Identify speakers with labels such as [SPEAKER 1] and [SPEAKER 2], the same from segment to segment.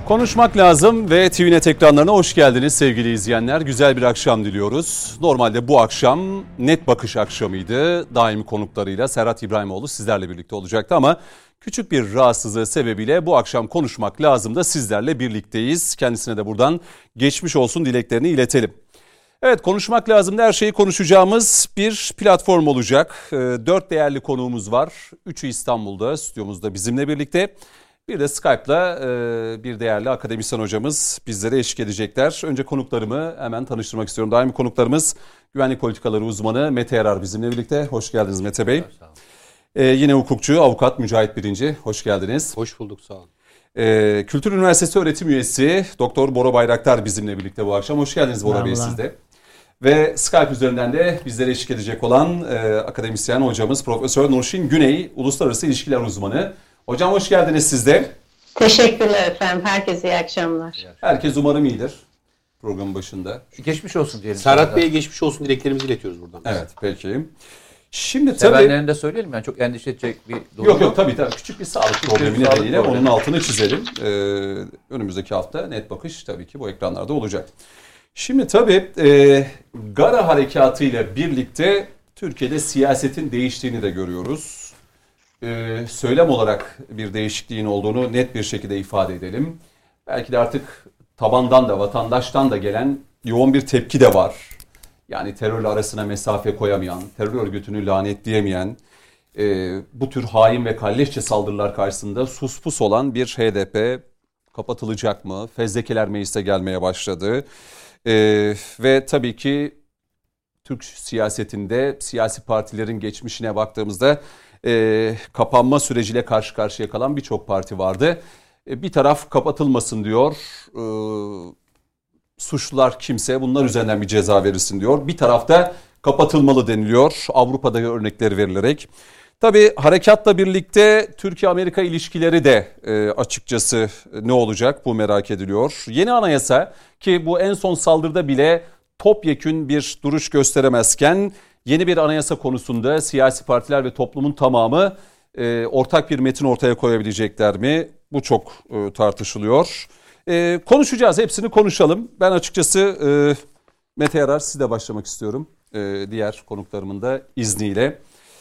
[SPEAKER 1] Konuşmak lazım ve TVNet ekranlarına hoş geldiniz sevgili izleyenler. Güzel bir akşam diliyoruz. Normalde bu akşam Net Bakış akşamıydı. Daimi konuklarıyla Serhat İbrahimoğlu sizlerle birlikte olacaktı ama küçük bir rahatsızlığı sebebiyle bu akşam Konuşmak lazım da sizlerle birlikteyiz. Kendisine de buradan geçmiş olsun dileklerini iletelim. Evet, Konuşmak lazım da her şeyi konuşacağımız bir platform olacak. 4 değerli konuğumuz var. 3'ü İstanbul'da, stüdyomuzda bizimle birlikte. Bir de Skype'la bir değerli akademisyen hocamız bizlere eşlik edecekler. Önce konuklarımı hemen tanıştırmak istiyorum. Daimi konuklarımız güvenlik politikaları uzmanı Mete Yarar bizimle birlikte. Hoş geldiniz Mete Bey. Yine hukukçu, avukat Mücahit Birinci. Hoş geldiniz.
[SPEAKER 2] Hoş bulduk, sağ olun.
[SPEAKER 1] Kültür Üniversitesi öğretim üyesi Doktor Bora Bayraktar bizimle birlikte bu akşam. Hoş geldiniz Bora Bey siz de. Ve Skype üzerinden de bizlere eşlik edecek olan akademisyen hocamız Profesör Nurşin Güney, Uluslararası İlişkiler Uzmanı. Hocam hoş geldiniz siz de.
[SPEAKER 3] Teşekkürler efendim. Herkese iyi akşamlar.
[SPEAKER 1] Herkes umarım iyidir programın başında.
[SPEAKER 2] Geçmiş olsun diyelim. Serhat Bey'e geçmiş olsun dileklerimizi iletiyoruz buradan.
[SPEAKER 1] Evet, peki. Şimdi
[SPEAKER 2] sevenlerini de söyleyelim, yani çok endişe edecek bir durum yok.
[SPEAKER 1] Yok tabii küçük bir sağlık problemi nedeniyle onun altını çizelim. Önümüzdeki hafta Net Bakış tabii ki bu ekranlarda olacak. Şimdi tabii Gara Harekatı ile birlikte Türkiye'de siyasetin değiştiğini de görüyoruz. Söylem olarak bir değişikliğin olduğunu net bir şekilde ifade edelim. Belki de artık tabandan da vatandaştan da gelen yoğun bir tepki de var. Yani terörle arasına mesafe koyamayan, terör örgütünü lanetleyemeyen, bu tür hain ve kalleşçe saldırılar karşısında sus pus olan bir HDP kapatılacak mı? Fezlekeler meclise gelmeye başladı. Ve tabii ki Türk siyasetinde siyasi partilerin geçmişine baktığımızda kapanma süreciyle karşı karşıya kalan birçok parti vardı. Bir taraf kapatılmasın diyor, suçlular kimse bunlar üzerinden bir ceza verilsin diyor. Bir tarafta kapatılmalı deniliyor Avrupa'daki örnekleri verilerek. Tabii harekatla birlikte Türkiye-Amerika ilişkileri de açıkçası ne olacak bu merak ediliyor. Yeni anayasa ki bu en son saldırıda bile topyekün bir duruş gösteremezken yeni bir anayasa konusunda siyasi partiler ve toplumun tamamı ortak bir metin ortaya koyabilecekler mi? Bu çok tartışılıyor. Konuşacağız, hepsini konuşalım. Ben açıkçası Mete Yarar sizle başlamak istiyorum. Diğer konuklarımın da izniyle.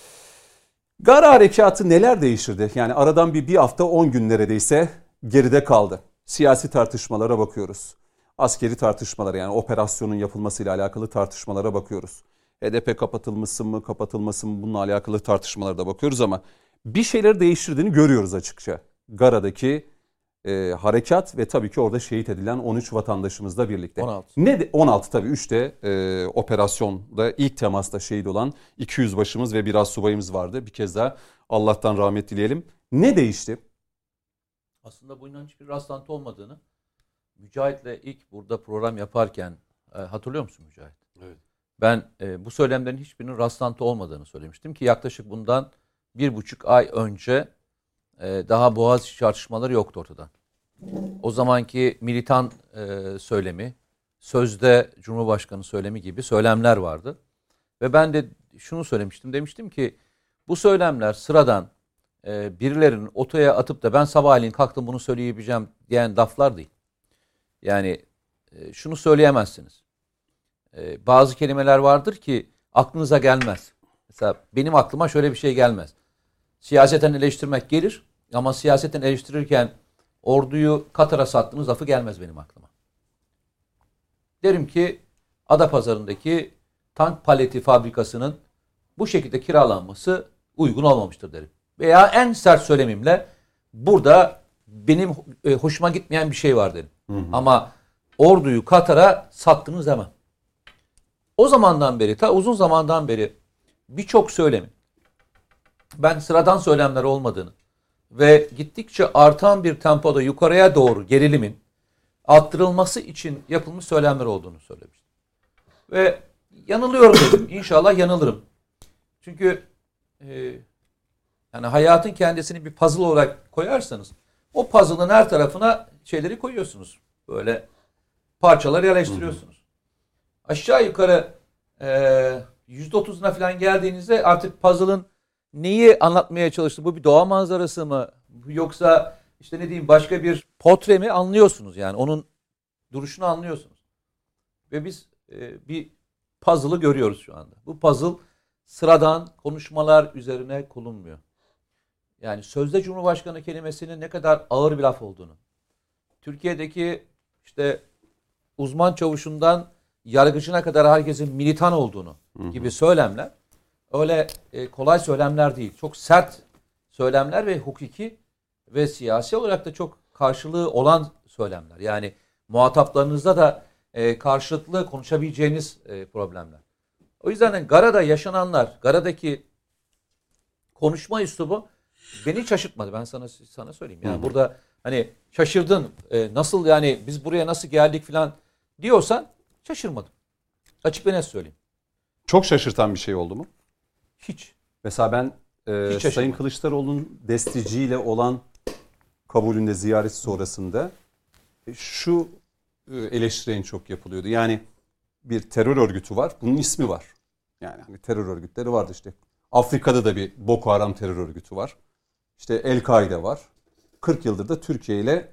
[SPEAKER 1] Gara Harekatı neler değiştirdi? Yani aradan bir hafta 10 gün neredeyse geride kaldı. Siyasi tartışmalara bakıyoruz. Askeri tartışmalara, yani operasyonun yapılmasıyla alakalı tartışmalara bakıyoruz. HDP kapatılmasın mı, kapatılmasın mı, bununla alakalı tartışmalara da bakıyoruz ama bir şeyleri değiştirdiğini görüyoruz açıkça. Gara'daki harekat ve tabii ki orada şehit edilen 13 vatandaşımızla birlikte. 16 tabii 3'te operasyonda ilk temasta şehit olan 200 başımız ve biraz subayımız vardı. Bir kez daha Allah'tan rahmet dileyelim. Ne değişti?
[SPEAKER 2] Aslında bunun hiçbir rastlantı olmadığını Mücahit'le ilk burada program yaparken hatırlıyor musun Mücahit? Evet. Ben bu söylemlerin hiçbirinin rastlantı olmadığını söylemiştim ki yaklaşık bundan 1,5 ay önce daha Boğaziçi tartışmaları yoktu ortada. O zamanki militan söylemi, sözde Cumhurbaşkanı söylemi gibi söylemler vardı. Ve ben de şunu söylemiştim. Demiştim ki bu söylemler sıradan birilerinin otoya atıp da ben sabahleyin kalktım bunu söyleyebileceğim diyen laflar değil. Yani şunu söyleyemezsiniz. Bazı kelimeler vardır ki aklınıza gelmez. Mesela benim aklıma şöyle bir şey gelmez. Siyaseten eleştirmek gelir ama siyaseten eleştirirken orduyu Katar'a sattığınız lafı gelmez benim aklıma. Derim ki Adapazarı'ndaki tank paleti fabrikasının bu şekilde kiralanması uygun olmamıştır derim. Veya en sert söylemimle burada benim hoşuma gitmeyen bir şey var derim. Ama orduyu Katar'a sattınız demem. O zamandan beri, uzun zamandan beri birçok söylemin ben sıradan söylemler olmadığını ve gittikçe artan bir tempoda yukarıya doğru gerilimin arttırılması için yapılmış söylemler olduğunu söylemiştim. Ve yanılıyorum dedim. İnşallah yanılırım. Çünkü yani hayatın kendisini bir puzzle olarak koyarsanız o puzzle'ın her tarafına şeyleri koyuyorsunuz. Böyle parçaları yerleştiriyorsunuz. Aşağı yukarı %30'una falan geldiğinizde artık puzzle'ın neyi anlatmaya çalıştı? Bu bir doğa manzarası mı? Yoksa işte ne diyeyim başka bir portremi anlıyorsunuz yani onun duruşunu anlıyorsunuz. Ve biz bir puzzle'ı görüyoruz şu anda. Bu puzzle sıradan konuşmalar üzerine kurulmuyor. Yani sözde Cumhurbaşkanı kelimesinin ne kadar ağır bir laf olduğunu, Türkiye'deki işte uzman çavuşundan yargıcına kadar herkesin militan olduğunu gibi söylemler öyle kolay söylemler değil. Çok sert söylemler ve hukuki ve siyasi olarak da çok karşılığı olan söylemler. Yani muhataplarınızda da karşılıklı konuşabileceğiniz problemler. O yüzden Gara'da yaşananlar, Gara'daki konuşma üslubu beni şaşırtmadı. Ben sana söyleyeyim. Yani burada hani şaşırdın, nasıl yani biz buraya nasıl geldik falan diyorsan şaşırmadım. Açık ve net söyleyeyim.
[SPEAKER 1] Çok şaşırtan bir şey oldu mu?
[SPEAKER 2] Hiç.
[SPEAKER 1] Mesela ben Sayın Kılıçdaroğlu'nun desteciyle olan kabulünde, ziyareti sonrasında şu eleştiri en çok yapılıyordu. Yani bir terör örgütü var. Bunun ismi var. Yani hani terör örgütleri vardı işte. Afrika'da da bir Boko Haram terör örgütü var. İşte El-Kaide var. 40 yıldır da Türkiye ile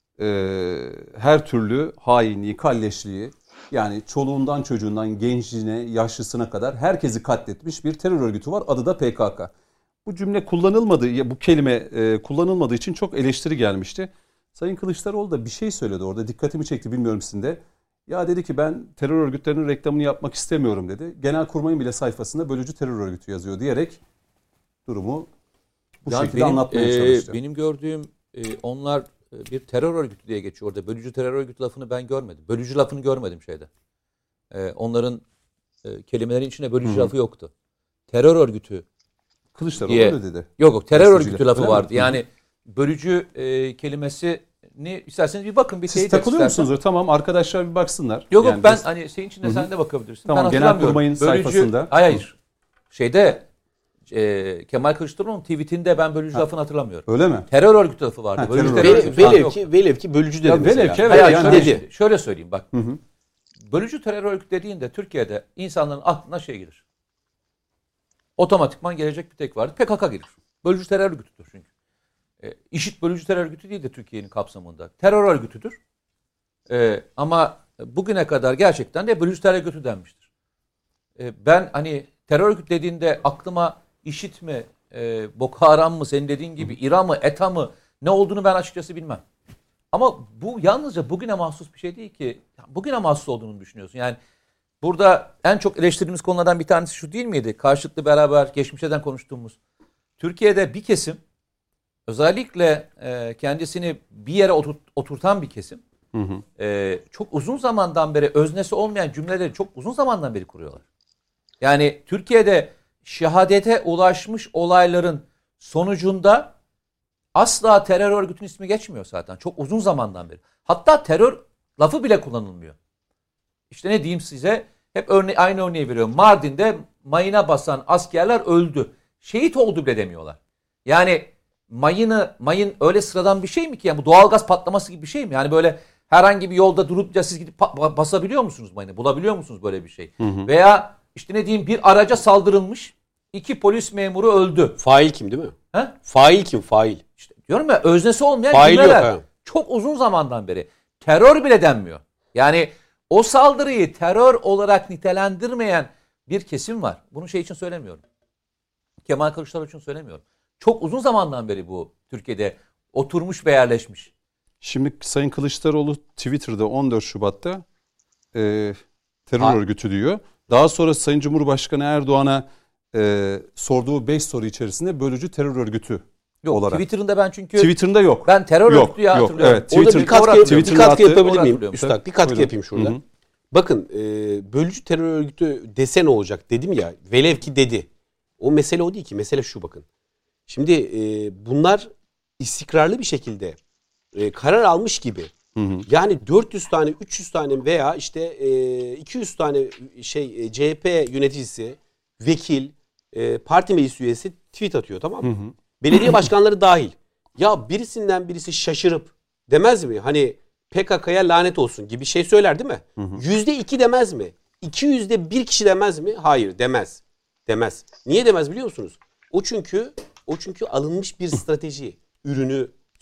[SPEAKER 1] her türlü hainliği, kalleşliği, yani çoluğundan çocuğundan gencine, yaşlısına kadar herkesi katletmiş bir terör örgütü var. Adı da PKK. Bu cümle kullanılmadığı, bu kelime kullanılmadığı için çok eleştiri gelmişti. Sayın Kılıçdaroğlu da bir şey söyledi orada. Dikkatimi çekti, bilmiyorum sizin de. Ya dedi ki ben terör örgütlerinin reklamını yapmak istemiyorum dedi. Genelkurmay'ın bile sayfasında bölücü terör örgütü yazıyor diyerek durumu bu şekilde anlatmaya çalıştı.
[SPEAKER 2] Benim gördüğüm onlar bir terör örgütü diye geçiyor orada. Bölücü terör örgütü lafını ben görmedim. Bölücü lafını görmedim şeyde. Onların kelimelerin içinde bölücü lafı yoktu. Terör örgütü
[SPEAKER 1] Kılıçdaroğlu öyle dedi.
[SPEAKER 2] Yok terör örgütü lafı vardı. Yani bölücü kelimesini isterseniz bir bakın.
[SPEAKER 1] Siz takılıyor musunuz? Tamam, arkadaşlar bir baksınlar.
[SPEAKER 2] Yok yani ben hani senin içinde sen de bakabilirsin.
[SPEAKER 1] Tamam, Genelkurmay'ın sayfasında.
[SPEAKER 2] Hayır. Şeyde Kemal Kılıçdaroğlu'nun tweetinde ben bölücü lafını hatırlamıyorum.
[SPEAKER 1] Öyle mi?
[SPEAKER 2] Terör örgütü lafı vardı.
[SPEAKER 4] Velev ki bölücü dedi mesela.
[SPEAKER 2] Şöyle söyleyeyim bak. Bölücü terör örgütü dediğinde Türkiye'de insanların aklına şey gelir. Otomatikman gelecek bir tek vardı. PKK gelir. Bölücü terör örgütüdür çünkü. İŞİD bölücü terör örgütü değil de Türkiye'nin kapsamında. Terör örgütüdür. Ama bugüne kadar gerçekten de bölücü terör örgütü denmiştir. Ben hani terör örgütü dediğinde aklıma İŞİD mi, Boko Haram mı, senin dediğin gibi İRA mı, ETA mı ne olduğunu ben açıkçası bilmem. Ama bu yalnızca bugüne mahsus bir şey değil ki. Bugüne mahsus olduğunu düşünüyorsun. Yani burada en çok eleştirdiğimiz konulardan bir tanesi şu değil miydi? Karşılıklı beraber geçmişten konuştuğumuz. Türkiye'de bir kesim, özellikle kendisini bir yere oturtan bir kesim, çok uzun zamandan beri öznesi olmayan cümleleri çok uzun zamandan beri kuruyorlar. Yani Türkiye'de şehadete ulaşmış olayların sonucunda asla terör örgütünün ismi geçmiyor zaten. Çok uzun zamandan beri. Hatta terör lafı bile kullanılmıyor. İşte ne diyeyim size? Hep aynı örneği veriyorum. Mardin'de mayına basan askerler öldü. Şehit oldu bile demiyorlar. Yani mayın öyle sıradan bir şey mi ki? Yani bu doğalgaz patlaması gibi bir şey mi? Yani böyle herhangi bir yolda durup da siz gidip basabiliyor musunuz mayını? Bulabiliyor musunuz böyle bir şey? Veya işte ne diyeyim, bir araca saldırılmış, 2 polis memuru öldü.
[SPEAKER 4] Fail kim değil mi?
[SPEAKER 2] He?
[SPEAKER 4] Fail kim? Fail.
[SPEAKER 2] İşte diyorum ya, öznesi olmayan
[SPEAKER 4] fail
[SPEAKER 2] cümleler.
[SPEAKER 4] Yok,
[SPEAKER 2] çok uzun zamandan beri. Terör bile denmiyor. Yani o saldırıyı terör olarak nitelendirmeyen bir kesim var. Bunu şey için söylemiyorum. Kemal Kılıçdaroğlu için söylemiyorum. Çok uzun zamandan beri bu Türkiye'de oturmuş ve yerleşmiş.
[SPEAKER 1] Şimdi Sayın Kılıçdaroğlu Twitter'da 14 Şubat'ta terör örgütü diyor. Daha sonra Sayın Cumhurbaşkanı Erdoğan'a sorduğu 5 soru içerisinde bölücü terör örgütü olarak.
[SPEAKER 2] Twitter'ında ben çünkü...
[SPEAKER 1] Twitter'ında yok.
[SPEAKER 2] Ben terör örgütü diye hatırlıyorum.
[SPEAKER 1] Evet,
[SPEAKER 4] orada bir katkı yapabilir miyim? Üstad bir katkı yapayım şurada. Hı-hı. Bakın bölücü terör örgütü dese ne olacak dedim ya. Velev ki dedi. O mesele o değil ki. Mesele şu, bakın. Şimdi bunlar istikrarlı bir şekilde karar almış gibi. Yani 400 tane, 300 tane veya işte 200 tane CHP yöneticisi, vekil, parti meclis üyesi tweet atıyor, tamam mı? Belediye başkanları dahil. Ya birisinden birisi şaşırıp demez mi? Hani PKK'ya lanet olsun gibi şey söyler değil mi? %2 demez mi? 200'de 1 kişi demez mi? Hayır, demez. Demez. Niye demez biliyor musunuz? O çünkü alınmış bir strateji ürünü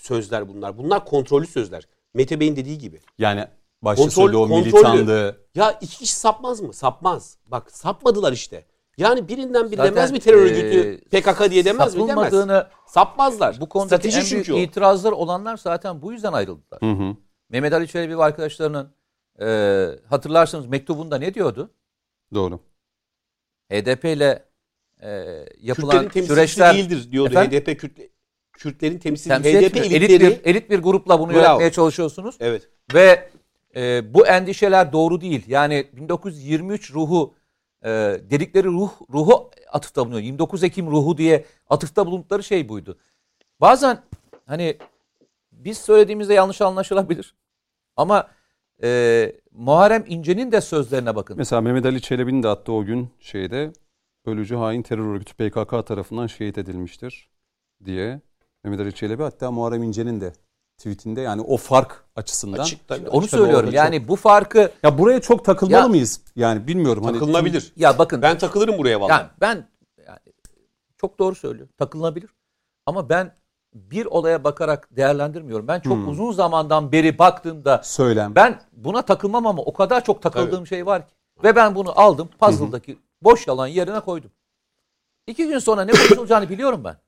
[SPEAKER 4] sözler bunlar. Bunlar kontrollü sözler. Mete Bey'in dediği gibi.
[SPEAKER 1] Yani başta söyledi o militandı.
[SPEAKER 4] Ya iki kişi sapmaz mı? Sapmaz. Bak sapmadılar işte. Yani birinden biri
[SPEAKER 2] Zaten,
[SPEAKER 4] demez mi terör örgütü PKK diye demez mi? Demez. Sapmazlar.
[SPEAKER 2] Bu konudaki en büyük
[SPEAKER 4] çünkü
[SPEAKER 2] itirazlar olanlar zaten bu yüzden ayrıldılar. Mehmet Ali Çelebi ve arkadaşlarının hatırlarsınız mektubunda ne diyordu?
[SPEAKER 1] Doğru.
[SPEAKER 2] HDP ile yapılan
[SPEAKER 4] Kürtlerin
[SPEAKER 2] süreçler
[SPEAKER 4] değildir diyordu.
[SPEAKER 2] Efendim?
[SPEAKER 4] HDP Kürtlerin temsilcisi
[SPEAKER 2] temsil
[SPEAKER 4] HDP
[SPEAKER 2] etmiyor. Elit bir grupla bunu yönetmeye çalışıyorsunuz.
[SPEAKER 4] Evet.
[SPEAKER 2] Ve bu endişeler doğru değil. Yani 1923 ruhu dedikleri ruhu atıfta bulunuyor. 29 Ekim ruhu diye atıfta bulundukları şey buydu. Bazen hani biz söylediğimizde yanlış anlaşılabilir. Ama Muharrem İnce'nin de sözlerine bakın.
[SPEAKER 1] Mesela Mehmet Ali Çelebi'nin de attığı o gün bölücü hain terör örgütü PKK tarafından şehit edilmiştir diye. Mehmet Ali Çelebi hatta Muharrem İnce'nin de tweetinde yani o fark açısından.
[SPEAKER 4] Açık, tabii,
[SPEAKER 2] onu söylüyorum. Yani bu farkı.
[SPEAKER 1] Ya buraya çok takılmalı mıyız? Yani bilmiyorum.
[SPEAKER 4] Takılınabilir.
[SPEAKER 1] Hani,
[SPEAKER 2] ya bakın.
[SPEAKER 4] Ben takılırım buraya vallahi.
[SPEAKER 2] Yani ben çok doğru söylüyor. Takılınabilir. Ama ben bir olaya bakarak değerlendirmiyorum. Ben çok uzun zamandan beri baktığımda ben buna takılmam ama o kadar çok takıldığım şey var ki. Ve ben bunu aldım puzzle'daki boş yalan yerine koydum. 2 gün sonra ne konuşulacağını biliyorum ben.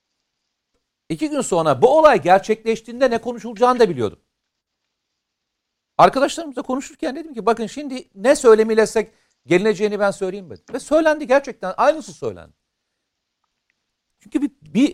[SPEAKER 2] 2 gün sonra bu olay gerçekleştiğinde ne konuşulacağını da biliyordum. Arkadaşlarımızla konuşurken dedim ki bakın şimdi ne söylemilesek gelineceğini ben söyleyeyim dedim. Ve söylendi gerçekten aynısı söylendi. Çünkü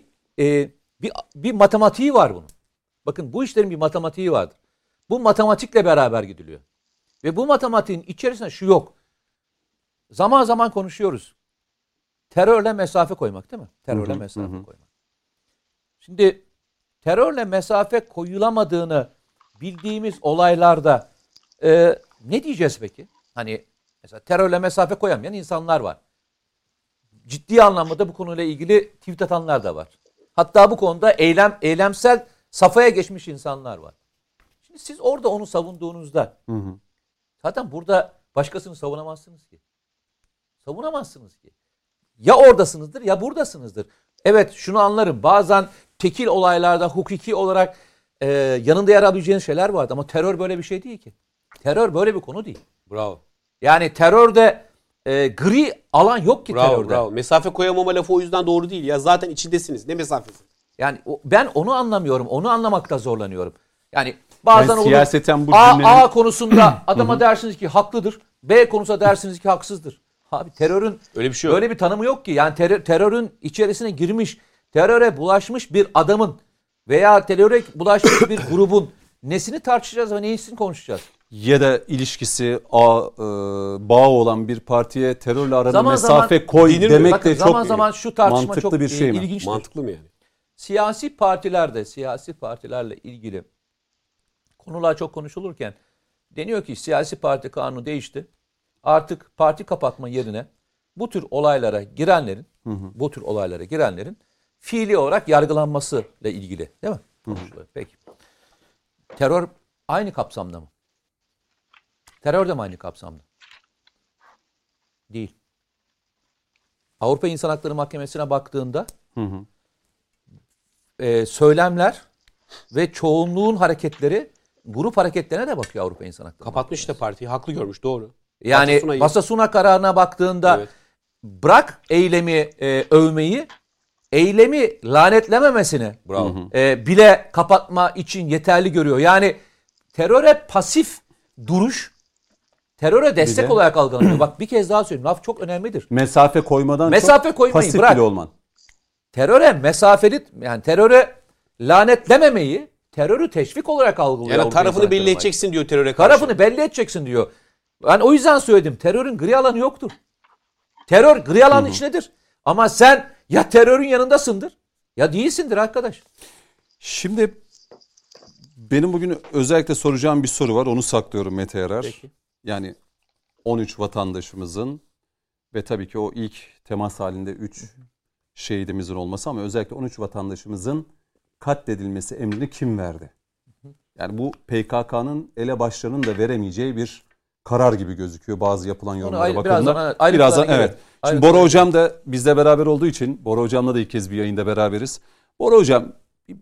[SPEAKER 2] bir matematiği var bunun. Bakın bu işlerin bir matematiği vardır. Bu matematikle beraber gidiliyor. Ve bu matematiğin içerisinde şu yok. Zaman zaman konuşuyoruz. Terörle mesafe koymak değil mi? Terörle mesafe koymak. Şimdi terörle mesafe koyulamadığını bildiğimiz olaylarda ne diyeceğiz peki? Hani mesela terörle mesafe koyamayan insanlar var. Ciddi anlamda bu konuyla ilgili tweet atanlar da var. Hatta bu konuda eylemsel safhaya geçmiş insanlar var. Şimdi siz orada onu savunduğunuzda zaten burada başkasını savunamazsınız ki. Savunamazsınız ki. Ya oradasınızdır ya buradasınızdır. Evet şunu anlarım. Bazen tekil olaylarda hukuki olarak yanında yer alabileceğiniz şeyler vardı. Ama terör böyle bir şey değil ki. Terör böyle bir konu değil.
[SPEAKER 4] Bravo.
[SPEAKER 2] Yani terörde gri alan yok ki terörde.
[SPEAKER 4] Bravo. Mesafe koyamama lafı o yüzden doğru değil. Ya zaten içindesiniz. Ne mesafesi?
[SPEAKER 2] Yani ben onu anlamıyorum. Onu anlamakta zorlanıyorum. Yani bazen olur.
[SPEAKER 1] Siyaseten bu
[SPEAKER 2] A konusunda adama dersiniz ki haklıdır. B konusunda dersiniz ki haksızdır. Abi terörün
[SPEAKER 4] öyle bir şey yok.
[SPEAKER 2] Böyle bir tanımı yok ki. Yani terörün içerisine girmiş, teröre bulaşmış bir adamın veya teröre bulaşmış bir grubun nesini tartışacağız ve neyisini konuşacağız?
[SPEAKER 1] Ya da ilişkisi bağı olan bir partiye terörle arada mesafe koy demek
[SPEAKER 2] bakın,
[SPEAKER 1] de çok
[SPEAKER 2] zaman şu tartışma
[SPEAKER 1] mantıklı
[SPEAKER 2] çok
[SPEAKER 1] bir şey mi?
[SPEAKER 2] İlginçtir.
[SPEAKER 4] Mantıklı mı yani?
[SPEAKER 2] Siyasi partilerle ilgili konular çok konuşulurken deniyor ki siyasi parti kanunu değişti. Artık parti kapatma yerine bu tür olaylara girenlerin fiili olarak yargılanması ile ilgili değil mi? Peki. Terör aynı kapsamda mı? Terör de mi aynı kapsamda? Değil. Avrupa İnsan Hakları Mahkemesi'ne baktığında söylemler ve çoğunluğun hareketleri grup hareketlerine de bakıyor Avrupa İnsan Hakları
[SPEAKER 4] Kapatmış da partiyi. Haklı görmüş. Doğru.
[SPEAKER 2] Yani Basasuna kararına baktığında bırak eylemi övmeyi, eylemi lanetlememesini bile kapatma için yeterli görüyor. Yani teröre pasif duruş, teröre destek olarak algılanıyor. Bak bir kez daha söyleyeyim. Laf çok önemlidir.
[SPEAKER 1] Mesafe koymadan
[SPEAKER 2] mesafe koymayı
[SPEAKER 1] pasif
[SPEAKER 2] bırak.
[SPEAKER 1] bile olman.
[SPEAKER 2] Teröre mesafeli, yani teröre lanetlememeyi, terörü teşvik olarak algılıyor.
[SPEAKER 4] Yani tarafını belli edeceksin diyor teröre karşı.
[SPEAKER 2] Tarafını belli edeceksin diyor. Ben o yüzden söyledim. Terörün gri alanı yoktur. Terör gri alanın içindedir. Ama sen ya terörün yanındasındır ya değilsindir arkadaş.
[SPEAKER 1] Şimdi benim bugün özellikle soracağım bir soru var. Onu saklıyorum Mete Yarar.
[SPEAKER 2] Peki.
[SPEAKER 1] Yani 13 vatandaşımızın ve tabii ki o ilk temas halinde 3 şehidimizin olması ama özellikle 13 vatandaşımızın katledilmesi emrini kim verdi? Yani bu PKK'nın elebaşlarının da veremeyeceği bir karar gibi gözüküyor bazı yapılan yorumlara bakıldığında. Birazdan evet. Şimdi Bora Hocam da bizle beraber olduğu için Bora Hocam'la da ilk kez bir yayında beraberiz. Bora Hocam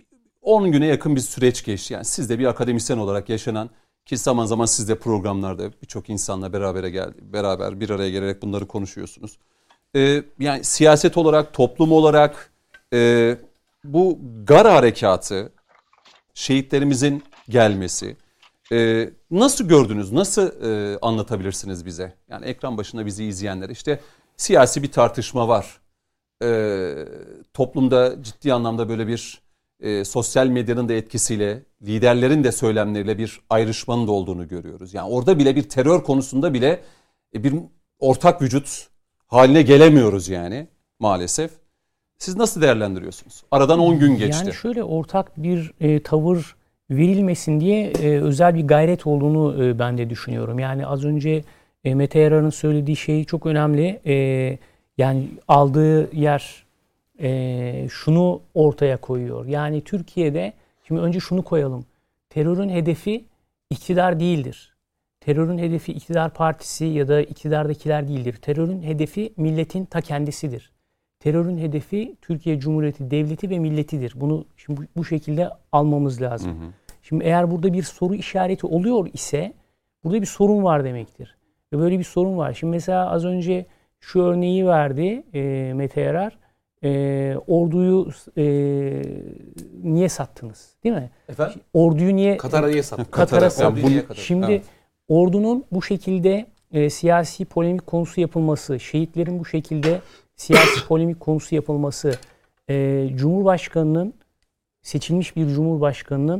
[SPEAKER 1] 10 güne yakın bir süreç geçti. Yani siz de bir akademisyen olarak yaşanan, ki zaman zaman siz de programlarda birçok insanla beraber bir araya gelerek bunları konuşuyorsunuz. Yani siyaset olarak, toplum olarak bu Gara harekatı, şehitlerimizin gelmesi nasıl gördünüz? Nasıl anlatabilirsiniz bize? Yani ekran başında bizi izleyenler, işte siyasi bir tartışma var. Toplumda ciddi anlamda böyle bir sosyal medyanın da etkisiyle, liderlerin de söylemleriyle bir ayrışmanın da olduğunu görüyoruz. Yani orada bile bir terör konusunda bile bir ortak vücut haline gelemiyoruz yani maalesef. Siz nasıl değerlendiriyorsunuz? Aradan 10 gün geçti.
[SPEAKER 5] Yani şöyle, ortak bir tavır verilmesin diye özel bir gayret olduğunu ben de düşünüyorum. Yani az önce Mete Yarar'ın söylediği şey çok önemli. Yani aldığı yer şunu ortaya koyuyor. Yani Türkiye'de, şimdi önce şunu koyalım. Terörün hedefi iktidar değildir. Terörün hedefi iktidar partisi ya da iktidardakiler değildir. Terörün hedefi milletin ta kendisidir. Terörün hedefi Türkiye Cumhuriyeti Devleti ve milletidir. Bunu şimdi bu şekilde almamız lazım. Şimdi eğer burada bir soru işareti oluyor ise burada bir sorun var demektir. Ve böyle bir sorun var. Şimdi mesela az önce şu örneği verdi Mete Yarar. Orduyu niye sattınız? Değil mi?
[SPEAKER 2] Efendim?
[SPEAKER 5] Orduyu niye
[SPEAKER 4] Katar'a niye sattınız?
[SPEAKER 5] Katar'a sattınız.
[SPEAKER 2] Niye Katar?
[SPEAKER 5] Şimdi
[SPEAKER 2] Evet.
[SPEAKER 5] ordunun bu şekilde siyasi polemik konusu yapılması, şehitlerin bu şekilde siyasi polemik konusu yapılması, Cumhurbaşkanının, seçilmiş bir Cumhurbaşkanının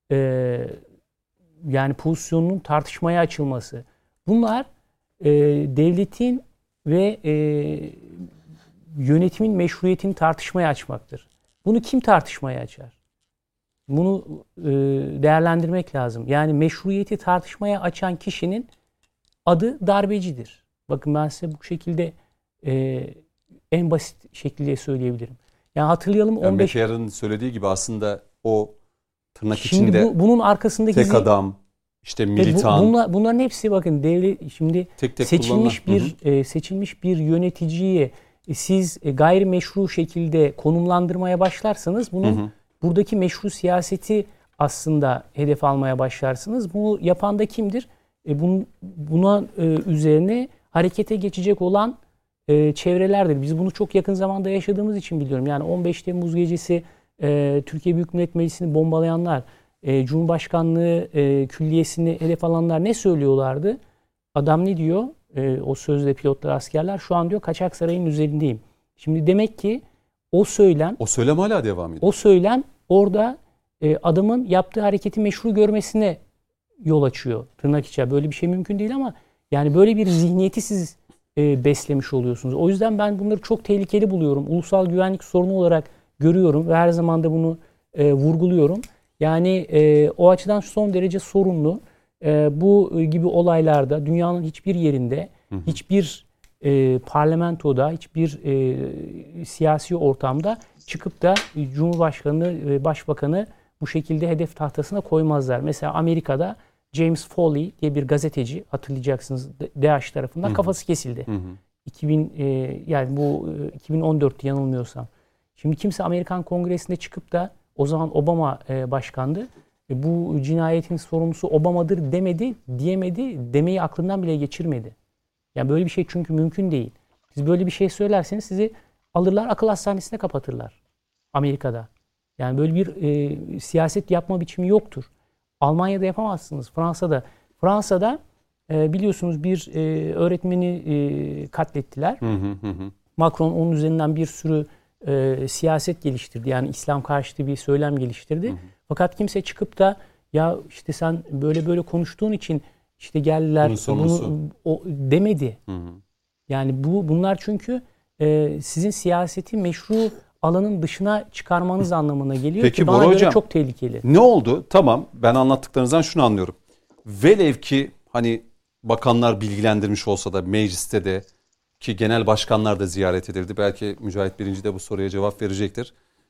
[SPEAKER 5] yani pozisyonunun tartışmaya açılması. Bunlar devletin ve yönetimin meşruiyetini tartışmaya açmaktır. Bunu kim tartışmaya açar? Bunu değerlendirmek lazım. Yani meşruiyeti tartışmaya açan kişinin adı darbecidir. Bakın ben size bu şekilde en basit şekilde söyleyebilirim. Yani hatırlayalım,
[SPEAKER 1] Yani
[SPEAKER 5] 15...
[SPEAKER 1] Mete Yarar'ın söylediği gibi aslında o tırnak
[SPEAKER 5] Şimdi
[SPEAKER 1] içinde
[SPEAKER 5] bunun arkasındaki
[SPEAKER 1] tek adam, işte militan.
[SPEAKER 5] Bunların hepsi, bakın, devlet şimdi
[SPEAKER 1] tek
[SPEAKER 5] seçilmiş bir yöneticiyi siz gayrimeşru şekilde konumlandırmaya başlarsanız bunun buradaki meşru siyaseti aslında hedef almaya başlarsınız. Bunu yapan da kimdir? Buna üzerine harekete geçecek olan çevrelerdir. Biz bunu çok yakın zamanda yaşadığımız için biliyorum. Yani 15 Temmuz gecesi Türkiye Büyük Millet Meclisi'ni bombalayanlar, Cumhurbaşkanlığı külliyesini hedef alanlar ne söylüyorlardı? Adam ne diyor? O sözde pilotlar, askerler, şu an diyor Kaçak Sarayı'nın üzerindeyim. Şimdi demek ki o söylem
[SPEAKER 1] hala devam ediyor.
[SPEAKER 5] O söylem orada adamın yaptığı hareketi meşru görmesine yol açıyor. Tırnak içi. Böyle bir şey mümkün değil ama yani böyle bir zihniyeti siz beslemiş oluyorsunuz. O yüzden ben bunları çok tehlikeli buluyorum. Ulusal güvenlik sorunu olarak görüyorum ve her zaman da bunu vurguluyorum. Yani o açıdan son derece sorunlu. Bu gibi olaylarda dünyanın hiçbir yerinde, hiçbir parlamentoda, hiçbir siyasi ortamda çıkıp da Cumhurbaşkanı, Başbakanı bu şekilde hedef tahtasına koymazlar. Mesela Amerika'da James Foley diye bir gazeteci, hatırlayacaksınız, DAEŞ tarafından kafası kesildi. 2014'te yanılmıyorsam. Şimdi kimse Amerikan Kongresi'nde çıkıp da, o zaman Obama başkandı, bu cinayetin sorumlusu Obama'dır diyemedi, demeyi aklından bile geçirmedi. Yani böyle bir şey çünkü mümkün değil. Siz böyle bir şey söylerseniz sizi alırlar, akıl hastanesine kapatırlar Amerika'da. Yani böyle bir siyaset yapma biçimi yoktur. Almanya'da yapamazsınız, Fransa'da biliyorsunuz bir öğretmeni katlettiler. Macron onun üzerinden bir sürü siyaset geliştirdi. Yani İslam karşıtı bir söylem geliştirdi. Bunu kimse çıkıp da ya işte sen böyle konuştuğun için işte geldiler bunu demedi. Yani bunlar çünkü sizin siyaseti meşru alanın dışına çıkarmanız anlamına geliyor.
[SPEAKER 1] Peki
[SPEAKER 5] ki bana
[SPEAKER 1] Bora
[SPEAKER 5] göre
[SPEAKER 1] Hocam,
[SPEAKER 5] çok tehlikeli.
[SPEAKER 1] Ne oldu? Tamam, ben anlattıklarınızdan şunu anlıyorum. Velev ki hani bakanlar bilgilendirmiş olsa da, mecliste de, ki genel başkanlar da ziyaret edildi. Belki Mücahit Birinci de bu soruya cevap verecektir.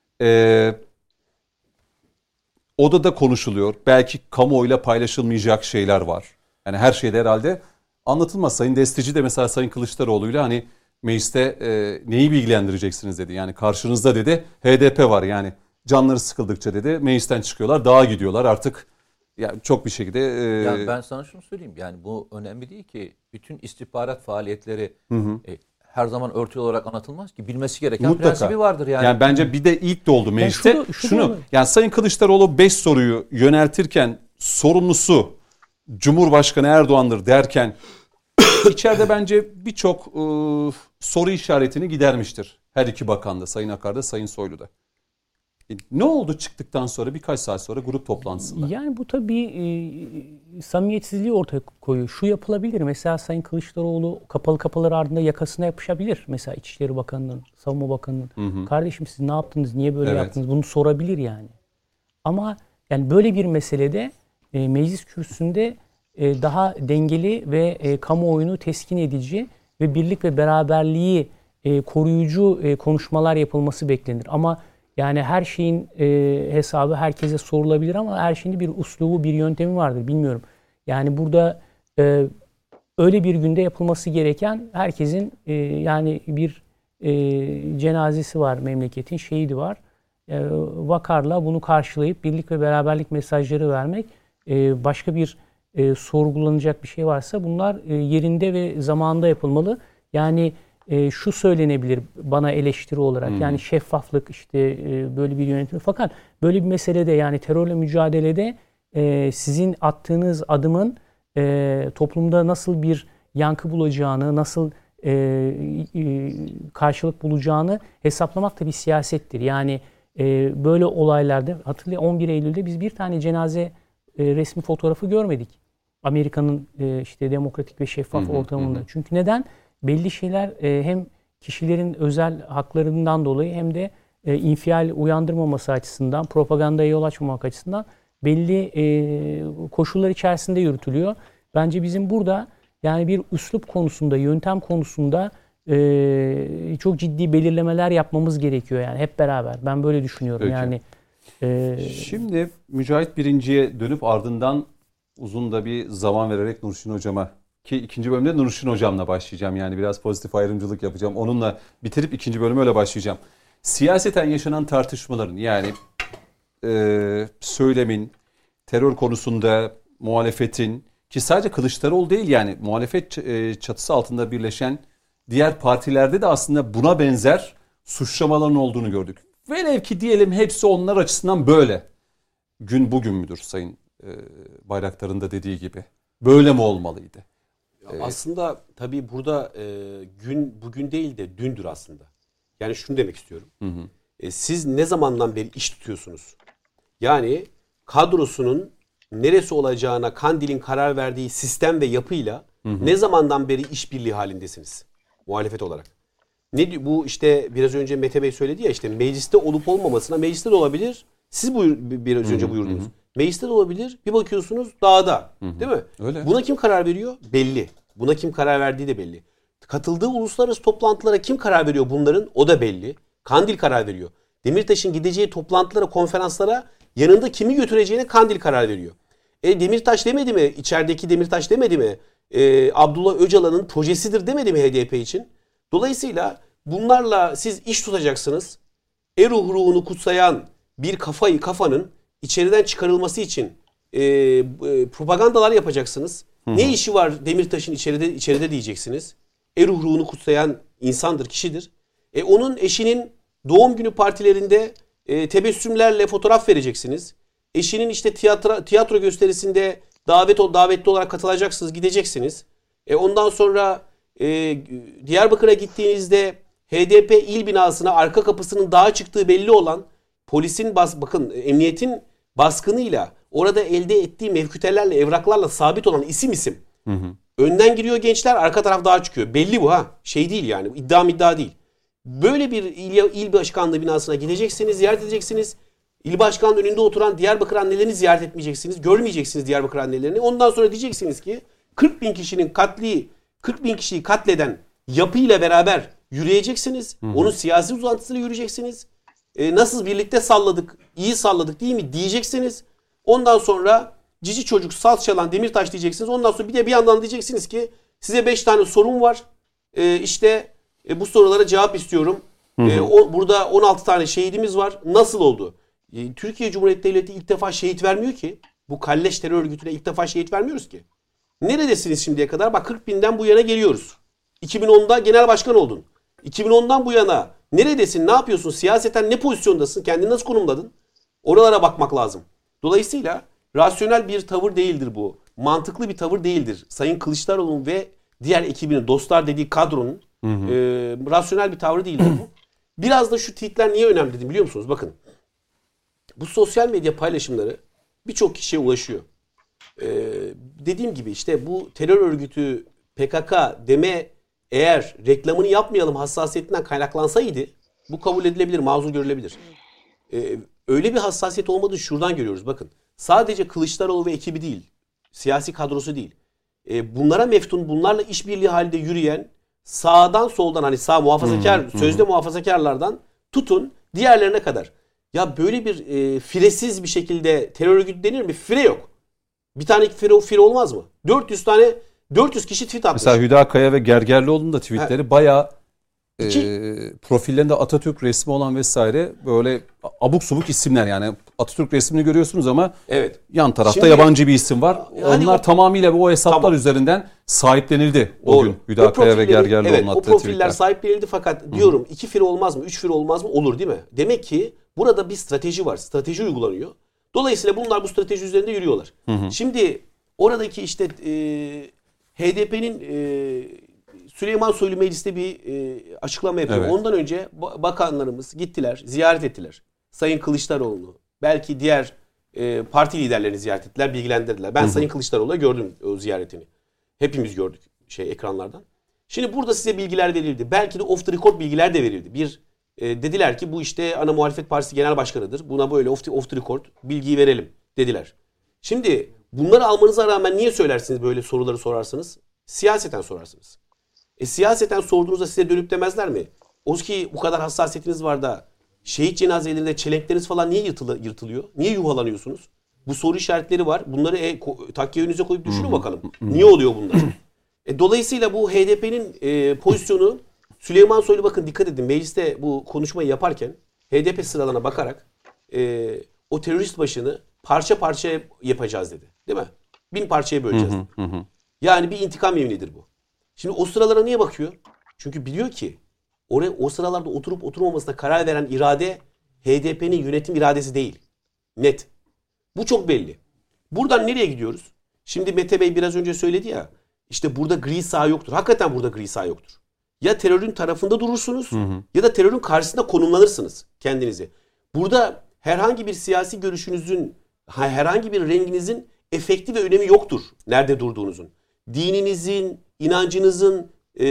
[SPEAKER 1] Odada konuşuluyor. Belki kamuoyuyla paylaşılmayacak şeyler var. Yani her şeyde herhalde anlatılmaz. Sayın Destici de mesela Sayın Kılıçdaroğlu'yla hani mecliste neyi bilgilendireceksiniz dedi. Yani karşınızda dedi HDP var, yani canları sıkıldıkça dedi meclisten çıkıyorlar, dağa gidiyorlar artık. Yani çok bir şekilde...
[SPEAKER 2] Yani ben sana şunu söyleyeyim. Yani bu önemli değil ki. Bütün istihbarat faaliyetleri her zaman örtülü olarak anlatılmaz ki. Bilmesi gereken
[SPEAKER 1] mutlaka
[SPEAKER 2] prensibi vardır yani.
[SPEAKER 1] Yani bence bir de ilk de oldu mecliste. Yani Sayın Kılıçdaroğlu 5 soruyu yöneltirken sorumlusu Cumhurbaşkanı Erdoğan'dır derken içeride bence birçok soru işaretini gidermiştir. Her iki bakan da, Sayın Akar da, Sayın Soylu da. Ne oldu çıktıktan sonra birkaç saat sonra grup toplantısında?
[SPEAKER 5] Yani bu tabii samimiyetsizliği ortaya koyuyor. Şu yapılabilir. Mesela Sayın Kılıçdaroğlu kapalı kapılar ardında yakasına yapışabilir. Mesela İçişleri Bakanı'nın, Savunma Bakanı'nın. Kardeşim siz ne yaptınız? Niye böyle yaptınız? Bunu sorabilir yani. Ama yani böyle bir meselede meclis kürsüsünde daha dengeli ve kamuoyunu teskin edici ve birlik ve beraberliği koruyucu konuşmalar yapılması beklenir. Ama yani her şeyin hesabı herkese sorulabilir ama her şeyin bir uslubu, bir yöntemi vardır. Bilmiyorum. Yani burada öyle bir günde yapılması gereken herkesin yani bir cenazesi var memleketin, şehidi var. Vakarla bunu karşılayıp birlik ve beraberlik mesajları vermek, başka bir sorgulanacak bir şey varsa bunlar yerinde ve zamanında yapılmalı. Yani şu söylenebilir bana eleştiri olarak yani şeffaflık işte böyle bir yönetim. Fakat böyle bir meselede yani terörle mücadelede sizin attığınız adımın toplumda nasıl bir yankı bulacağını, nasıl karşılık bulacağını hesaplamak da bir siyasettir. Yani böyle olaylarda hatırlayın 11 Eylül'de biz bir tane cenaze resmi fotoğrafı görmedik. Amerika'nın işte demokratik ve şeffaf ortamında. Çünkü neden? Belli şeyler hem kişilerin özel haklarından dolayı hem de infial uyandırmaması açısından, propagandaya yol açmamak açısından belli koşullar içerisinde yürütülüyor. Bence bizim burada yani bir üslup konusunda, yöntem konusunda çok ciddi belirlemeler yapmamız gerekiyor yani hep beraber. Ben böyle düşünüyorum.
[SPEAKER 1] Peki.
[SPEAKER 5] Yani.
[SPEAKER 1] Şimdi Mücahit Birinci'ye dönüp ardından uzun da bir zaman vererek Nurşin Hocam'a ki ikinci bölümde Nurşin Hocam'la başlayacağım. Yani biraz pozitif ayrımcılık yapacağım. Onunla bitirip ikinci bölüme öyle başlayacağım. Siyaseten yaşanan tartışmaların yani söylemin, terör konusunda muhalefetin ki sadece Kılıçdaroğlu değil yani muhalefet çatısı altında birleşen diğer partilerde de aslında buna benzer suçlamaların olduğunu gördük. Velev ki diyelim hepsi onlar açısından böyle. Gün bugün müdür Sayın Bayraktar'ın da dediği gibi? Böyle mi olmalıydı?
[SPEAKER 4] Aslında tabii burada gün bugün değil de dündür aslında. Yani şunu demek istiyorum. Siz ne zamandan beri iş tutuyorsunuz? Yani kadrosunun neresi olacağına Kandil'in karar verdiği sistem ve yapıyla ne zamandan beri işbirliği halindesiniz? Muhalefet olarak. Ne bu işte biraz önce Mete Bey söyledi ya işte mecliste olup olmamasına mecliste de olabilir. Siz biraz önce buyurdunuz. Mecliste de olabilir. Bir bakıyorsunuz dağda. Değil mi?
[SPEAKER 1] Öyle.
[SPEAKER 4] Buna kim karar veriyor? Belli. Buna kim karar verdiği de belli. Katıldığı uluslararası toplantılara kim karar veriyor bunların? O da belli. Kandil karar veriyor. Demirtaş'ın gideceği toplantılara, konferanslara yanında kimi götüreceğine Kandil karar veriyor. Demirtaş demedi mi? İçerideki Demirtaş demedi mi? Abdullah Öcalan'ın projesidir demedi mi HDP için? Dolayısıyla bunlarla siz iş tutacaksınız. Ruhunu kutsayan bir kafanın içeriden çıkarılması için propagandalar yapacaksınız. Ne işi var Demirtaş'ın içeride diyeceksiniz. Ruhunu kutsayan insandır, kişidir. Onun eşinin doğum günü partilerinde tebessümlerle fotoğraf vereceksiniz. Eşinin işte tiyatro gösterisinde davetli olarak katılacaksınız, gideceksiniz. Ondan sonra Diyarbakır'a gittiğinizde HDP il binasına arka kapısının dağa çıktığı belli olan polisin emniyetin baskınıyla orada elde ettiği mevkütelerle, evraklarla sabit olan isim. Önden giriyor gençler, arka taraf dağa çıkıyor. Belli bu ha. Şey değil yani. İddia değil. Böyle bir il başkanlığı binasına gideceksiniz, ziyaret edeceksiniz. İl başkanının önünde oturan Diyarbakır annelerini ziyaret etmeyeceksiniz. Görmeyeceksiniz Diyarbakır annelerini. Ondan sonra diyeceksiniz ki 40 bin kişiyi katleden yapıyla beraber yürüyeceksiniz. Onun siyasi uzantısıyla yürüyeceksiniz. Nasıl birlikte salladık, iyi salladık değil mi diyeceksiniz. Ondan sonra cici çocuk saz çalan Demirtaş diyeceksiniz. Ondan sonra bir yandan diyeceksiniz ki size 5 tane sorun var. Bu sorulara cevap istiyorum. Burada 16 tane şehidimiz var. Nasıl oldu? Türkiye Cumhuriyeti Devleti ilk defa şehit vermiyor ki. Bu kalleş terör örgütüne ilk defa şehit vermiyoruz ki. Neredesiniz şimdiye kadar? Bak 40 binden bu yana geliyoruz. 2010'da genel başkan oldun. 2010'dan bu yana neredesin? Ne yapıyorsun? Siyaseten ne pozisyondasın? Kendini nasıl konumladın? Oralara bakmak lazım. Dolayısıyla rasyonel bir tavır değildir bu. Mantıklı bir tavır değildir. Sayın Kılıçdaroğlu'nun ve diğer ekibinin, dostlar dediği kadronun rasyonel bir tavrı değildir bu. Biraz da şu tweetler niye önemli dedim biliyor musunuz? Bakın. Bu sosyal medya paylaşımları birçok kişiye ulaşıyor. Dediğim gibi işte bu terör örgütü PKK deme eğer reklamını yapmayalım hassasiyetinden kaynaklansaydı bu kabul edilebilir, mazur görülebilir. Öyle bir hassasiyet olmadığını şuradan görüyoruz. Bakın sadece Kılıçdaroğlu ve ekibi değil, siyasi kadrosu değil. Bunlara meftun, bunlarla işbirliği halinde yürüyen sağdan soldan hani sağ muhafazakar, sözde muhafazakarlardan tutun diğerlerine kadar. Ya böyle bir firesiz bir şekilde terör örgütü denir mi? Fire yok. Bir tane fire olmaz mı? 400 kişi tweet atmış.
[SPEAKER 1] Mesela Hüdakaya ve Gergerlioğlu'nun da tweetleri bayağı profillerinde Atatürk resmi olan vesaire böyle abuk subuk isimler yani Atatürk resmini görüyorsunuz ama
[SPEAKER 4] evet.
[SPEAKER 1] Yan tarafta
[SPEAKER 4] Şimdi,
[SPEAKER 1] yabancı bir isim var. Onlar tamamıyla o hesaplar üzerinden sahiplenildi o gün Hüdakaya ve Gergerlioğlu'nun attığı tweetler.
[SPEAKER 4] O profiller sahiplenildi fakat diyorum 2 fire olmaz mı? 3 fire olmaz mı? Olur değil mi? Demek ki burada bir strateji var. Strateji uygulanıyor. Dolayısıyla bunlar bu strateji üzerinde yürüyorlar. Şimdi oradaki işte HDP'nin Süleyman Soylu mecliste bir açıklama yapıyor. Evet. Ondan önce bakanlarımız gittiler, ziyaret ettiler. Sayın Kılıçdaroğlu'nu, belki diğer parti liderlerini ziyaret ettiler, bilgilendirdiler. Ben Sayın Kılıçdaroğlu'na gördüm o ziyaretini. Hepimiz gördük ekranlardan. Şimdi burada size bilgiler verildi. Belki de off the record bilgiler de verildi. Dediler ki bu işte ana muhalefet partisi genel başkanıdır. Buna böyle off the record bilgiyi verelim dediler. Şimdi bunları almanıza rağmen niye söylersiniz böyle soruları sorarsınız? Siyaseten sorarsınız. Siyaseten sorduğunuzda size dönüp demezler mi? O ki bu kadar hassasiyetiniz var da şehit cenazelerinde çelenkleriniz falan niye yırtılıyor? Niye yuhalanıyorsunuz? Bu soru işaretleri var. Bunları takkiye önünüze koyup düşünün bakalım. Niye oluyor bunlar? Dolayısıyla bu HDP'nin pozisyonu Süleyman Soylu bakın dikkat edin mecliste bu konuşmayı yaparken HDP sıralarına bakarak o terörist başını parça parça yapacağız dedi. Değil mi? 1000 parçaya böleceğiz. Yani bir intikam yeminidir bu. Şimdi o sıralara niye bakıyor? Çünkü biliyor ki o sıralarda oturup oturmamasına karar veren irade HDP'nin yönetim iradesi değil. Net. Bu çok belli. Buradan nereye gidiyoruz? Şimdi Mete Bey biraz önce söyledi ya işte burada gri saha yoktur. Hakikaten burada gri saha yoktur. Ya terörün tarafında durursunuz ya da terörün karşısında konumlanırsınız kendinizi. Burada herhangi bir siyasi görüşünüzün, herhangi bir renginizin efekti ve önemi yoktur. Nerede durduğunuzun. Dininizin, inancınızın,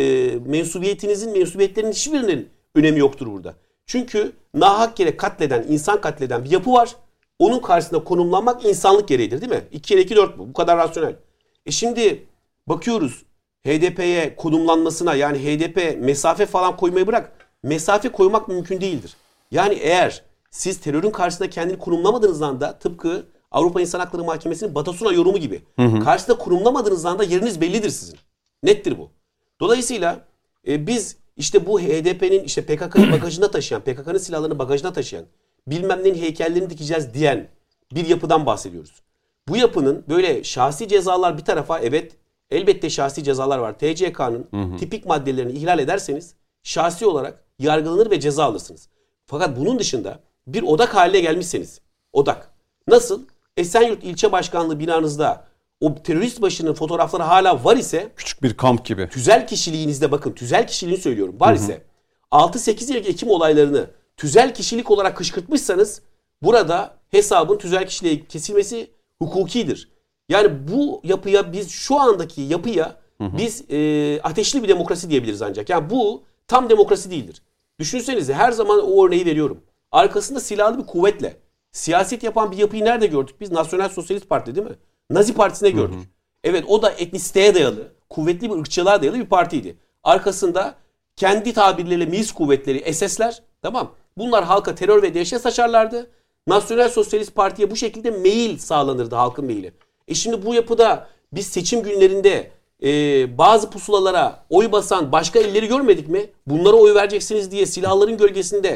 [SPEAKER 4] mensubiyetlerin hiçbirinin önemi yoktur burada. Çünkü nahak yere insan katleden bir yapı var. Onun karşısında konumlanmak insanlık gereğidir değil mi? 2 kere 2 4 bu. Bu kadar rasyonel. Şimdi bakıyoruz HDP'ye konumlanmasına yani HDP mesafe falan koymayı bırak. Mesafe koymak mümkün değildir. Yani eğer siz terörün karşısında kendini konumlamadığınız anda tıpkı Avrupa İnsan Hakları Mahkemesi'nin Batasuna yorumu gibi. Karşısında konumlamadığınız anda yeriniz bellidir sizin. Nettir bu. Dolayısıyla biz işte bu HDP'nin işte PKK'nın bagajına taşıyan, PKK'nın silahlarını bagajına taşıyan, bilmem neyin heykellerini dikeceğiz diyen bir yapıdan bahsediyoruz. Bu yapının böyle şahsi cezalar bir tarafa elbette şahsi cezalar var. TCK'nın tipik maddelerini ihlal ederseniz şahsi olarak yargılanır ve ceza alırsınız. Fakat bunun dışında bir odak haline gelmişseniz, nasıl? Esenyurt ilçe başkanlığı binanızda o terörist başının fotoğrafları hala var ise
[SPEAKER 1] küçük bir kamp gibi.
[SPEAKER 4] Tüzel kişiliğinizde bakın tüzel kişiliğini söylüyorum var ise 6-8 Ekim olaylarını tüzel kişilik olarak kışkırtmışsanız burada hesabın tüzel kişiliğe kesilmesi hukukidir. Yani bu yapıya biz şu andaki yapıya biz ateşli bir demokrasi diyebiliriz ancak. Yani bu tam demokrasi değildir. Düşünsenize her zaman o örneği veriyorum. Arkasında silahlı bir kuvvetle siyaset yapan bir yapıyı nerede gördük? Biz Nasyonel Sosyalist Parti değil mi? Nazi Partisi'ne gördük. Evet o da etnisiteye dayalı, kuvvetli bir ırkçılığa dayalı bir partiydi. Arkasında kendi tabirleriyle milis kuvvetleri, SS'ler tamam. Bunlar halka terör ve dehşet saçarlardı. Nasyonel Sosyalist Parti'ye bu şekilde meyil sağlanırdı halkın meyili. Şimdi bu yapıda biz seçim günlerinde bazı pusulalara oy basan başka elleri görmedik mi? Bunlara oy vereceksiniz diye silahların gölgesinde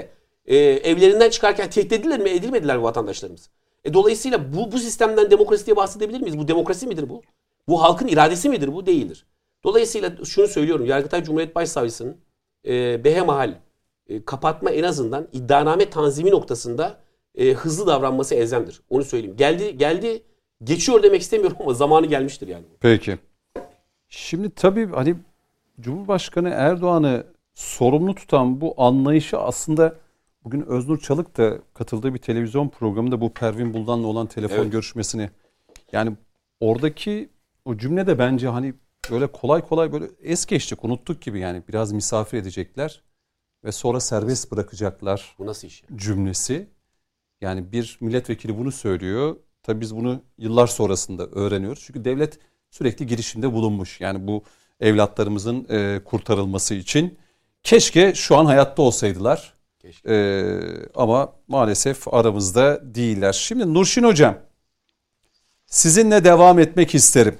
[SPEAKER 4] Evlerinden çıkarken tehdit edildiler mi, edilmediler mi vatandaşlarımız? Dolayısıyla bu sistemden demokrasi diye bahsedebilir miyiz? Bu demokrasi midir bu? Bu halkın iradesi midir bu? Değildir. Dolayısıyla şunu söylüyorum. Yargıtay Cumhuriyet Başsavcısının behemahal kapatma en azından iddianame tanzimi noktasında hızlı davranması elzemdir. Onu söyleyeyim. Geldi geçiyor demek istemiyorum ama zamanı gelmiştir yani.
[SPEAKER 1] Peki. Şimdi tabii hani Cumhurbaşkanı Erdoğan'ı sorumlu tutan bu anlayışı aslında bugün Öznur Çalık da katıldığı bir televizyon programında bu Pervin Buldan'la olan telefon görüşmesini, yani oradaki o cümle de bence hani böyle kolay kolay böyle es geçtik, unuttuk gibi, yani biraz misafir edecekler ve sonra serbest bırakacaklar.
[SPEAKER 4] Bu nasıl iş?
[SPEAKER 1] Cümlesi. Yani bir milletvekili bunu söylüyor. Tabii biz bunu yıllar sonrasında öğreniyoruz. Çünkü devlet sürekli girişimde bulunmuş. Yani bu evlatlarımızın kurtarılması için. Keşke şu an hayatta olsaydılar. Ama maalesef aramızda değiller. Şimdi Nurşin Hocam, sizinle devam etmek isterim.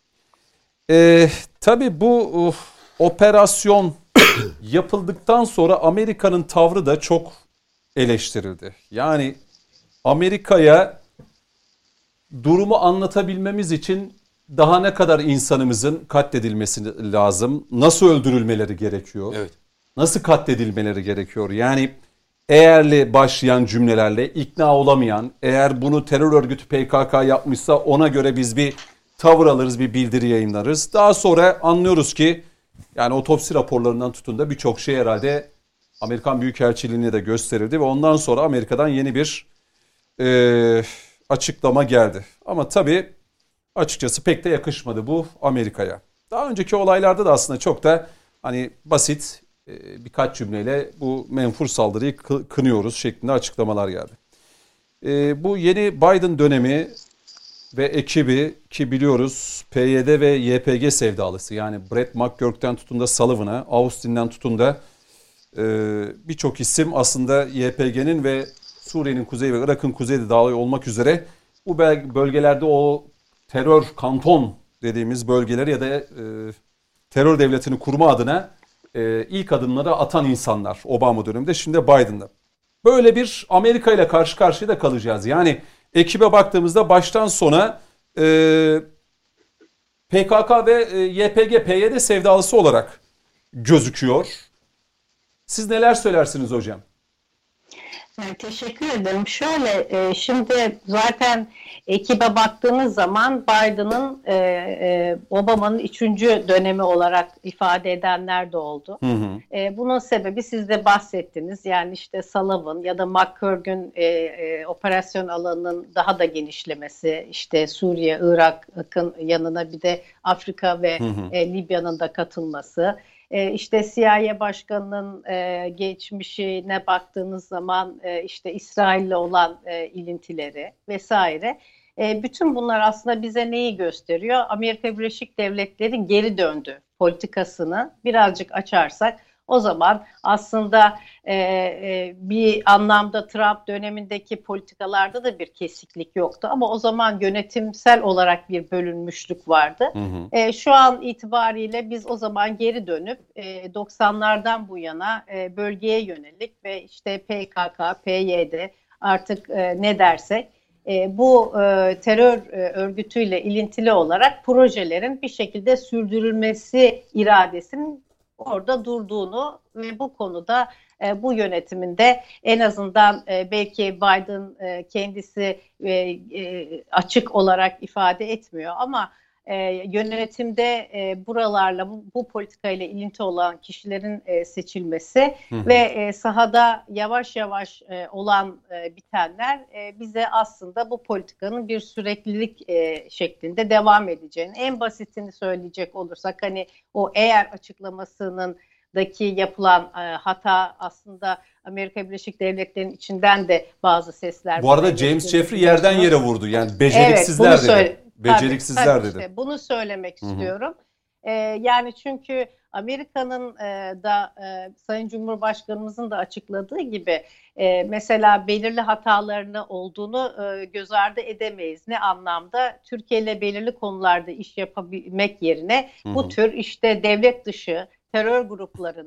[SPEAKER 1] Tabii bu operasyon yapıldıktan sonra Amerika'nın tavrı da çok eleştirildi. Yani Amerika'ya durumu anlatabilmemiz için daha ne kadar insanımızın katledilmesi lazım? Nasıl öldürülmeleri gerekiyor?
[SPEAKER 4] Evet.
[SPEAKER 1] Nasıl katledilmeleri gerekiyor? Yani eğerli başlayan cümlelerle ikna olamayan, eğer bunu terör örgütü PKK yapmışsa ona göre biz bir tavır alırız, bir bildiri yayınlarız. Daha sonra anlıyoruz ki yani otopsi raporlarından tutun da birçok şey herhalde Amerikan Büyükelçiliğine de gösterildi ve ondan sonra Amerika'dan yeni bir açıklama geldi. Ama tabii açıkçası pek de yakışmadı bu Amerika'ya. Daha önceki olaylarda da aslında çok da hani basit birkaç cümleyle bu menfur saldırıyı kınıyoruz şeklinde açıklamalar geldi. Bu yeni Biden dönemi ve ekibi, ki biliyoruz PYD ve YPG sevdalısı, yani Brett McGurk'ten tutun da Sullivan'a, Austin'den tutun da birçok isim aslında YPG'nin ve Suriye'nin kuzeyi ve Irak'ın kuzeyde dahil olmak üzere bu bölgelerde o terör kanton dediğimiz bölgeleri ya da terör devletini kurma adına ilk adımları atan insanlar Obama döneminde, şimdi Biden'da. Böyle bir Amerika ile karşı karşıya da kalacağız. Yani ekibe baktığımızda baştan sona PKK ve YPG, PYD sevdalısı olarak gözüküyor. Siz neler söylersiniz hocam?
[SPEAKER 3] Yani teşekkür ederim. Şöyle, şimdi zaten ekibe baktığınız zaman Biden'ın Obama'nın 3. dönemi olarak ifade edenler de oldu. Hı hı. Bunun sebebi siz de bahsettiniz. Yani işte Sullivan ya da McGurk'ün operasyon alanının daha da genişlemesi, işte Suriye, Irak'ın yanına bir de Afrika ve Libya'nın da katılması. İşte CIA Başkanı'nın geçmişine baktığınız zaman işte İsrail'le olan ilintileri vesaire. Bütün bunlar aslında bize neyi gösteriyor? Amerika Birleşik Devletleri'nin geri döndü politikasını birazcık açarsak o zaman aslında bir anlamda Trump dönemindeki politikalarda da bir kesiklik yoktu. Ama o zaman yönetimsel olarak bir bölünmüşlük vardı. Hı hı. Şu an itibariyle biz o zaman geri dönüp 90'lardan bu yana bölgeye yönelik ve işte PKK, PYD artık ne dersek bu terör örgütüyle ilintili olarak projelerin bir şekilde sürdürülmesi iradesinin orada durduğunu ve bu konuda bu yönetiminde en azından belki Biden kendisi açık olarak ifade etmiyor ama yönetimde buralarla bu politikayla ilinti olan kişilerin seçilmesi ve sahada yavaş yavaş olan bitenler bize aslında bu politikanın bir süreklilik şeklinde devam edeceğini, en basitini söyleyecek olursak hani o eğer açıklamasının daki yapılan hata aslında Amerika Birleşik Devletleri'nin içinden de bazı sesler.
[SPEAKER 1] Bu arada James Jeffrey yerden yere vurdu. Yani beceriksizler dedi. Beceriksizler dedi.
[SPEAKER 3] Işte bunu söylemek istiyorum. Yani çünkü Amerika'nın da Sayın Cumhurbaşkanımızın da açıkladığı gibi mesela belirli hatalarını olduğunu göz ardı edemeyiz. Ne anlamda? Türkiye ile belirli konularda iş yapabilmek yerine bu tür işte devlet dışı terör gruplarını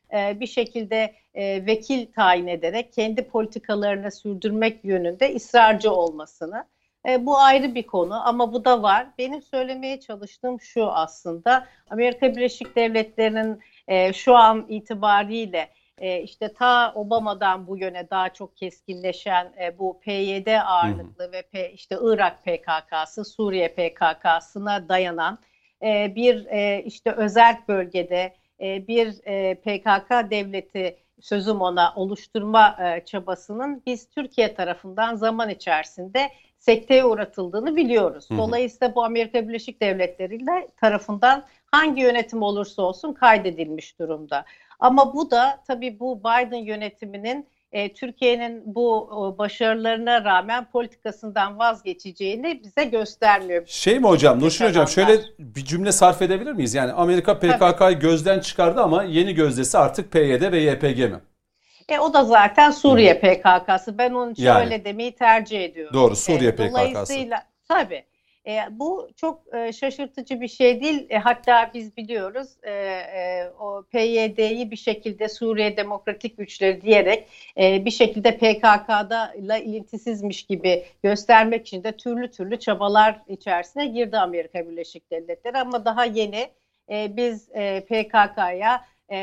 [SPEAKER 3] bir şekilde vekil tayin ederek kendi politikalarını sürdürmek yönünde ısrarcı olmasını. Bu ayrı bir konu ama bu da var. Benim söylemeye çalıştığım şu aslında, Amerika Birleşik Devletleri'nin şu an itibariyle işte ta Obama'dan bu yöne daha çok keskinleşen bu PYD ağırlıklı ve işte Irak PKK'sı, Suriye PKK'sına dayanan bir işte özerk bölgede bir PKK devleti sözüm ona oluşturma çabasının biz Türkiye tarafından zaman içerisinde sekteye uğratıldığını biliyoruz. Dolayısıyla bu Amerika Birleşik Devletleri tarafından hangi yönetim olursa olsun kaydedilmiş durumda. Ama bu da tabii bu Biden yönetiminin Türkiye'nin bu başarılarına rağmen politikasından vazgeçeceğini bize göstermiyor.
[SPEAKER 1] Şey mi hocam, Nurşin Hocam, şöyle bir cümle sarf edebilir miyiz? Yani Amerika PKK'yı gözden çıkardı ama yeni gözdesi artık PYD ve YPG mi?
[SPEAKER 3] O da zaten Suriye PKK'sı. Ben onun için öyle demeyi tercih ediyorum.
[SPEAKER 1] Doğru, Suriye PKK'sı.
[SPEAKER 3] Dolayısıyla tabii bu çok şaşırtıcı bir şey değil. Hatta biz biliyoruz o PYD'yi bir şekilde Suriye Demokratik Güçleri diyerek bir şekilde PKK'da ilintisizmiş gibi göstermek için de türlü çabalar içerisine girdi Amerika Birleşik Devletleri. Ama daha yeni biz PKK'ya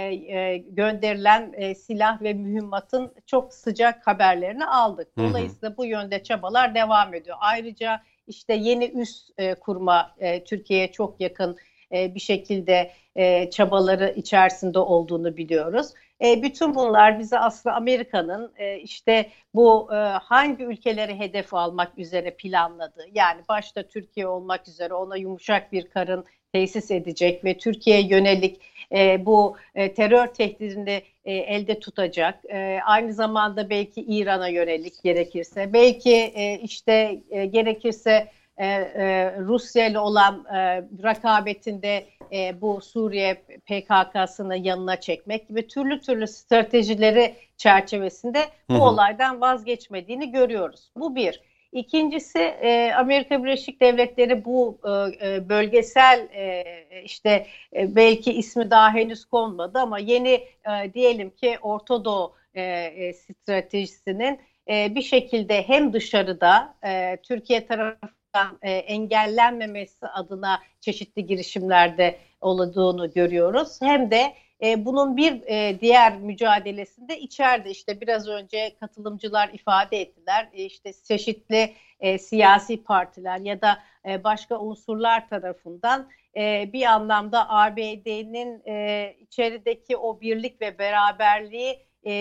[SPEAKER 3] gönderilen silah ve mühimmatın çok sıcak haberlerini aldık. Dolayısıyla bu yönde çabalar devam ediyor. Ayrıca işte yeni üs kurma Türkiye'ye çok yakın bir şekilde çabaları içerisinde olduğunu biliyoruz. Bütün bunlar bize aslında Amerika'nın işte bu hangi ülkeleri hedef almak üzere planladığı, yani başta Türkiye olmak üzere ona yumuşak bir karın tesis edecek ve Türkiye'ye yönelik bu terör tehdidini elde tutacak. Aynı zamanda belki İran'a yönelik gerekirse, belki işte gerekirse Rusya ile olan rekabetinde bu Suriye PKK'sını yanına çekmek gibi türlü stratejileri çerçevesinde bu olaydan vazgeçmediğini görüyoruz. Bu bir. İkincisi Amerika Birleşik Devletleri bu bölgesel işte belki ismi daha henüz konmadı ama yeni diyelim ki Orta Doğu stratejisinin bir şekilde hem dışarıda Türkiye tarafından engellenmemesi adına çeşitli girişimlerde olduğunu görüyoruz. Hem de bunun bir diğer mücadelesinde içeride işte biraz önce katılımcılar ifade ettiler. İşte çeşitli siyasi partiler ya da başka unsurlar tarafından bir anlamda ABD'nin içerideki o birlik ve beraberliği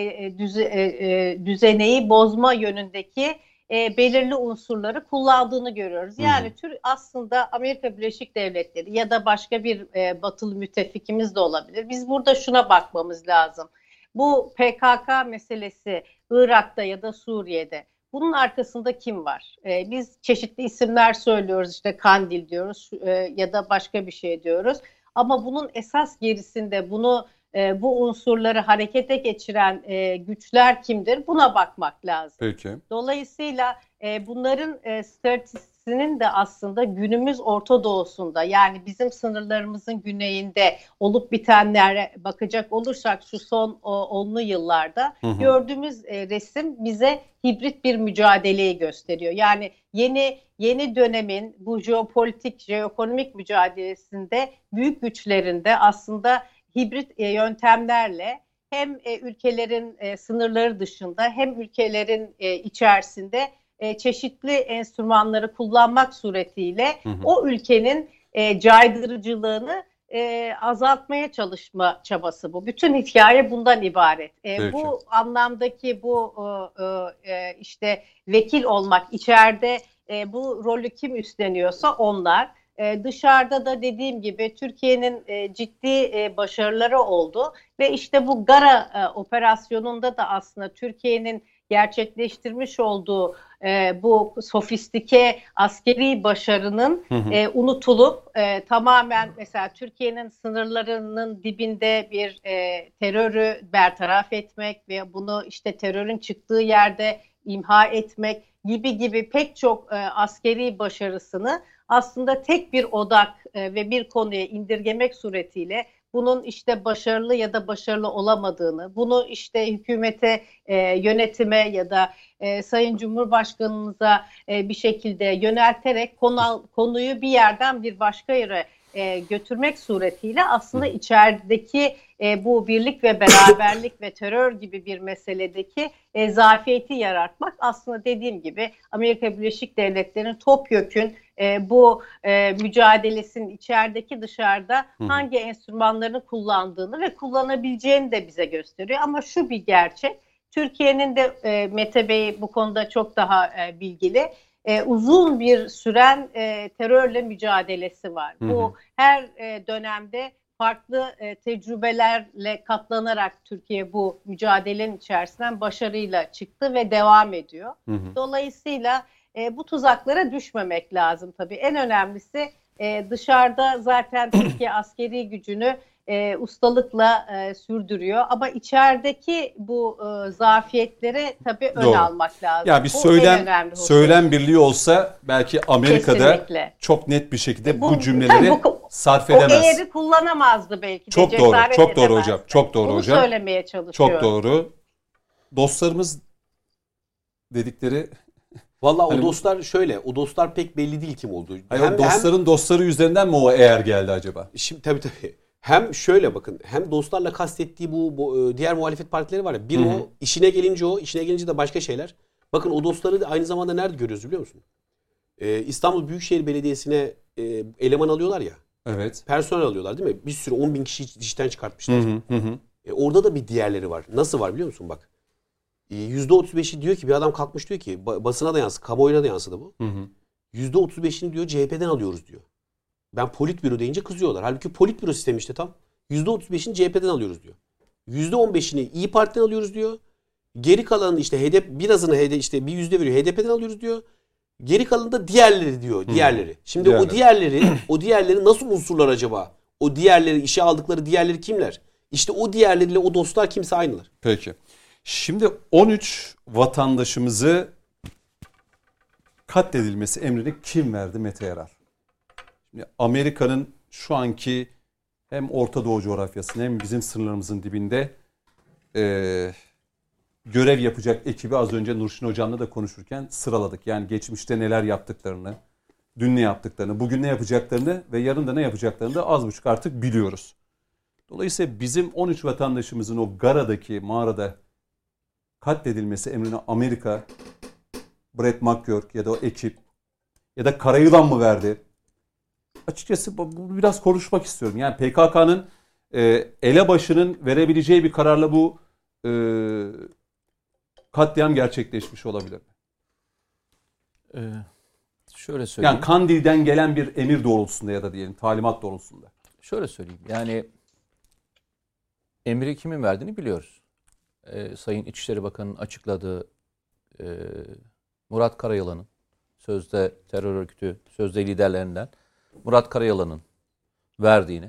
[SPEAKER 3] düzeneyi bozma yönündeki belirli unsurları kullandığını görüyoruz. Yani aslında Amerika Birleşik Devletleri ya da başka bir batılı müttefikimiz de olabilir. Biz burada şuna bakmamız lazım. Bu PKK meselesi Irak'ta ya da Suriye'de, bunun arkasında kim var? Biz çeşitli isimler söylüyoruz, işte Kandil diyoruz ya da başka bir şey diyoruz. Ama bunun esas gerisinde bu unsurları harekete geçiren güçler kimdir? Buna bakmak lazım.
[SPEAKER 1] Peki.
[SPEAKER 3] Dolayısıyla bunların stratejisinin de aslında günümüz Orta Doğu'sunda, yani bizim sınırlarımızın güneyinde olup bitenlere bakacak olursak şu son 10'lu yıllarda gördüğümüz resim bize hibrit bir mücadeleyi gösteriyor. Yani yeni dönemin bu jeopolitik mücadelesinde büyük güçlerinde aslında hibrit yöntemlerle hem ülkelerin sınırları dışında hem ülkelerin içerisinde çeşitli enstrümanları kullanmak suretiyle o ülkenin caydırıcılığını azaltmaya çalışma çabası bu. Bütün hikaye bundan ibaret. Bu anlamdaki bu işte vekil olmak, içeride bu rolü kim üstleniyorsa onlar. Dışarıda da dediğim gibi Türkiye'nin ciddi başarıları oldu ve işte bu Gara operasyonunda da aslında Türkiye'nin gerçekleştirmiş olduğu bu sofistike askeri başarının unutulup tamamen mesela Türkiye'nin sınırlarının dibinde bir terörü bertaraf etmek ve bunu işte terörün çıktığı yerde imha etmek gibi pek çok askeri başarısını aslında tek bir odak ve bir konuya indirgemek suretiyle bunun işte başarılı ya da başarılı olamadığını, bunu işte hükümete, yönetime ya da Sayın Cumhurbaşkanımıza bir şekilde yönelterek konuyu bir yerden bir başka yere götürmek suretiyle aslında içerideki bu birlik ve beraberlik ve terör gibi bir meseledeki zafiyeti yaratmak aslında dediğim gibi Amerika Birleşik Devletleri'nin topyekün bu mücadelesinin içerideki dışarıda hangi enstrümanlarını kullandığını ve kullanabileceğini de bize gösteriyor. Ama şu bir gerçek, Türkiye'nin de Mete Bey bu konuda çok daha bilgili. Uzun bir süren terörle mücadelesi var. Bu her dönemde farklı tecrübelerle katlanarak Türkiye bu mücadelenin içerisinden başarıyla çıktı ve devam ediyor. Dolayısıyla bu tuzaklara düşmemek lazım tabii. En önemlisi dışarıda zaten Türkiye askeri gücünü ustalıkla sürdürüyor. Ama içerideki bu zafiyetlere tabii ön almak lazım.
[SPEAKER 1] Yani bir söylem birliği olsa belki Amerika'da kesinlikle çok net bir şekilde bu cümleleri sarf edemez. O
[SPEAKER 3] eğri kullanamazdı belki de.
[SPEAKER 1] Çok doğru, çok doğru hocam. Çok doğru hocam.
[SPEAKER 3] Bunu söylemeye çalışıyor.
[SPEAKER 1] Çok doğru. Dostlarımız dedikleri...
[SPEAKER 4] Valla o dostlar şöyle, o dostlar pek belli değil kim olduğu.
[SPEAKER 1] Hayır, dostların dostları üzerinden mi o eğer geldi acaba?
[SPEAKER 4] Şimdi tabii. Hem şöyle bakın, hem dostlarla kastettiği bu diğer muhalefet partileri var ya. Bir o, işine gelince de başka şeyler. Bakın o dostları da aynı zamanda nerede görüyoruz biliyor musun? İstanbul Büyükşehir Belediyesi'ne eleman alıyorlar ya.
[SPEAKER 1] Evet.
[SPEAKER 4] Personel alıyorlar değil mi? Bir sürü 10.000 kişi işten çıkartmışlar. Orada da bir diğerleri var. Nasıl var biliyor musun bak? %35'i diyor ki bir adam kalkmış diyor ki basına da yansıdı, kamuoyuna da yansıdı bu. %35'ini diyor CHP'den alıyoruz diyor. Ben politbüro deyince kızıyorlar. Halbuki politbüro sistemi işte tam. %35'ini CHP'den alıyoruz diyor. %15'ini İYİ Parti'den alıyoruz diyor. Geri kalanını işte HDP, birazını HDP işte bir yüzde veriyor HDP'den alıyoruz diyor. Geri kalanı da diğerleri diyor. Diğerleri. Şimdi o diğerleri nasıl unsurlar acaba? O diğerleri işe aldıkları diğerleri kimler? İşte o diğerleriyle o dostlar kimse aynılar.
[SPEAKER 1] Peki. Şimdi 13 vatandaşımızı katledilmesi emrini kim verdi Mete Yarar? Şimdi Amerika'nın şu anki hem Orta Doğu coğrafyasının hem bizim sınırlarımızın dibinde görev yapacak ekibi az önce Nurşin Hocam'la da konuşurken sıraladık. Yani geçmişte neler yaptıklarını, dün ne yaptıklarını, bugün ne yapacaklarını ve yarın da ne yapacaklarını da az buçuk artık biliyoruz. Dolayısıyla bizim 13 vatandaşımızın o Gara'daki mağarada katledilmesi emrini Amerika, Brett McGurk ya da o ekip ya da Karayılan mı verdi? Açıkçası bu biraz konuşmak istiyorum. Yani PKK'nın elebaşının verebileceği bir kararla bu katliam gerçekleşmiş olabilir mi?
[SPEAKER 2] Şöyle söyleyeyim.
[SPEAKER 1] Yani Kandil'den gelen bir emir doğrultusunda ya da diyelim talimat doğrultusunda.
[SPEAKER 2] Şöyle söyleyeyim. Yani emri kimin verdiğini biliyoruz. Sayın İçişleri Bakanı'nın açıkladığı Murat Karayalan'ın sözde terör örgütü, sözde liderlerinden Murat Karayalan'ın verdiğini,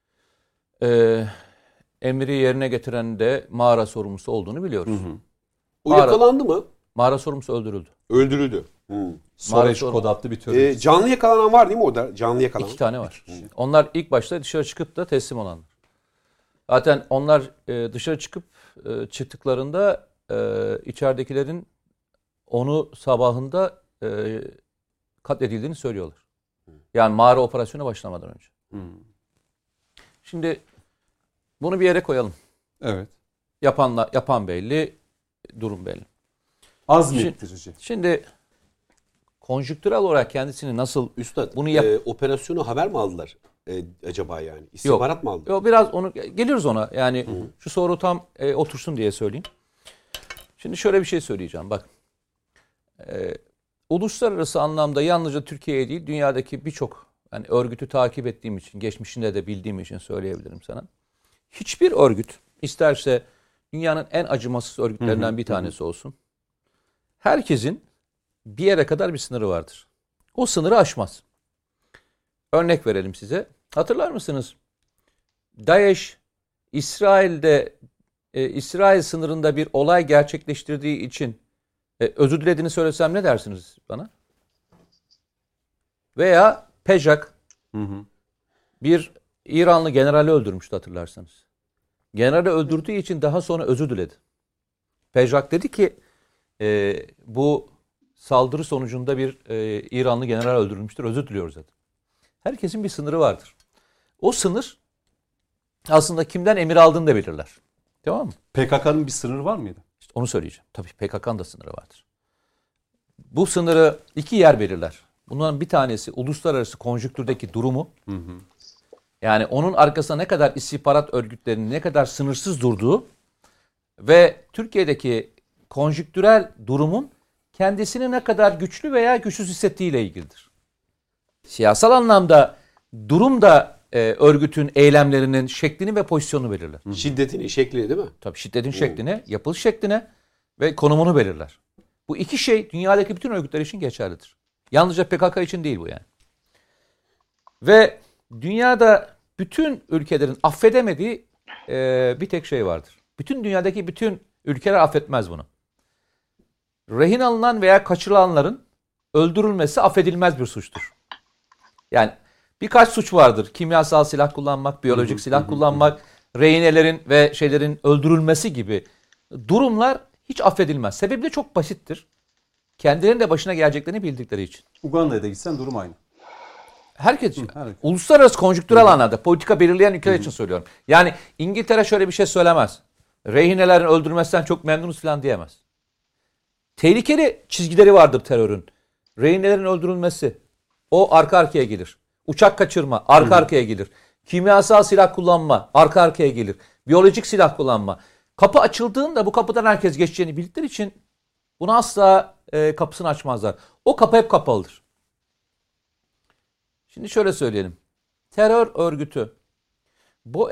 [SPEAKER 2] emri yerine getiren de mağara sorumlusu olduğunu biliyoruz.
[SPEAKER 4] O yakalandı mı?
[SPEAKER 2] Mağara sorumlusu öldürüldü.
[SPEAKER 4] Öldürüldü.
[SPEAKER 1] Soreç kod adlı bir terör.
[SPEAKER 4] Canlı yakalanan var değil mi orada? Canlı yakalanan.
[SPEAKER 2] 2 tane var. Onlar ilk başta dışarı çıkıp da teslim olanlar. Zaten onlar dışarı çıktıklarında içeridekilerin onu sabahında katledildiğini söylüyorlar. Yani mağara operasyonu başlamadan önce. Şimdi bunu bir yere koyalım.
[SPEAKER 1] Evet.
[SPEAKER 2] Yapan belli, durum belli.
[SPEAKER 1] Azmettirici.
[SPEAKER 2] Şimdi konjüktürel olarak kendisini nasıl
[SPEAKER 4] Üstad
[SPEAKER 2] bunu
[SPEAKER 4] operasyonu haber mi aldılar acaba yani? İstihbarat mı aldılar?
[SPEAKER 2] Yok, biraz onu geliyoruz ona. Yani şu soru tam otursun diye söyleyeyim. Şimdi şöyle bir şey söyleyeceğim. Bak. Uluslararası anlamda yalnızca Türkiye'ye değil, dünyadaki birçok yani örgütü takip ettiğim için, geçmişinde de bildiğim için söyleyebilirim sana. Hiçbir örgüt, isterse dünyanın en acımasız örgütlerinden bir tanesi olsun, herkesin bir yere kadar bir sınırı vardır. O sınırı aşmaz. Örnek verelim size. Hatırlar mısınız? DAEŞ, İsrail sınırında bir olay gerçekleştirdiği için özür dilediğini söylesem ne dersiniz bana? Veya PEJAK bir İranlı generali öldürmüştü hatırlarsanız. Generali öldürdüğü için daha sonra özür diledi. Pejrak dedi ki bu saldırı sonucunda bir İranlı general öldürülmüştür. Özür diliyoruz dedi. Herkesin bir sınırı vardır. O sınır aslında kimden emir aldığını da belirler. Tamam mı?
[SPEAKER 1] PKK'nın bir sınırı var mıydı?
[SPEAKER 2] İşte onu söyleyeceğim. Tabii PKK'nın da sınırı vardır. Bu sınırı iki yer belirler. Bunların bir tanesi uluslararası konjüktürdeki durumu. Yani onun arkasında ne kadar istihbarat örgütlerinin ne kadar sınırsız durduğu ve Türkiye'deki konjüktürel durumun kendisini ne kadar güçlü veya güçsüz hissettiğiyle ilgilidir. Siyasal anlamda durum da örgütün eylemlerinin şeklini ve pozisyonunu belirler.
[SPEAKER 4] Şiddetini, şeklini değil mi?
[SPEAKER 2] Tabii şiddetin şekline, yapılış şekline ve konumunu belirler. Bu iki şey dünyadaki bütün örgütler için geçerlidir. Yalnızca PKK için değil bu yani. Ve dünyada bütün ülkelerin affedemediği bir tek şey vardır. Bütün dünyadaki bütün ülkeler affetmez bunu. Rehin alınan veya kaçırılanların öldürülmesi affedilmez bir suçtur. Yani birkaç suç vardır. Kimyasal silah kullanmak, biyolojik silah kullanmak, rehinelerin ve şeylerin öldürülmesi gibi durumlar hiç affedilmez. Sebebi de çok basittir. Kendilerinin de başına geleceklerini bildikleri için.
[SPEAKER 1] Uganda'ya da gitsen durum aynı.
[SPEAKER 2] Herkes için. Uluslararası konjüktürel anlamda politika belirleyen ülkeler için söylüyorum. Yani İngiltere şöyle bir şey söylemez. Rehinelerin öldürülmesinden çok memnunuz falan diyemez. Tehlikeli çizgileri vardır terörün. Rehinelerin öldürülmesi o arka arkaya gelir. Uçak kaçırma arka arkaya gelir. Kimyasal silah kullanma arka arkaya gelir. Biyolojik silah kullanma. Kapı açıldığında bu kapıdan herkes geçeceğini bildikleri için bunu asla kapısını açmazlar. O kapı hep kapalıdır. Şimdi şöyle söyleyelim. Terör örgütü bu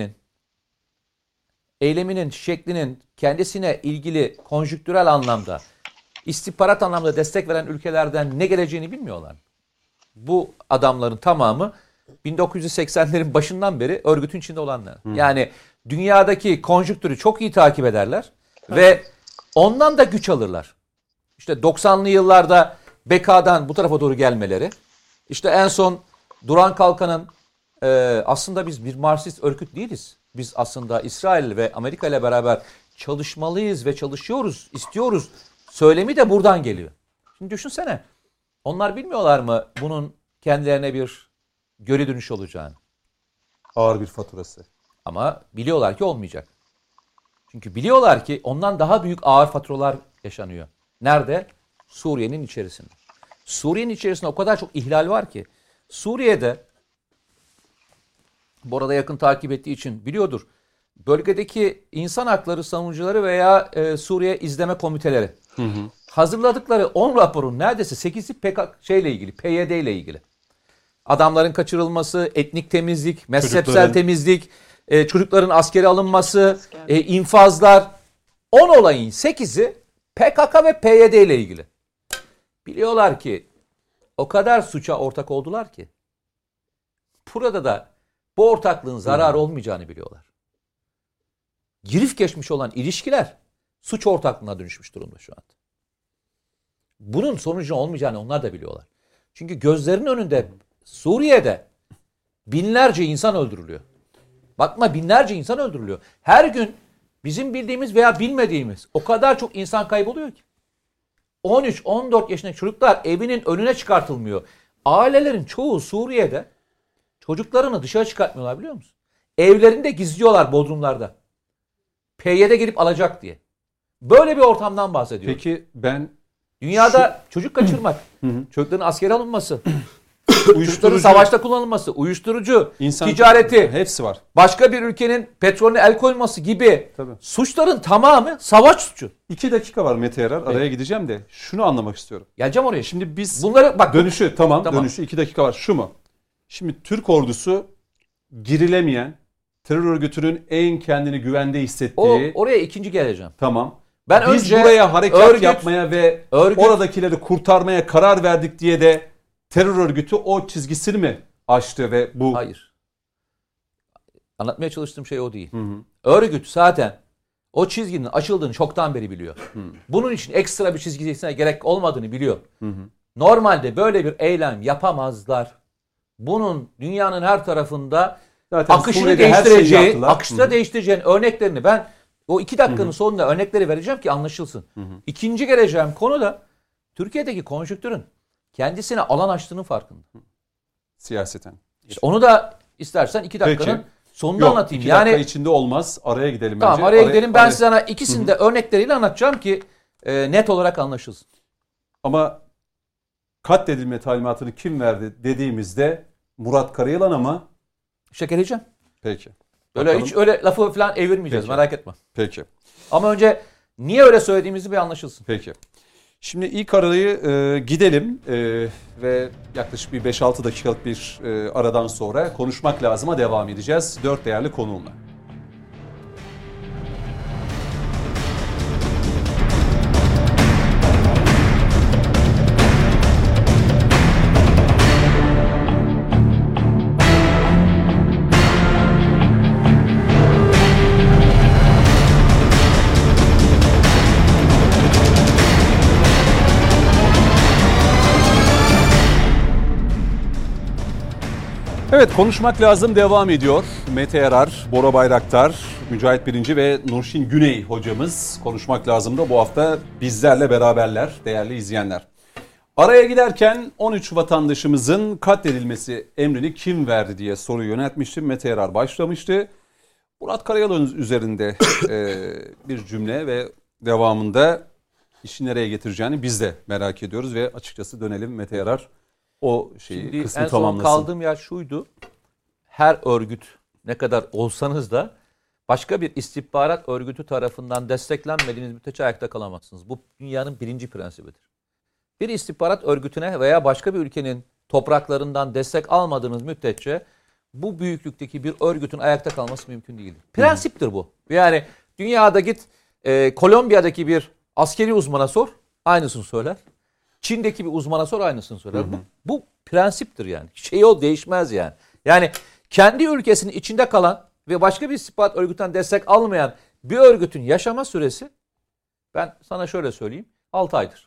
[SPEAKER 2] eyleminin şeklinin kendisine ilgili konjüktürel anlamda, istihbarat anlamda destek veren ülkelerden ne geleceğini bilmiyorlar. Bu adamların tamamı 1980'lerin başından beri örgütün içinde olanlar. Yani dünyadaki konjüktürü çok iyi takip ederler ve ondan da güç alırlar. İşte 90'lı yıllarda BK'dan bu tarafa doğru gelmeleri, işte en son Duran Kalkan'ın aslında biz bir Marksist örgüt değiliz. Biz aslında İsrail ve Amerika ile beraber çalışmalıyız ve çalışıyoruz, istiyoruz. Söylemi de buradan geliyor. Şimdi düşünsene. Onlar bilmiyorlar mı bunun kendilerine bir geri dönüş olacağını?
[SPEAKER 1] Ağır bir faturası.
[SPEAKER 2] Ama biliyorlar ki olmayacak. Çünkü biliyorlar ki ondan daha büyük ağır faturalar yaşanıyor. Nerede? Suriye'nin içerisinde. Suriye'nin içerisinde o kadar çok ihlal var ki Suriye'de bu arada yakın takip ettiği için biliyordur. Bölgedeki insan hakları savunucuları veya Suriye izleme komiteleri hazırladıkları 10 raporun neredeyse 8'i PKK ile ilgili, PYD ile ilgili. Adamların kaçırılması, etnik temizlik, mezhepsel temizlik, çocukların askere alınması, infazlar. 10 olayın 8'i PKK ve PYD ile ilgili. Biliyorlar ki o kadar suça ortak oldular ki burada da bu ortaklığın zarar olmayacağını biliyorlar. Girif geçmiş olan ilişkiler suç ortaklığına dönüşmüş durumda şu anda. Bunun sonucu olmayacağını onlar da biliyorlar. Çünkü gözlerinin önünde Suriye'de binlerce insan öldürülüyor. Bakma binlerce insan öldürülüyor. Her gün bizim bildiğimiz veya bilmediğimiz o kadar çok insan kayboluyor ki. 13-14 yaşındaki çocuklar evinin önüne çıkartılmıyor. Ailelerin çoğu Suriye'de çocuklarını dışarı çıkartmıyorlar biliyor musun? Evlerinde gizliyorlar bodrumlarda. PYD gelip alacak diye. Böyle bir ortamdan bahsediyorum.
[SPEAKER 1] Peki ben...
[SPEAKER 2] Dünyada çocuk kaçırmak, çocukların askere alınması, uyuşturucu savaşta kullanılması, uyuşturucu, ticareti,
[SPEAKER 1] hepsi var.
[SPEAKER 2] Başka bir ülkenin petrolüne el koyması gibi suçların tamamı savaş suçu.
[SPEAKER 1] 2 dakika var Mete Yarar. Araya gideceğim de şunu anlamak istiyorum.
[SPEAKER 2] Geleceğim oraya.
[SPEAKER 1] Şimdi biz
[SPEAKER 2] bunları bak
[SPEAKER 1] dönüşü dönüşü 2 dakika var. Şu mu? Şimdi Türk ordusu girilemeyen terör örgütünün en kendini güvende hissettiği.
[SPEAKER 2] Oraya ikinci geleceğim.
[SPEAKER 1] Tamam.
[SPEAKER 2] Ben
[SPEAKER 1] biz
[SPEAKER 2] önce
[SPEAKER 1] buraya harekat yapmaya ve oradakileri kurtarmaya karar verdik diye de terör örgütü o çizgisini mi aştı ve bu...
[SPEAKER 2] Hayır. Anlatmaya çalıştığım şey o değil. Örgüt zaten o çizginin açıldığını çoktan beri biliyor. Bunun için ekstra bir çizgisine gerek olmadığını biliyor. Normalde böyle bir eylem yapamazlar. Bunun dünyanın her tarafında
[SPEAKER 1] Zaten
[SPEAKER 2] akışını değiştireceğin örneklerini ben o 2 dakikanın sonunda örnekleri vereceğim ki anlaşılsın. İkinci geleceğim konu da Türkiye'deki konjonktürün kendisine alan açtığının farkında.
[SPEAKER 1] Siyaseten.
[SPEAKER 2] İşte onu da istersen 2 dakikanın sonunda anlatayım.
[SPEAKER 1] 2 dakika içinde olmaz. Araya gidelim
[SPEAKER 2] tamam,
[SPEAKER 1] bence.
[SPEAKER 2] Tamam araya gidelim. Ben sana ikisini de örnekleriyle anlatacağım ki net olarak anlaşılsın.
[SPEAKER 1] Ama katledilme talimatını kim verdi dediğimizde Murat Karayılan ama
[SPEAKER 2] geleceğim.
[SPEAKER 1] Peki.
[SPEAKER 2] Öyle
[SPEAKER 1] bakalım.
[SPEAKER 2] hiç öyle lafı falan evirmeyeceğiz.
[SPEAKER 1] Peki.
[SPEAKER 2] Merak etme.
[SPEAKER 1] Peki.
[SPEAKER 2] Ama önce niye öyle söylediğimizi bir anlaşılsın.
[SPEAKER 1] Peki. Şimdi ilk arayı gidelim ve yaklaşık bir 5-6 dakikalık bir aradan sonra konuşmak lazıma devam edeceğiz. 4 değerli konuğumla. Evet, konuşmak lazım devam ediyor. Mete Yarar, Bora Bayraktar, Mücahit Birinci ve Nurşin Güney hocamız konuşmak lazım da bu hafta bizlerle beraberler değerli izleyenler. Araya giderken 13 vatandaşımızın katledilmesi emrini kim verdi diye soruyu yöneltmiştim. Mete Yarar başlamıştı. Murat Karayılan üzerinde bir cümle ve devamında işi nereye getireceğini biz de merak ediyoruz ve açıkçası dönelim Mete Yarar. O şeyi kısmı
[SPEAKER 2] en son
[SPEAKER 1] tamamlasın.
[SPEAKER 2] kaldığım yer şuydu. Her örgüt ne kadar olsanız da başka bir istihbarat örgütü tarafından desteklenmediğiniz müddetçe ayakta kalamazsınız. Bu dünyanın birinci prensibidir. Bir istihbarat örgütüne veya başka bir ülkenin topraklarından destek almadığınız müddetçe bu büyüklükteki bir örgütün ayakta kalması mümkün değildir. Prensiptir bu. Yani dünyada git Kolombiya'daki bir askeri uzmana sor, aynısını söyler. Çin'deki bir uzmana sor, aynısını söyler. Bu prensiptir yani. O değişmez yani. Yani kendi ülkesinin içinde kalan ve başka bir istihbarat örgütünden destek almayan bir örgütün yaşama süresi, ben sana şöyle söyleyeyim, 6 aydır.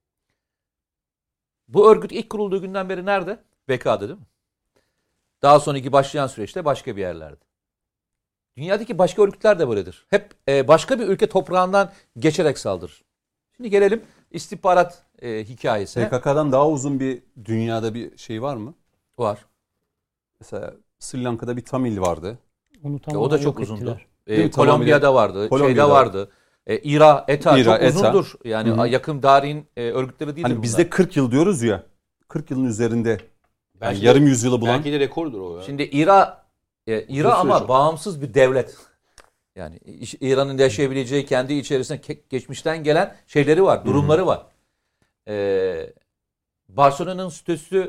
[SPEAKER 2] Bu örgüt ilk kurulduğu günden beri nerede? BK'da değil mi? Daha sonraki başlayan süreçte başka bir yerlerde. Dünyadaki başka örgütler de böyledir. Hep başka bir ülke toprağından geçerek saldırır. Şimdi gelelim istihbarat hikayesine.
[SPEAKER 1] PKK'dan daha uzun bir dünyada bir şey var mı?
[SPEAKER 2] Var.
[SPEAKER 1] Mesela Sri Lanka'da bir Tamil vardı.
[SPEAKER 2] O da çok uzundu.
[SPEAKER 1] Kolombiya'da
[SPEAKER 2] vardı. Şeyde vardı. ETA çok uzundur. Yani yakın tarihin örgütleri değildir
[SPEAKER 1] hani
[SPEAKER 2] bunlar.
[SPEAKER 1] bizde 40 yıl diyoruz ya. 40 yılın üzerinde. Yani yarım yüzyılı bulan.
[SPEAKER 4] Belki de rekordur o ya.
[SPEAKER 2] Şimdi İran ama bağımsız bir devlet. Yani İran'ın yaşayabileceği kendi içerisinde geçmişten gelen şeyleri var, durumları var. Barcelona'nın statüsü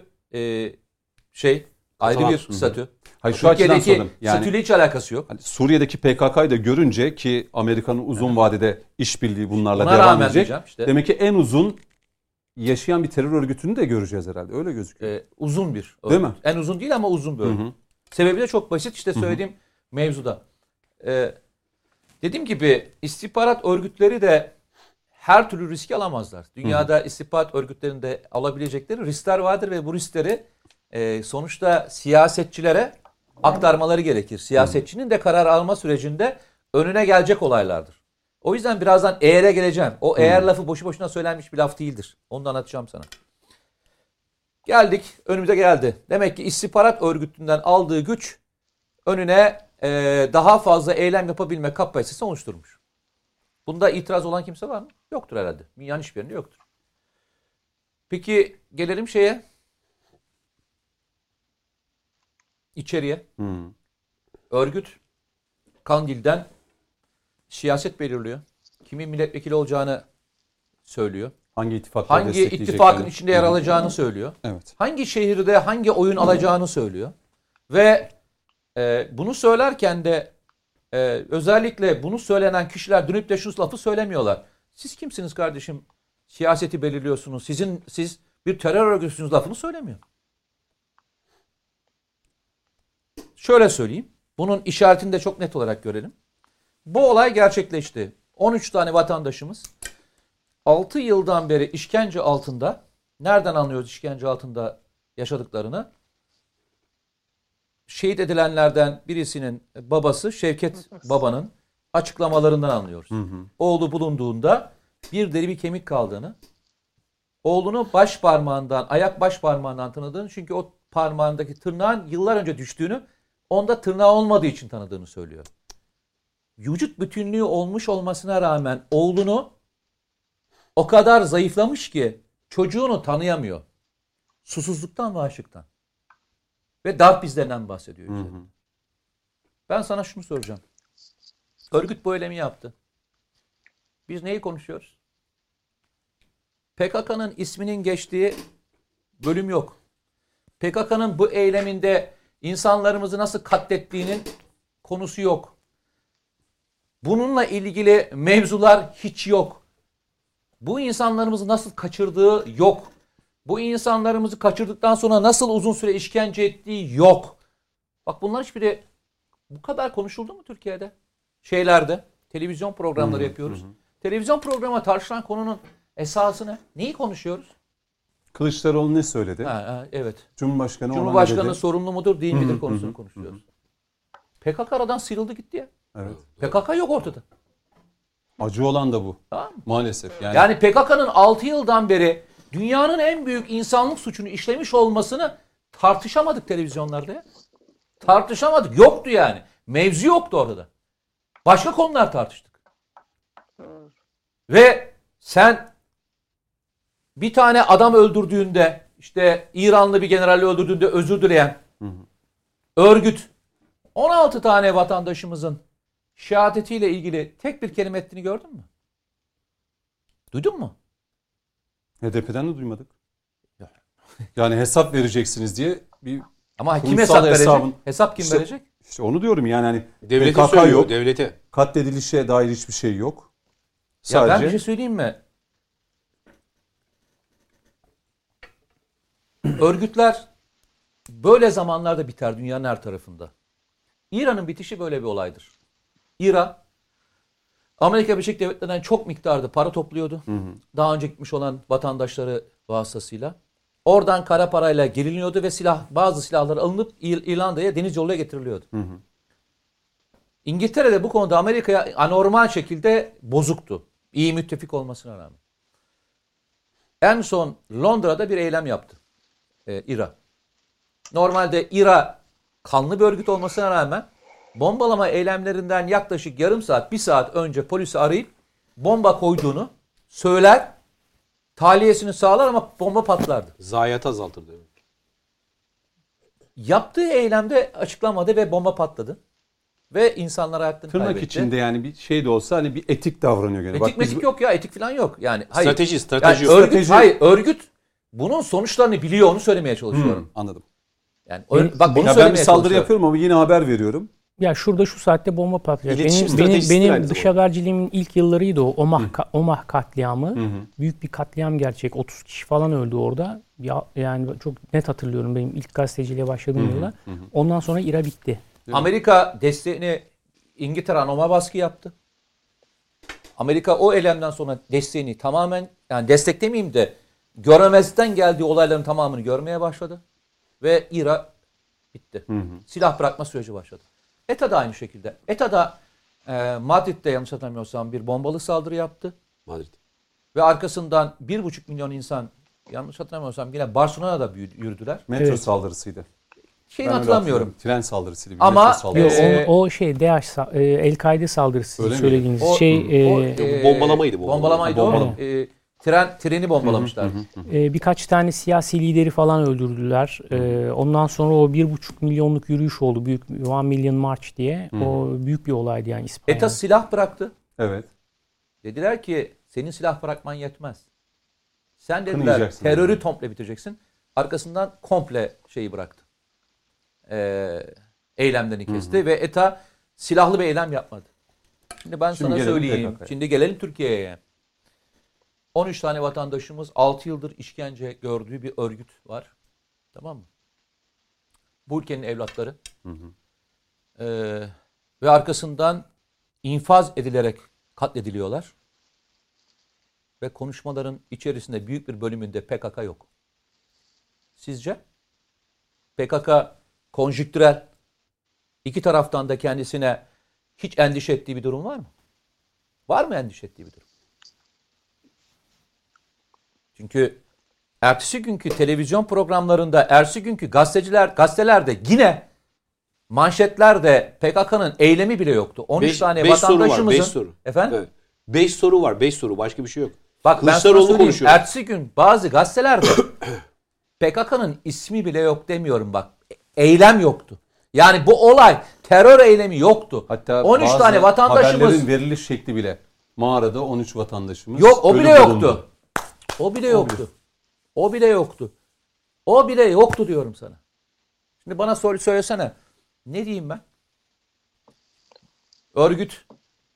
[SPEAKER 2] ayrı bir statü.
[SPEAKER 1] Hayır, şu açıdan
[SPEAKER 2] Türkiye'deki
[SPEAKER 1] sordum. Yani,
[SPEAKER 2] statüyle hiç alakası yok.
[SPEAKER 1] hani Suriye'deki PKK'yı da görünce ki Amerika'nın uzun vadede işbirliği bunlarla
[SPEAKER 2] Buna
[SPEAKER 1] devam edecek.
[SPEAKER 2] Işte,
[SPEAKER 1] demek ki en uzun yaşayan bir terör örgütünü de göreceğiz herhalde. Öyle gözüküyor.
[SPEAKER 2] Uzun bir örgüt.
[SPEAKER 1] Değil mi?
[SPEAKER 2] En uzun değil ama uzun bir örgüt. Sebebi de çok basit. İşte söylediğim mevzuda. Dediğim gibi istihbarat örgütleri de her türlü riski alamazlar. Dünyada istihbarat örgütlerinde alabilecekleri riskler vardır ve bu riskleri sonuçta siyasetçilere aktarmaları gerekir. Siyasetçinin de karar alma sürecinde önüne gelecek olaylardır. O yüzden birazdan eğer'e geleceğim. O eğer lafı boşu boşuna söylenmiş bir laf değildir. Onu da anlatacağım sana. Geldik, önümüze geldi. Demek ki istihbarat örgütünden aldığı güç önüne daha fazla eylem yapabilme kapasitesi oluşturmuş. Bunda itiraz olan kimse var mı? Yoktur herhalde. Dünyanın hiçbir yerinde yoktur. Peki gelelim içeriye. Örgüt Kandil'den siyaset belirliyor. Kimin milletvekili olacağını söylüyor.
[SPEAKER 1] Hangi
[SPEAKER 2] ittifakın içinde yer alacağını söylüyor.
[SPEAKER 1] Evet.
[SPEAKER 2] Hangi şehirde hangi oyun alacağını söylüyor. Ve bunu söylerken de özellikle bunu söylenen kişiler dönüp de şu lafı söylemiyorlar. Siz kimsiniz kardeşim? Siyaseti belirliyorsunuz. Siz bir terör örgütüsünüz lafını söylemiyor. Şöyle söyleyeyim. Bunun işaretini de çok net olarak görelim. Bu olay gerçekleşti. 13 tane vatandaşımız 6 yıldan beri işkence altında. Nereden anlıyoruz işkence altında yaşadıklarını? şehit edilenlerden birisinin babası Şevket Baba'nın açıklamalarından anlıyoruz. Oğlu bulunduğunda bir deri bir kemik kaldığını, oğlunu baş parmağından, ayak baş parmağından tanıdığını, çünkü o parmağındaki tırnağın yıllar önce düştüğünü, onda tırnağı olmadığı için tanıdığını söylüyor. Vücut bütünlüğü olmuş olmasına rağmen oğlunu o kadar zayıflamış ki çocuğunu tanıyamıyor. Susuzluktan ve açlıktan. Ve darp izlerinden bahsediyor. Ben sana şunu soracağım. Örgüt bu eylemi yaptı. Biz neyi konuşuyoruz? PKK'nın isminin geçtiği bölüm yok. PKK'nın bu eyleminde insanlarımızı nasıl katlettiğinin konusu yok. Bununla ilgili mevzular hiç yok. Bu insanlarımızı nasıl kaçırdığı yok. Bu insanlarımızı kaçırdıktan sonra nasıl uzun süre işkence ettiği yok. Bak bunlar hiçbiri bu kadar konuşuldu mu Türkiye'de? Şeylerde, televizyon programları yapıyoruz. Televizyon programına tartışılan konunun esası ne? Neyi konuşuyoruz?
[SPEAKER 1] Kılıçdaroğlu ne söyledi?
[SPEAKER 2] Evet.
[SPEAKER 1] Cumhurbaşkanı
[SPEAKER 2] sorumlu mudur değil midir konusunu konuşuyoruz. PKK aradan sıyrıldı gitti ya.
[SPEAKER 1] Evet.
[SPEAKER 2] PKK yok ortada.
[SPEAKER 1] Acı olan da bu.
[SPEAKER 2] Tamam.
[SPEAKER 1] Maalesef.
[SPEAKER 2] Yani PKK'nın 6 yıldan beri dünyanın en büyük insanlık suçunu işlemiş olmasını tartışamadık televizyonlarda ya. Tartışamadık. Yoktu yani. Mevzu yoktu orada. Başka konular tartıştık. Ve sen bir tane adam öldürdüğünde, işte İranlı bir generali öldürdüğünde özür dileyen örgüt 16 tane vatandaşımızın şehadetiyle ilgili tek bir kelime ettiğini gördün mü? Duydun mu?
[SPEAKER 1] HDP'den de duymadık. Yani hesap vereceksiniz diye bir
[SPEAKER 2] ama kim hesap verecek? Hesap kim
[SPEAKER 1] işte,
[SPEAKER 2] verecek?
[SPEAKER 1] İşte onu diyorum yani hani
[SPEAKER 4] devlete
[SPEAKER 1] PKK
[SPEAKER 4] söylüyor,
[SPEAKER 1] yok.
[SPEAKER 4] devlete.
[SPEAKER 1] Katledilişe dair hiçbir şey yok.
[SPEAKER 2] Sadece... Ya ben bir şey söyleyeyim mi? Örgütler böyle zamanlarda biter dünyanın her tarafında. İran'ın bitişi böyle bir olaydır. İran, Amerika Birleşik Devletleri'nden çok miktarda para topluyordu. Daha önce gitmiş olan vatandaşları vasıtasıyla. Oradan kara parayla geliniyordu ve bazı silahlar alınıp İrlanda'ya deniz yoluyla getiriliyordu. İngiltere de bu konuda Amerika'ya anormal şekilde bozuktu. İyi müttefik olmasına rağmen. En son Londra'da bir eylem yaptı İran. Normalde İran kanlı bir örgüt olmasına rağmen bombalama eylemlerinden yaklaşık yarım saat, bir saat önce polisi arayıp bomba koyduğunu söyler, tahliyesini sağlar ama bomba patlardı.
[SPEAKER 4] Zayiatı azaltırdı.
[SPEAKER 2] Yaptığı eylemde açıklamadı ve bomba patladı. Ve insanlar hayatını kaybetti.
[SPEAKER 1] Tırnak içinde yani bir şey de olsa hani bir etik davranıyor gene.
[SPEAKER 2] Etik metik yok ya, etik falan yok. Yani hayır.
[SPEAKER 4] Strateji
[SPEAKER 2] yani yok. Örgüt bunun sonuçlarını biliyor, onu söylemeye çalışıyorum.
[SPEAKER 1] Anladım.
[SPEAKER 2] Yani bak bunu
[SPEAKER 1] ben bir saldırı yapıyorum ama yine haber veriyorum.
[SPEAKER 5] Ya şurada şu saatte bomba patlayacak. Benim dış haberciliğimin ilk yıllarıydı o. Omah katliamı. Büyük bir katliam gerçek. 30 kişi falan öldü orada. Yani çok net hatırlıyorum benim ilk gazeteciliğe başladığım yılda. Ondan sonra İRA bitti.
[SPEAKER 2] Amerika desteğini İngiltere anoma baskı yaptı. Amerika o eylemden sonra desteğini tamamen, yani destek demeyeyim de göremezden geldiği olayların tamamını görmeye başladı. Ve İRA bitti. Silah bırakma süreci başladı. ETA da aynı şekilde. ETA da Madrid'de yanlış hatırlamıyorsam bir bombalı saldırı yaptı.
[SPEAKER 4] Madrid.
[SPEAKER 2] Ve arkasından 1,5 milyon insan, yanlış hatırlamıyorsam yine Barcelona'da yürüdüler.
[SPEAKER 1] Metro saldırısıydı.
[SPEAKER 2] Şeyini hatırlamıyorum.
[SPEAKER 1] Tren saldırısıydı.
[SPEAKER 2] Ama
[SPEAKER 5] o DAEŞ El-Kaide saldırısı söylediğiniz
[SPEAKER 4] bombalamaydı.
[SPEAKER 2] Bombalamaydı o. Treni bombalamışlar.
[SPEAKER 5] Birkaç tane siyasi lideri falan öldürdüler. Ondan sonra o 1,5 milyonluk yürüyüş oldu. Büyük 1 Million March diye. O büyük bir olaydı yani İspanya'da.
[SPEAKER 2] ETA silah bıraktı.
[SPEAKER 1] Evet.
[SPEAKER 2] Dediler ki senin silah bırakman yetmez. Sen dediler terörü komple bitireceksin. Arkasından komple şeyi bıraktı. Eylemlerini kesti ve ETA silahlı bir eylem yapmadı. Şimdi ben sana söyleyeyim. Şimdi gelelim Türkiye'ye. 13 tane vatandaşımız 6 yıldır işkence gördüğü bir örgüt var. Tamam mı? Bu ülkenin evlatları. Ve arkasından infaz edilerek katlediliyorlar. Ve konuşmaların içerisinde büyük bir bölümünde PKK yok. Sizce? PKK konjüktürel, İki taraftan da kendisine hiç endişe ettiği bir durum var mı? Var mı endişe ettiği bir durum? Çünkü ertesi günkü televizyon programlarında, ertesi günkü gazetelerde yine manşetlerde PKK'nın eylemi bile yoktu. 13 tane vatandaşımızın...
[SPEAKER 4] 5 soru.
[SPEAKER 2] Efendim?
[SPEAKER 4] Evet. 5 soru var. 5 soru. Başka bir şey yok.
[SPEAKER 2] Bak ben sana söyleyeyim. Ertesi gün bazı gazetelerde PKK'nın ismi bile yok demiyorum bak. Eylem yoktu. Yani bu olay terör eylemi yoktu.
[SPEAKER 1] Hatta
[SPEAKER 2] 13 tane vatandaşımız...
[SPEAKER 1] haberlerin veriliş şekli bile. Mağarada 13 vatandaşımız...
[SPEAKER 2] Yok o bile yoktu.
[SPEAKER 1] Bulundu.
[SPEAKER 2] O bile yoktu. O bile yoktu. O bile yoktu diyorum sana. Şimdi bana söylesene. Ne diyeyim ben? Örgüt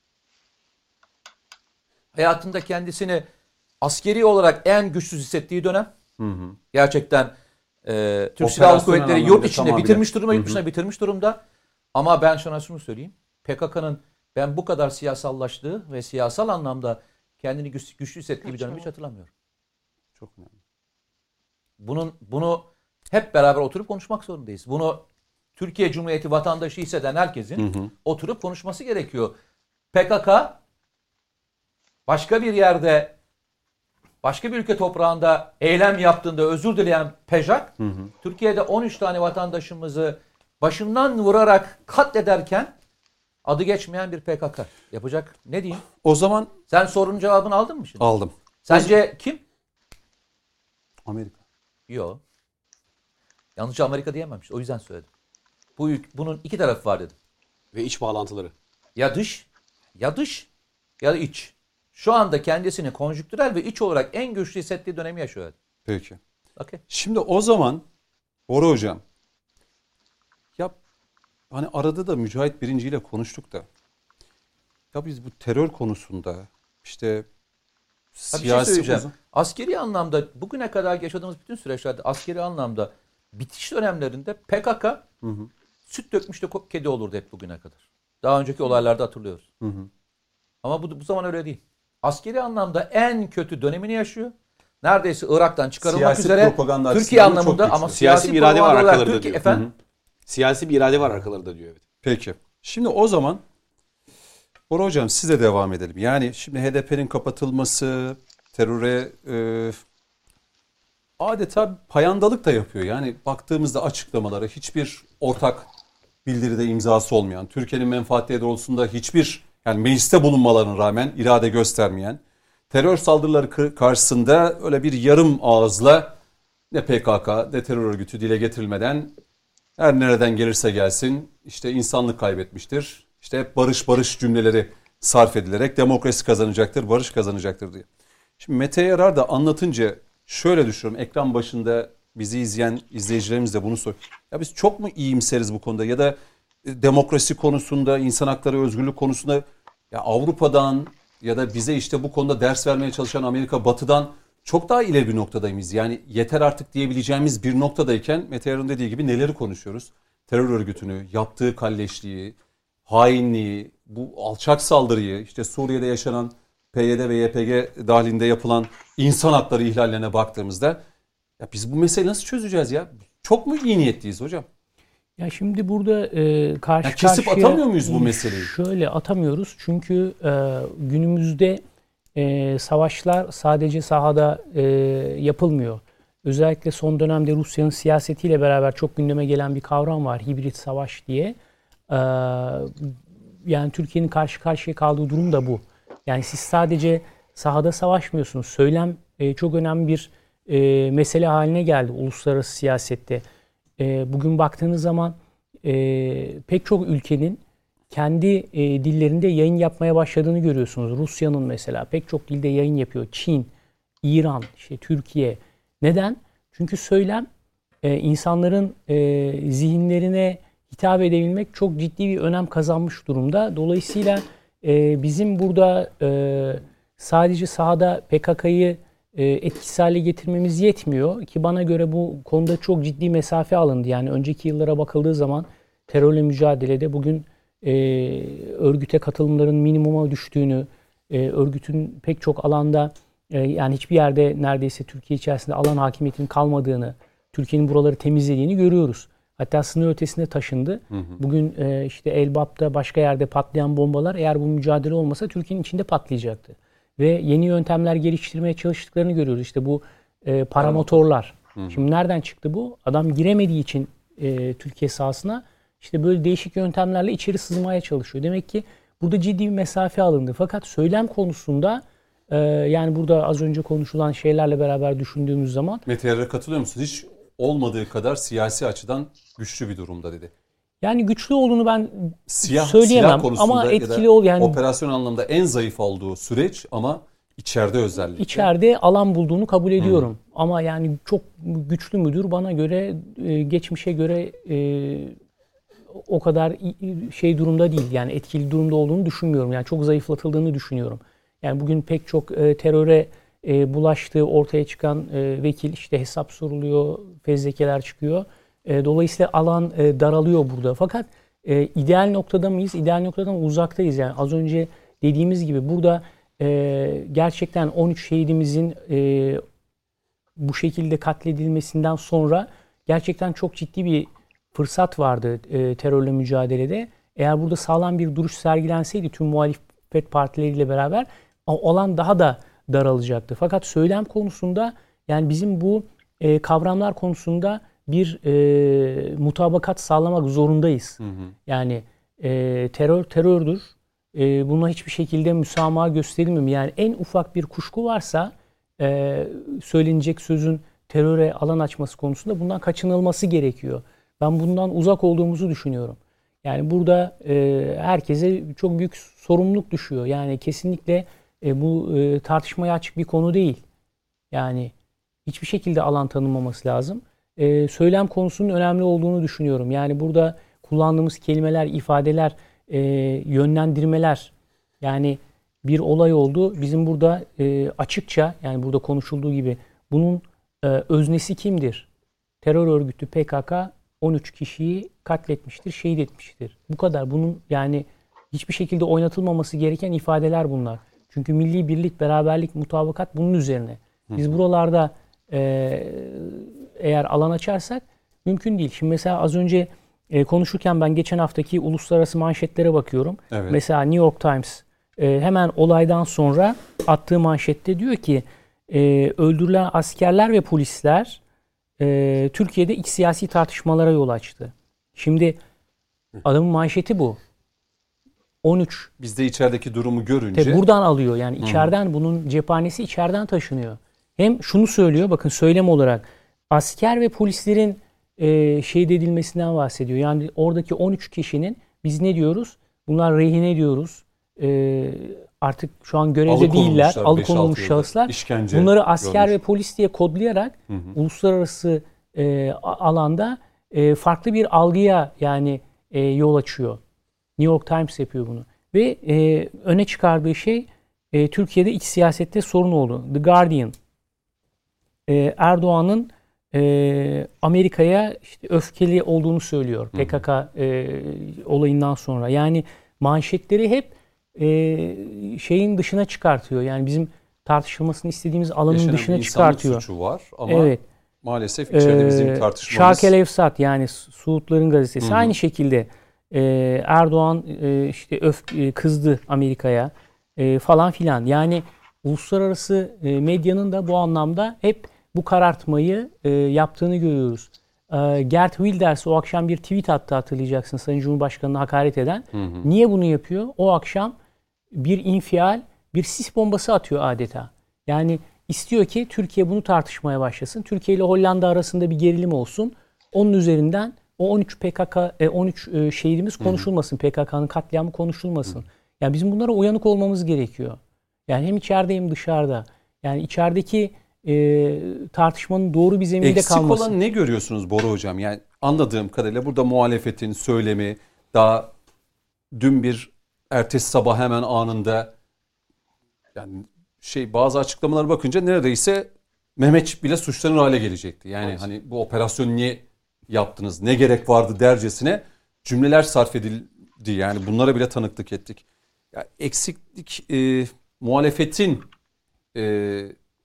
[SPEAKER 2] hayatında kendisini askeri olarak en güçsüz hissettiği dönem. Gerçekten Türk Silahlı Kuvvetleri yurt içinde bitirmiş durumda, yurt dışında bitirmiş durumda. Ama ben sana şunu söyleyeyim. PKK'nın ben bu kadar siyasallaştığı ve siyasal anlamda kendini güçlü hissettiği bir dönem hiç hatırlamıyorum.
[SPEAKER 1] Çok önemli.
[SPEAKER 2] Bunu hep beraber oturup konuşmak zorundayız. Bunu Türkiye Cumhuriyeti vatandaşı hisseden herkesin oturup konuşması gerekiyor. PKK başka bir yerde, başka bir ülke toprağında eylem yaptığında özür dileyen PEJAK, Türkiye'de 13 tane vatandaşımızı başından vurarak katlederken adı geçmeyen bir PKK. Yapacak ne diyeyim?
[SPEAKER 1] O zaman...
[SPEAKER 2] Sen sorunun cevabını aldın mı şimdi?
[SPEAKER 1] Aldım.
[SPEAKER 2] Sence kim?
[SPEAKER 1] Amerika.
[SPEAKER 2] Yok. Yalnızca Amerika diyemem işte. O yüzden söyledim. Bunun iki tarafı var dedim.
[SPEAKER 4] Ve iç bağlantıları.
[SPEAKER 2] Ya dış ya da iç. Şu anda kendisini konjüktürel ve iç olarak en güçlü hissettiği dönemi yaşıyor.
[SPEAKER 1] Peki.
[SPEAKER 2] Okay.
[SPEAKER 1] Şimdi o zaman Bora Hocam, ya hani arada da Mücahit Birinci ile konuştuk da, ya biz bu terör konusunda işte siyasi...
[SPEAKER 2] Askeri anlamda bugüne kadar yaşadığımız bütün süreçlerde askeri anlamda bitiş dönemlerinde PKK süt dökmüş de kedi olurdu hep bugüne kadar. Daha önceki olaylarda hatırlıyoruz. Ama bu zaman öyle değil. Askeri anlamda en kötü dönemini yaşıyor. Neredeyse Irak'tan çıkarılmak
[SPEAKER 1] siyasi
[SPEAKER 2] üzere Türkiye anlamında ama
[SPEAKER 4] siyasi bir irade var arkalarında diyor.
[SPEAKER 2] Efendim?
[SPEAKER 4] Siyasi bir irade var arkalarında diyor. Evet.
[SPEAKER 1] Peki. Şimdi o zaman Bora Hocam size devam edelim. Yani şimdi HDP'nin kapatılması, teröre adeta payandalık da yapıyor. Yani baktığımızda açıklamaları hiçbir ortak bildiride imzası olmayan, Türkiye'nin menfaatleri doğrultusunda hiçbir, yani mecliste bulunmalarına rağmen irade göstermeyen, terör saldırıları karşısında öyle bir yarım ağızla ne PKK ne terör örgütü dile getirilmeden her nereden gelirse gelsin işte insanlık kaybetmiştir. İşte hep barış cümleleri sarf edilerek demokrasi kazanacaktır, barış kazanacaktır diye. Şimdi Mete Yarar da anlatınca şöyle düşünüyorum. Ekran başında bizi izleyen izleyicilerimiz de bunu soruyor. Ya biz çok mu iyimseriz bu konuda ya da demokrasi konusunda, insan hakları, özgürlük konusunda ya Avrupa'dan ya da bize işte bu konuda ders vermeye çalışan Amerika, Batı'dan çok daha ileri bir noktadayız. Yani yeter artık diyebileceğimiz bir noktadayken Mete Yarar'ın dediği gibi neleri konuşuyoruz? Terör örgütünü, yaptığı kalleşliği, hainliği, bu alçak saldırıyı, işte Suriye'de yaşanan PYD ve YPG dahilinde yapılan insan hakları ihlallerine baktığımızda ya biz bu meseleyi nasıl çözeceğiz ya? Çok mu iyi niyetliyiz hocam?
[SPEAKER 5] Ya şimdi burada karşı
[SPEAKER 1] kesip
[SPEAKER 5] karşıya
[SPEAKER 1] atamıyor muyuz bu meseleyi?
[SPEAKER 5] Şöyle atamıyoruz çünkü günümüzde savaşlar sadece sahada yapılmıyor. Özellikle son dönemde Rusya'nın siyasetiyle beraber çok gündeme gelen bir kavram var. Hibrit savaş diye. Yani Türkiye'nin karşı karşıya kaldığı durum da bu. Yani siz sadece sahada savaşmıyorsunuz. Söylem çok önemli bir mesele haline geldi uluslararası siyasette. Bugün baktığınız zaman pek çok ülkenin kendi dillerinde yayın yapmaya başladığını görüyorsunuz. Rusya'nın mesela pek çok dilde yayın yapıyor. Çin, İran, işte Türkiye. Neden? Çünkü söylem insanların zihinlerine hitap edebilmek çok ciddi bir önem kazanmış durumda. Dolayısıyla bizim burada sadece sahada PKK'yı etkisiz hale getirmemiz yetmiyor ki bana göre bu konuda çok ciddi mesafe alındı. Yani önceki yıllara bakıldığı zaman terörle mücadelede bugün örgüte katılımların minimuma düştüğünü, örgütün pek çok alanda yani hiçbir yerde neredeyse Türkiye içerisinde alan hakimiyetinin kalmadığını, Türkiye'nin buraları temizlediğini görüyoruz. Hatta sınır ötesine taşındı. Bugün işte Elbap'ta başka yerde patlayan bombalar eğer bu mücadele olmasa Türkiye'nin içinde patlayacaktı. Ve yeni yöntemler geliştirmeye çalıştıklarını görüyoruz. İşte bu paramotorlar. Şimdi nereden çıktı bu? Adam giremediği için Türkiye sahasına işte böyle değişik yöntemlerle içeri sızmaya çalışıyor. Demek ki burada ciddi bir mesafe alındı. Fakat söylem konusunda yani burada az önce konuşulan şeylerle beraber düşündüğümüz zaman...
[SPEAKER 1] Meteor'a katılıyor musunuz? Hiç olmadığı kadar siyasi açıdan güçlü bir durumda dedi.
[SPEAKER 5] Yani güçlü olduğunu ben
[SPEAKER 1] söyleyemem
[SPEAKER 5] silah ama etkili ol yani
[SPEAKER 1] operasyon anlamında en zayıf olduğu süreç ama içeride özellikle.
[SPEAKER 5] İçeride alan bulduğunu kabul ediyorum. Ama yani çok güçlü müdür? Bana göre geçmişe göre o kadar şey durumda değil. Yani etkili durumda olduğunu düşünmüyorum. Yani çok zayıflatıldığını düşünüyorum. Yani bugün pek çok teröre bulaştığı ortaya çıkan vekil işte hesap soruluyor, fezlekeler çıkıyor. Dolayısıyla alan daralıyor burada. Fakat ideal noktada mıyız? İdeal noktadan uzaktayız. Yani az önce dediğimiz gibi burada gerçekten 13 şehidimizin bu şekilde katledilmesinden sonra gerçekten çok ciddi bir fırsat vardı terörle mücadelede. Eğer burada sağlam bir duruş sergilenseydi tüm muhalefet partileriyle beraber alan daha da daralacaktı. Fakat söylem konusunda yani bizim bu kavramlar konusunda bir mutabakat sağlamak zorundayız. Yani terör terördür. Buna hiçbir şekilde müsamaha gösterilmiyor. Yani en ufak bir kuşku varsa söylenecek sözün teröre alan açması konusunda bundan kaçınılması gerekiyor. Ben bundan uzak olduğumuzu düşünüyorum. Yani burada herkese çok büyük sorumluluk düşüyor. Yani kesinlikle bu tartışmaya açık bir konu değil. Yani hiçbir şekilde alan tanınmaması lazım. Söylem konusunun önemli olduğunu düşünüyorum. Yani burada kullandığımız kelimeler, ifadeler, yönlendirmeler, yani bir olay oldu. Bizim burada açıkça, yani burada konuşulduğu gibi bunun öznesi kimdir? Terör örgütü PKK 13 kişiyi katletmiştir, şehit etmiştir. Bu kadar. Bunun yani hiçbir şekilde oynatılmaması gereken ifadeler bunlar. Çünkü milli birlik, beraberlik, mutabakat bunun üzerine. Biz buralarda eğer alan açarsak mümkün değil. Şimdi mesela az önce konuşurken ben geçen haftaki uluslararası manşetlere bakıyorum. Evet. Mesela New York Times hemen olaydan sonra attığı manşette diyor ki öldürülen askerler ve polisler Türkiye'de iç siyasi tartışmalara yol açtı. Şimdi adamın manşeti bu. 13.
[SPEAKER 1] Biz de içerideki durumu görünce.
[SPEAKER 5] Buradan alıyor yani içeriden bunun cephanesi içeriden taşınıyor. Hem şunu söylüyor bakın söylem olarak asker ve polislerin şehit edilmesinden bahsediyor. Yani oradaki 13 kişinin biz ne diyoruz? Bunlar rehine diyoruz. Artık şu an görevde değiller. Alıkonulmuş şahıslar. Bunları asker görmüş ve polis diye kodlayarak uluslararası alanda farklı bir algıya yani yol açıyor. New York Times yapıyor bunu. Ve öne çıkardığı şey Türkiye'de iç siyasette sorun oldu. The Guardian Erdoğan'ın Amerika'ya işte öfkeli olduğunu söylüyor PKK olayından sonra. Yani manşetleri hep şeyin dışına çıkartıyor. Yani bizim tartışılmasını istediğimiz alanın dışına çıkartıyor.
[SPEAKER 1] Suçu var ama maalesef içeride bizim tartışmamız.
[SPEAKER 5] Şark El Efsat yani Suudların gazetesi aynı şekilde Erdoğan işte kızdı Amerika'ya falan filan. Yani uluslararası medyanın da bu anlamda hep bu karartmayı yaptığını görüyoruz. Geert Wilders o akşam bir tweet attı hatırlayacaksın Sayın Cumhurbaşkanı'na hakaret eden. Niye bunu yapıyor? O akşam bir infial, bir sis bombası atıyor adeta. Yani istiyor ki Türkiye bunu tartışmaya başlasın. Türkiye ile Hollanda arasında bir gerilim olsun. Onun üzerinden o 13 şehidimiz konuşulmasın. PKK'nın katliamı konuşulmasın. Yani bizim bunlara uyanık olmamız gerekiyor. Yani hem içeride hem dışarıda. Yani içerideki tartışmanın doğru bir zeminde kalması.
[SPEAKER 1] Eksik olan ne görüyorsunuz Bora Hocam? Yani anladığım kadarıyla burada muhalefetin söylemi daha dün bir ertesi sabah hemen anında yani bazı açıklamalara bakınca neredeyse Mehmetçik bile suçlanır hale gelecekti. Yani hani bu operasyonu niye yaptınız, ne gerek vardı dercesine cümleler sarf edildi. Yani bunlara bile tanıklık ettik. Yani eksiklik muhalefetin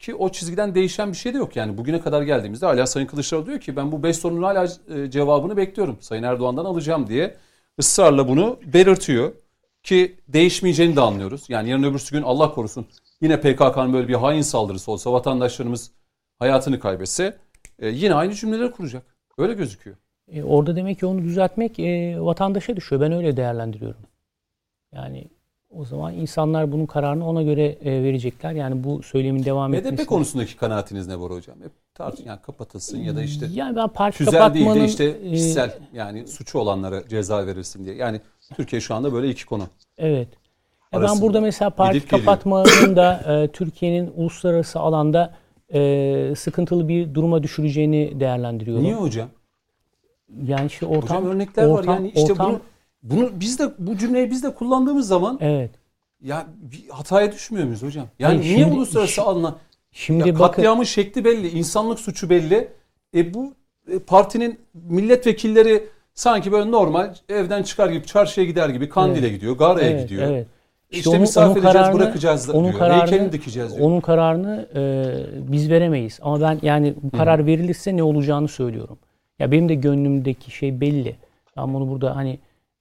[SPEAKER 1] Ki o çizgiden değişen bir şey de yok. Yani bugüne kadar geldiğimizde hala Sayın Kılıçdaroğlu diyor ki ben bu 5 sorunun hala cevabını bekliyorum. Sayın Erdoğan'dan alacağım diye ısrarla bunu belirtiyor. Ki değişmeyeceğini de anlıyoruz. Yani yarın öbürsü gün Allah korusun yine PKK'nın böyle bir hain saldırısı olsa, vatandaşlarımız hayatını kaybetse yine aynı cümleleri kuracak. Öyle gözüküyor.
[SPEAKER 5] Orada demek ki onu düzeltmek vatandaşa düşüyor. Ben öyle değerlendiriyorum. Yani o zaman insanlar bunun kararını ona göre verecekler. Yani bu söylemin devam etmesi.
[SPEAKER 1] HDP konusundaki kanaatiniz ne Bora Hocam? Hep yani kapatılsın ya da işte
[SPEAKER 5] yani ben parti
[SPEAKER 1] tüzel
[SPEAKER 5] kapatmanın,
[SPEAKER 1] değil de işte kişisel yani suçu olanlara ceza verilsin diye. Yani Türkiye şu anda böyle iki konu.
[SPEAKER 5] Evet. Ben burada mesela parti kapatmanın da Türkiye'nin uluslararası alanda sıkıntılı bir duruma düşüreceğini değerlendiriyorum.
[SPEAKER 1] Niye hocam?
[SPEAKER 5] Yani işte ortam,
[SPEAKER 1] hocam örnekler var yani işte bunu biz de bu cümleyi biz de kullandığımız zaman
[SPEAKER 5] evet.
[SPEAKER 1] Ya bir hataya düşmüyor muyuz hocam? Yani hayır, niye uluslararası alana? Şimdi katliamın şekli belli, insanlık suçu belli. Bu partinin milletvekilleri sanki böyle normal evden çıkar gibi, çarşıya gider gibi Kandil'e gidiyor, Gara'ya gidiyor. Evet. İşte misafir edeceğiz, bırakacağız diyor. Heykelini dikeceğiz diyor.
[SPEAKER 5] Onun kararını biz veremeyiz. Ama ben yani bu karar verilirse ne olacağını söylüyorum. Ya benim de gönlümdeki şey belli. Ben bunu burada hani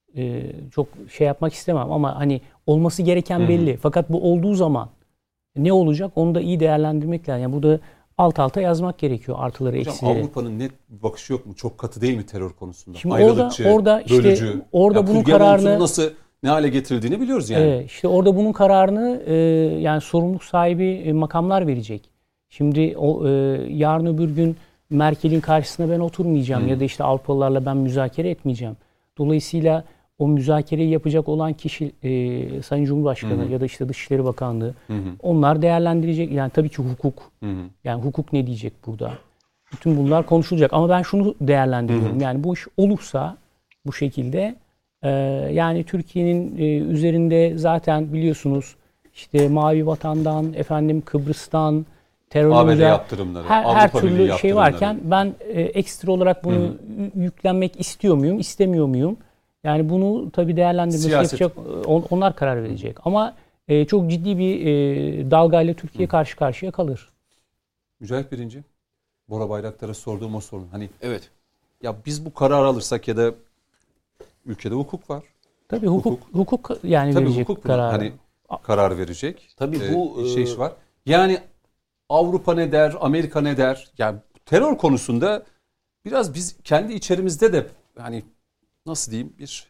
[SPEAKER 5] çok şey yapmak istemem ama hani olması gereken belli. Fakat bu olduğu zaman ne olacak onu da iyi değerlendirmek lazım. Yani burada alt alta yazmak gerekiyor artıları,
[SPEAKER 1] hocam,
[SPEAKER 5] eksileri.
[SPEAKER 1] Avrupa'nın net bir bakışı yok mu? Çok katı değil mi terör konusunda?
[SPEAKER 5] Şimdi
[SPEAKER 1] ayrılıkçı,
[SPEAKER 5] işte orada bunun kararını
[SPEAKER 1] nasıl ne hale getirildiğini biliyoruz yani.
[SPEAKER 5] İşte orada bunun kararını yani sorumluluk sahibi makamlar verecek. Şimdi yarın öbür gün Merkel'in karşısına ben oturmayacağım ya da işte Avrupalılarla ben müzakere etmeyeceğim. Dolayısıyla o müzakereyi yapacak olan kişi Sayın Cumhurbaşkanı ya da işte Dışişleri Bakanlığı onlar değerlendirecek. Yani tabii ki hukuk. Yani hukuk ne diyecek burada? Bütün bunlar konuşulacak. Ama ben şunu değerlendiriyorum. Yani bu iş olursa bu şekilde yani Türkiye'nin üzerinde zaten biliyorsunuz işte Mavi Vatan'dan, Kıbrıs'tan, terörle
[SPEAKER 1] yaptırımları,
[SPEAKER 5] her türlü şey varken ben ekstra olarak bunu yüklenmek istiyor muyum, istemiyor muyum? Yani bunu tabii değerlendirmesi yapacak, onlar karar verecek. Ama çok ciddi bir dalgayla Türkiye karşı karşıya kalır.
[SPEAKER 1] Mücahit Birinci, Bora Bayraktar'a sorduğum o sorun. Hani evet. Ya biz bu kararı alırsak ya da ülkede hukuk var.
[SPEAKER 5] Tabii hukuk yani tabii verecek
[SPEAKER 1] hukuk
[SPEAKER 5] kararı.
[SPEAKER 1] Hani karar verecek.
[SPEAKER 4] Tabii bu
[SPEAKER 1] şey var. Yani Avrupa ne der, Amerika ne der? Yani terör konusunda biraz biz kendi içerimizde de hani nasıl diyeyim bir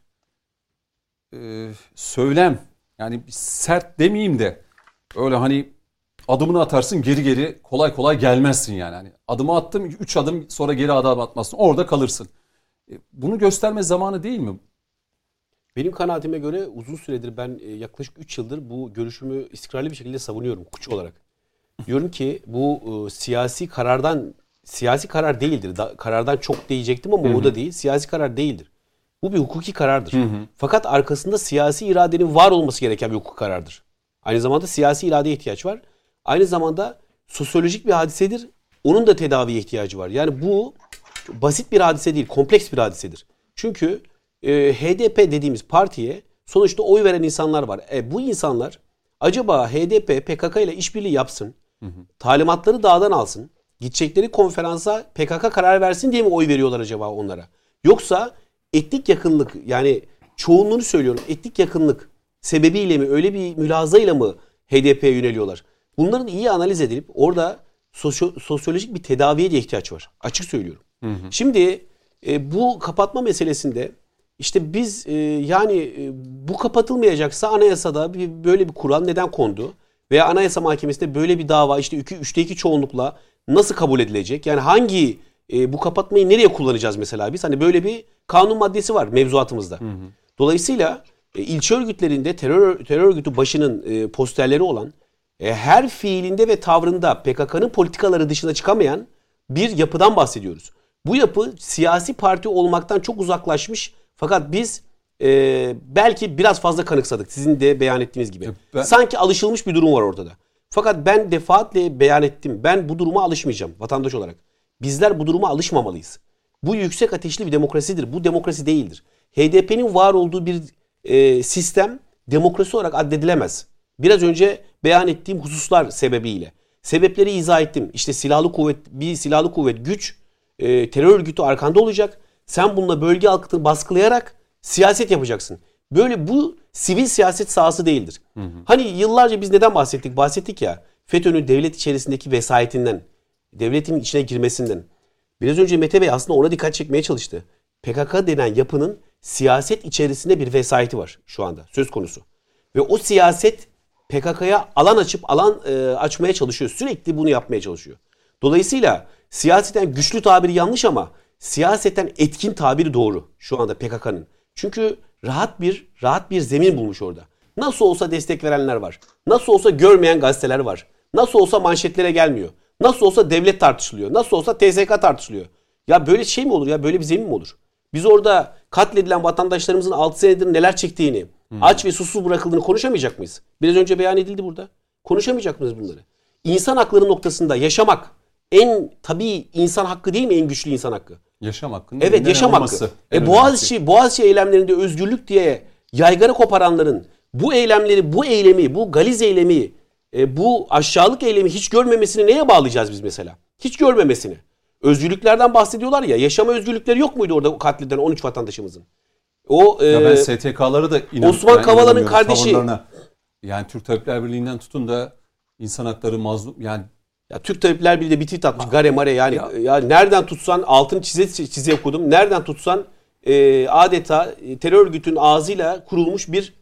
[SPEAKER 1] söylem yani sert demeyeyim de öyle hani adımını atarsın geri kolay kolay gelmezsin yani. Hani adımı attım 3 adım sonra geri adım atmazsın orada kalırsın. Bunu gösterme zamanı değil mi?
[SPEAKER 4] Benim kanaatime göre uzun süredir ben yaklaşık 3 yıldır bu görüşümü istikrarlı bir şekilde savunuyorum hukukçu olarak. Diyorum ki bu siyasi karar değildir. Karardan çok diyecektim ama o da değil. Siyasi karar değildir. Bu bir hukuki karardır. Fakat arkasında siyasi iradenin var olması gereken bir hukuk karardır. Aynı zamanda siyasi iradeye ihtiyaç var. Aynı zamanda sosyolojik bir hadisedir. Onun da tedaviye ihtiyacı var. Yani bu basit bir hadise değil, kompleks bir hadisedir. Çünkü HDP dediğimiz partiye sonuçta oy veren insanlar var. Bu insanlar acaba HDP PKK ile işbirliği yapsın, talimatları dağdan alsın, gidecekleri konferansa PKK karar versin diye mi oy veriyorlar acaba onlara? Yoksa etnik yakınlık yani çoğunluğunu söylüyorum etnik yakınlık sebebiyle mi öyle bir mülazayla mı HDP'ye yöneliyorlar? Bunların iyi analiz edilip orada sosyolojik bir tedaviye de ihtiyaç var. Açık söylüyorum. Şimdi bu kapatma meselesinde işte biz bu kapatılmayacaksa anayasada böyle bir kural neden kondu? Veya Anayasa Mahkemesi'nde böyle bir dava işte 3'te 2 çoğunlukla nasıl kabul edilecek? Yani hangi bu kapatmayı nereye kullanacağız mesela biz? Hani böyle bir kanun maddesi var mevzuatımızda. Dolayısıyla ilçe örgütlerinde terör örgütü başının posterleri olan her fiilinde ve tavrında PKK'nın politikaları dışına çıkamayan bir yapıdan bahsediyoruz. Bu yapı siyasi parti olmaktan çok uzaklaşmış fakat biz belki biraz fazla kanıksadık sizin de beyan ettiğiniz gibi. Sanki alışılmış bir durum var ortada. Fakat ben defaatle beyan ettim. Ben bu duruma alışmayacağım vatandaş olarak. Bizler bu duruma alışmamalıyız. Bu yüksek ateşli bir demokrasidir. Bu demokrasi değildir. HDP'nin var olduğu bir sistem demokrasi olarak addedilemez. Biraz önce beyan ettiğim hususlar sebebiyle. Sebepleri izah ettim. İşte silahlı kuvvet güç, terör örgütü arkanda olacak. Sen bununla bölge halkını baskılayarak siyaset yapacaksın. Böyle bu sivil siyaset sahası değildir. Hani yıllarca biz neden bahsettik? Bahsettik ya, FETÖ'nün devlet içerisindeki vesayetinden, devletin içine girmesinden. Biraz önce Mete Bey aslında ona dikkat çekmeye çalıştı. PKK denen yapının siyaset içerisinde bir vesayeti var şu anda söz konusu. Ve o siyaset PKK'ya alan açmaya çalışıyor. Sürekli bunu yapmaya çalışıyor. Dolayısıyla siyaseten güçlü tabiri yanlış ama siyaseten etkin tabiri doğru şu anda PKK'nın. Çünkü rahat bir zemin bulmuş orada. Nasıl olsa destek verenler var. Nasıl olsa görmeyen gazeteler var. Nasıl olsa manşetlere gelmiyor. Nasıl olsa devlet tartışılıyor. Nasıl olsa TSK tartışılıyor. Ya böyle şey mi olur ya? Böyle bir zemin mi olur? Biz orada katledilen vatandaşlarımızın 6 senedir neler çektiğini, aç ve susuz bırakıldığını konuşamayacak mıyız? Biraz önce beyan edildi burada. Konuşamayacak mıyız bunları? İnsan hakları noktasında yaşamak en tabii insan hakkı değil mi? En güçlü insan hakkı.
[SPEAKER 1] Yaşam hakkı.
[SPEAKER 4] Evet, yaşam hakkı. Boğaziçi eylemlerinde özgürlük diye yaygara koparanların bu eylemi, bu galiz eylemi, bu aşağılık eylemi hiç görmemesini neye bağlayacağız biz mesela? Hiç görmemesini. Özgürlüklerden bahsediyorlar ya. Yaşama özgürlükleri yok muydu orada katledilen 13 vatandaşımızın?
[SPEAKER 1] Ben STK'ları da
[SPEAKER 4] Osman Kavala'nın kardeşi.
[SPEAKER 1] Yani Türk Tabipler Birliği'nden tutun da insan hakları mazlum yani.
[SPEAKER 4] Ya Türk Tabipler Birliği de bir tweet atmış. Gare mare yani. Ya nereden tutsan altını çize okudum. Nereden tutsan adeta terör örgütünün ağzıyla kurulmuş bir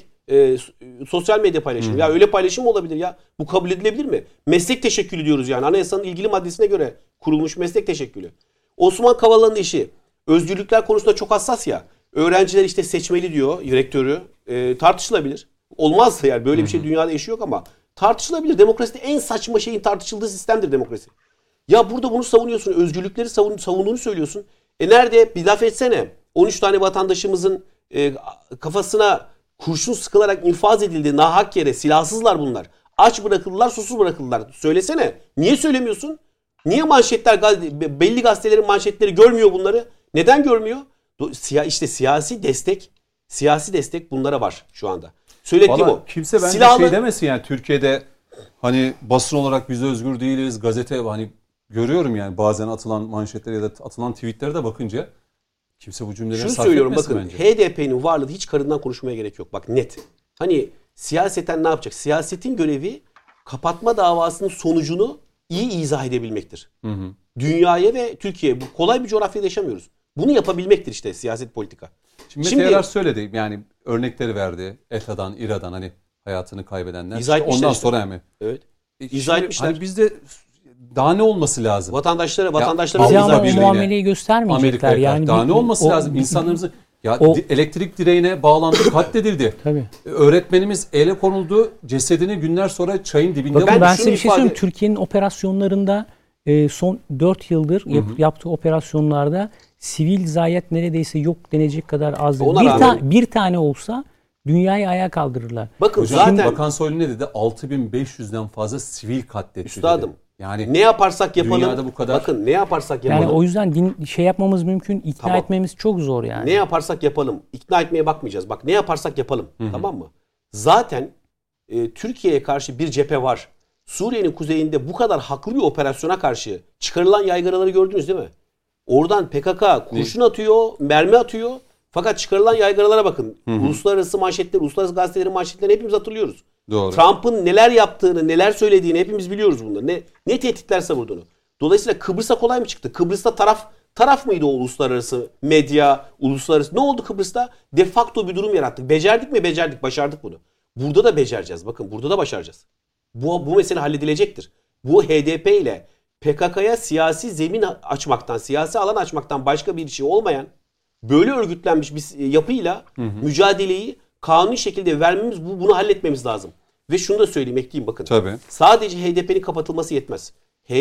[SPEAKER 4] sosyal medya paylaşımı. Ya öyle paylaşım mı olabilir ya? Bu kabul edilebilir mi? Meslek teşekkülü diyoruz yani. Anayasanın ilgili maddesine göre kurulmuş meslek teşekkülü. Osman Kavala'nın işi özgürlükler konusunda çok hassas ya. Öğrenciler işte seçmeli diyor rektörü. Tartışılabilir. Olmazsa yani böyle bir şey dünyada eşi yok ama tartışılabilir. Demokraside en saçma şeyin tartışıldığı sistemdir demokrasi. Ya burada bunu savunuyorsun. Özgürlükleri savunduğunu söylüyorsun. Nerede? Bir laf etsene. 13 tane vatandaşımızın kafasına kurşun sıkılarak infaz edildi. Nahak yere. Silahsızlar bunlar. Aç bırakıldılar, susuz bırakıldılar. Söylesene. Niye söylemiyorsun? Niye manşetler, belli gazetelerin manşetleri görmüyor bunları? Neden görmüyor? İşte siyasi destek bunlara var şu anda. Söylediğim o.
[SPEAKER 1] Kimse bence şey demesin yani Türkiye'de hani basın olarak biz özgür değiliz. Gazete hani görüyorum yani bazen atılan manşetlere ya da atılan tweetlere de bakınca kimse bu cümleleri sarf etmesin bence. Şunu söylüyorum bakın
[SPEAKER 4] HDP'nin varlığı hiç karından konuşmaya gerek yok. Bak net. Hani siyaseten ne yapacak? Siyasetin görevi kapatma davasının sonucunu iyi izah edebilmektir. Dünyaya ve Türkiye'ye. Bu kolay bir coğrafyada yaşamıyoruz. Bunu yapabilmektir işte siyaset politika.
[SPEAKER 1] Şimdi Mete Yarar söyledi yani örnekleri verdi. ETA'dan, İRA'dan hani hayatını kaybedenler. İşte ondan sonra yani.
[SPEAKER 4] Evet. İzah etmişler.
[SPEAKER 1] Hani bizde daha ne olması lazım?
[SPEAKER 4] Vatandaşlara
[SPEAKER 5] ama o muameleyi göstermeyecekler. Yani
[SPEAKER 1] daha ne olması lazım? İnsanlarımızın elektrik direğine bağlandı, katledildi.
[SPEAKER 5] Tabii.
[SPEAKER 1] Öğretmenimiz ele konuldu, cesedini günler sonra çayın dibinde buldu.
[SPEAKER 5] Ben size bir şey söyleyeyim. Türkiye'nin operasyonlarında son 4 yıldır yaptığı operasyonlarda sivil zayiat neredeyse yok denecek kadar azdır. Bir tane olsa dünyayı ayağa kaldırırlar.
[SPEAKER 1] Bakın zaten Bakan Soylu ne dedi? 6500'den fazla sivil katletti.
[SPEAKER 4] Üstadım.
[SPEAKER 1] Dedi. Yani
[SPEAKER 4] ne yaparsak yapalım.
[SPEAKER 1] Dünyada bu kadar.
[SPEAKER 4] Bakın ne yaparsak yapalım.
[SPEAKER 5] Yani o yüzden yapmamız mümkün, ikna etmemiz çok zor yani.
[SPEAKER 4] Ne yaparsak yapalım. İkna etmeye bakmayacağız. Bak ne yaparsak yapalım. Tamam mı? Zaten Türkiye'ye karşı bir cephe var. Suriye'nin kuzeyinde bu kadar haklı bir operasyona karşı çıkarılan yaygaraları gördünüz değil mi? Oradan PKK kurşun atıyor, mermi atıyor. Fakat çıkarılan yaygaralara bakın. Uluslararası manşetler, uluslararası gazetelerin manşetlerini hepimiz hatırlıyoruz.
[SPEAKER 1] Doğru.
[SPEAKER 4] Trump'ın neler yaptığını, neler söylediğini hepimiz biliyoruz bunları. Ne tehditler savurduğunu. Dolayısıyla Kıbrıs'a kolay mı çıktı? Kıbrıs'ta taraf mıydı o uluslararası medya, uluslararası? Ne oldu Kıbrıs'ta? De facto bir durum yarattık. Becerdik mi? Becerdik. Başardık bunu. Burada da becereceğiz. Bakın burada da başaracağız. Bu mesele halledilecektir. Bu HDP ile PKK'ya siyasi zemin açmaktan, siyasi alan açmaktan başka bir şey olmayan böyle örgütlenmiş bir yapıyla mücadeleyi kanuni şekilde vermemiz, bunu halletmemiz lazım. Ve şunu da söyleyeyim, ekleyeyim bakın.
[SPEAKER 1] Tabii.
[SPEAKER 4] Sadece HDP'nin kapatılması yetmez.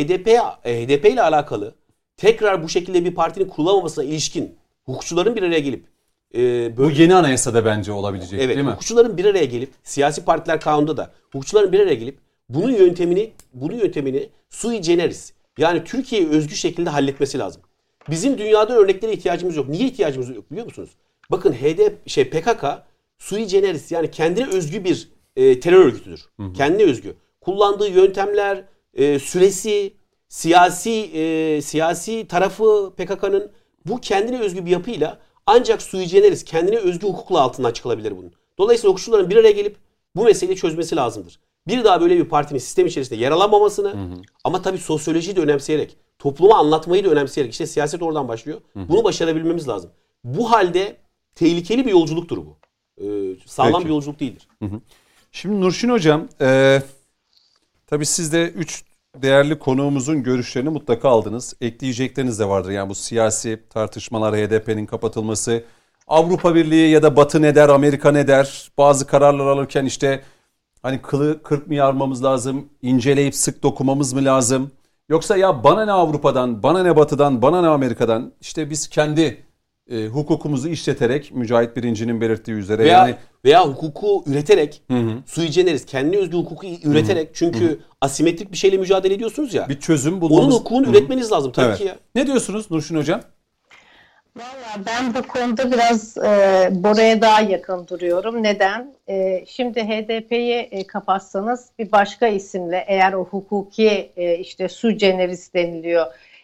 [SPEAKER 4] HDP ile alakalı tekrar bu şekilde bir partinin kurulamamasına ilişkin hukukçuların bir araya gelip
[SPEAKER 1] bu yeni anayasada bence olabilecek değil mi?
[SPEAKER 4] Hukukçuların bir araya gelip siyasi partiler kanunda da hukukçuların bir araya gelip bunun yöntemini sui generis yani Türkiye'ye özgü şekilde halletmesi lazım. Bizim dünyada örneklere ihtiyacımız yok. Niye ihtiyacımız yok biliyor musunuz? Bakın PKK sui generis yani kendine özgü bir terör örgütüdür. Kendine özgü. Kullandığı yöntemler, süresi, siyasi tarafı PKK'nın bu kendine özgü bir yapıyla ancak sui generis, kendine özgü hukukla altından çıkılabilir bunun. Dolayısıyla hukukçuların bir araya gelip bu meseleyi çözmesi lazımdır. Bir daha böyle bir partinin sistem içerisinde yer alamamasını ama tabii sosyolojiyi de önemseyerek, topluma anlatmayı da önemseyerek, işte siyaset oradan başlıyor. Bunu başarabilmemiz lazım. Bu halde tehlikeli bir yolculuktur bu. Sağlam bir yolculuk değildir.
[SPEAKER 1] Şimdi Nurşin Hocam, tabii siz de 3 değerli konuğumuzun görüşlerini mutlaka aldınız. Ekleyecekleriniz de vardır. Yani bu siyasi tartışmalar, HDP'nin kapatılması, Avrupa Birliği ya da Batı ne der, Amerika ne der? Bazı kararlar alırken işte hani kılı kırk mı yarmamız lazım, inceleyip sık dokumamız mı lazım? Yoksa ya bana ne Avrupa'dan, bana ne Batı'dan, bana ne Amerika'dan? İşte biz kendi hukukumuzu işleterek, Mücahit Birinci'nin belirttiği üzere
[SPEAKER 4] veya hukuku üreterek, sui generis, kendine özgü hukuku üreterek, çünkü asimetrik bir şeyle mücadele ediyorsunuz ya.
[SPEAKER 1] Bir çözüm bulmamız.
[SPEAKER 4] Onun hukukunu üretmeniz lazım tabii ki ya.
[SPEAKER 1] Ne diyorsunuz Nurşin Hocam?
[SPEAKER 3] Valla ben bu konuda biraz Bora'ya daha yakın duruyorum. Neden? Şimdi HDP'yi kapatsanız bir başka isimle, eğer o hukuki işte sui generis deniliyor.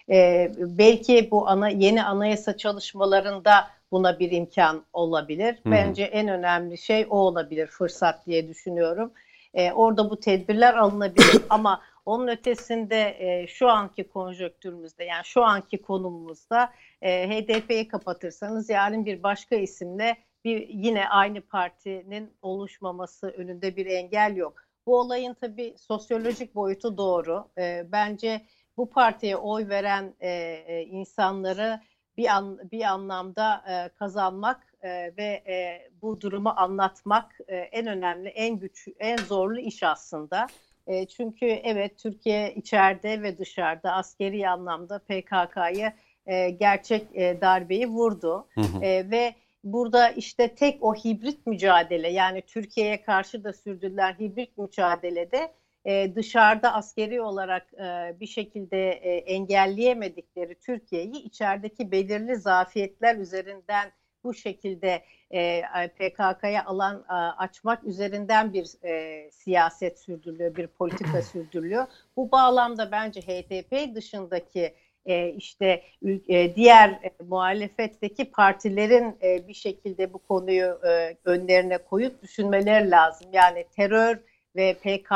[SPEAKER 3] Belki bu yeni anayasa çalışmalarında buna bir imkan olabilir. Bence en önemli şey o olabilir, fırsat diye düşünüyorum. Orada bu tedbirler alınabilir ama onun ötesinde şu anki konjonktürümüzde, yani şu anki konumumuzda HDP'yi kapatırsanız yarın bir başka isimle yine aynı partinin oluşmaması önünde bir engel yok. Bu olayın tabii sosyolojik boyutu doğru. Bence bu partiye oy veren insanları bir anlamda kazanmak ve bu durumu anlatmak en önemli, en zorlu iş aslında. Çünkü evet, Türkiye içeride ve dışarıda askeri anlamda PKK'yı gerçek darbeyi vurdu. Ve burada işte tek o hibrit mücadele, yani Türkiye'ye karşı da sürdürülen hibrit mücadelede dışarıda askeri olarak bir şekilde engelleyemedikleri Türkiye'yi içerideki belirli zafiyetler üzerinden bu şekilde PKK'ya alan açmak üzerinden bir siyaset sürdürülüyor, bir politika sürdürülüyor. Bu bağlamda bence HDP dışındaki işte diğer muhalefetteki partilerin bir şekilde bu konuyu önlerine koyup düşünmeleri lazım. Yani terör ve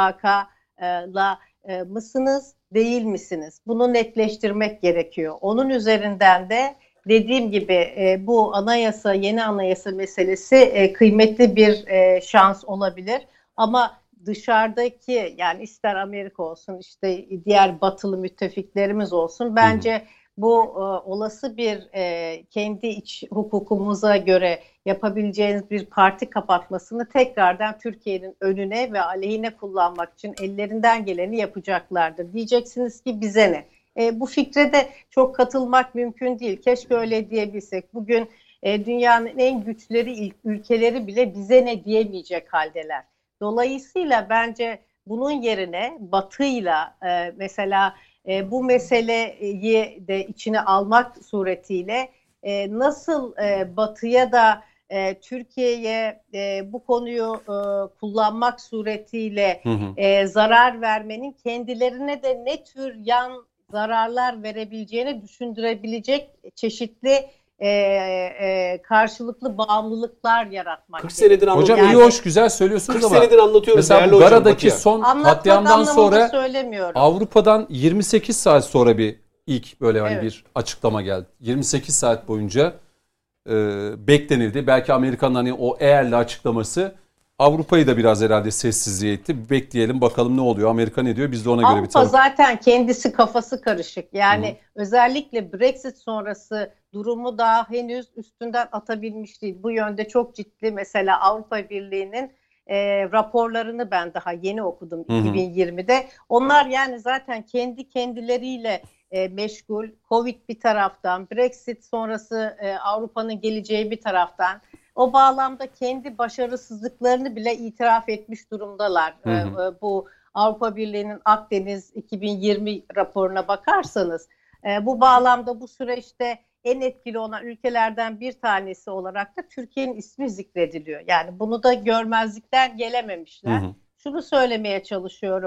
[SPEAKER 3] PKK'la mısınız, değil misiniz? Bunu netleştirmek gerekiyor. Onun üzerinden de dediğim gibi bu yeni anayasa meselesi kıymetli bir şans olabilir. Ama dışarıdaki, yani ister Amerika olsun, işte diğer batılı müttefiklerimiz olsun, bence bu olası bir kendi iç hukukumuza göre yapabileceğiniz bir parti kapatmasını tekrardan Türkiye'nin önüne ve aleyhine kullanmak için ellerinden geleni yapacaklardır. Diyeceksiniz ki bize ne? Bu fikre de çok katılmak mümkün değil. Keşke öyle diyebilsek. Bugün dünyanın en güçleri ülkeleri bile bize ne diyemeyecek haldeler. Dolayısıyla bence bunun yerine Batı'yla mesela bu meseleyi de içine almak suretiyle nasıl Batı'ya da Türkiye'ye bu konuyu kullanmak suretiyle zarar vermenin kendilerine de ne tür yan zararlar verebileceğini düşündürebilecek çeşitli karşılıklı bağımlılıklar yaratmak.
[SPEAKER 4] 40 senedir
[SPEAKER 1] hocam iyi hoş güzel söylüyorsunuz
[SPEAKER 4] 40
[SPEAKER 1] ama
[SPEAKER 4] senedir anlatıyoruz.
[SPEAKER 1] mesela Gara'daki son katliamdan sonra
[SPEAKER 3] söylemiyorum.
[SPEAKER 1] Avrupa'dan 28 saat sonra bir ilk böyle hani bir açıklama geldi. 28 saat boyunca beklenildi. Belki Amerika'nın hani o eğerli açıklaması Avrupa'yı da biraz herhalde sessizliğe etti. Bekleyelim bakalım ne oluyor. Amerika ne diyor? Biz de ona göre bir
[SPEAKER 3] Avrupa zaten kendisi kafası karışık. Yani özellikle Brexit sonrası durumu daha henüz üstünden atabilmiş değil. Bu yönde çok ciddi, mesela Avrupa Birliği'nin raporlarını ben daha yeni okudum 2020'de. Onlar yani zaten kendi kendileriyle meşgul. Covid bir taraftan, Brexit sonrası Avrupa'nın geleceği bir taraftan. O bağlamda kendi başarısızlıklarını bile itiraf etmiş durumdalar. Bu Avrupa Birliği'nin Akdeniz 2020 raporuna bakarsanız bu bağlamda bu süreçte en etkili olan ülkelerden bir tanesi olarak da Türkiye'nin ismi zikrediliyor. Yani bunu da görmezlikten gelememişler. Şunu söylemeye çalışıyorum.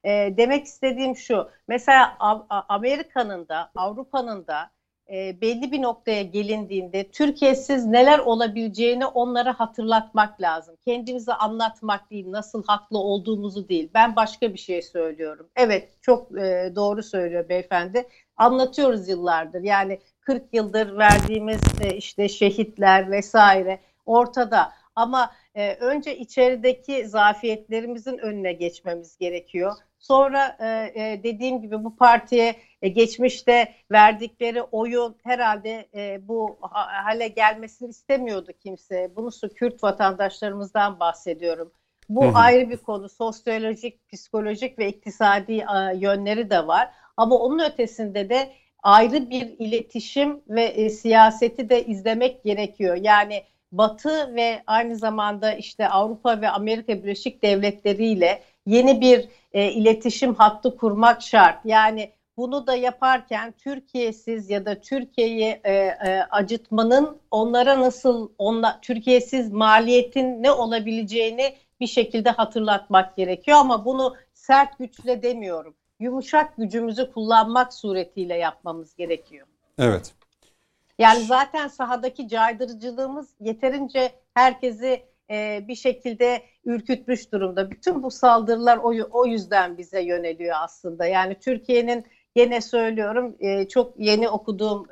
[SPEAKER 3] demek istediğim şu. Mesela Amerika'nın da Avrupa'nın da belli bir noktaya gelindiğinde Türkiye'siz neler olabileceğini onlara hatırlatmak lazım. Kendimizi anlatmak değil, nasıl haklı olduğumuzu değil. Ben başka bir şey söylüyorum. Evet, çok doğru söylüyor beyefendi. Anlatıyoruz yıllardır. Yani 40 yıldır verdiğimiz işte şehitler vesaire ortada. Ama önce içerideki zafiyetlerimizin önüne geçmemiz gerekiyor. Sonra dediğim gibi bu partiye geçmişte verdikleri oyu herhalde bu hale gelmesini istemiyordu kimse. Bunu Kürt vatandaşlarımızdan bahsediyorum. Bu ayrı bir konu. Sosyolojik, psikolojik ve iktisadi yönleri de var. Ama onun ötesinde de ayrı bir iletişim ve siyaseti de izlemek gerekiyor. Yani Batı ve aynı zamanda işte Avrupa ve Amerika Birleşik Devletleri ile yeni bir iletişim hattı kurmak şart. Yani bunu da yaparken Türkiye'siz ya da Türkiye'yi acıtmanın onlara nasıl, Türkiye'siz maliyetin ne olabileceğini bir şekilde hatırlatmak gerekiyor. Ama bunu sert güçle demiyorum. Yumuşak gücümüzü kullanmak suretiyle yapmamız gerekiyor.
[SPEAKER 1] Evet.
[SPEAKER 3] Yani zaten sahadaki caydırıcılığımız yeterince herkesi bir şekilde ürkütmüş durumda. Bütün bu saldırılar o yüzden bize yöneliyor aslında. Yani Türkiye'nin, yine söylüyorum, çok yeni okuduğum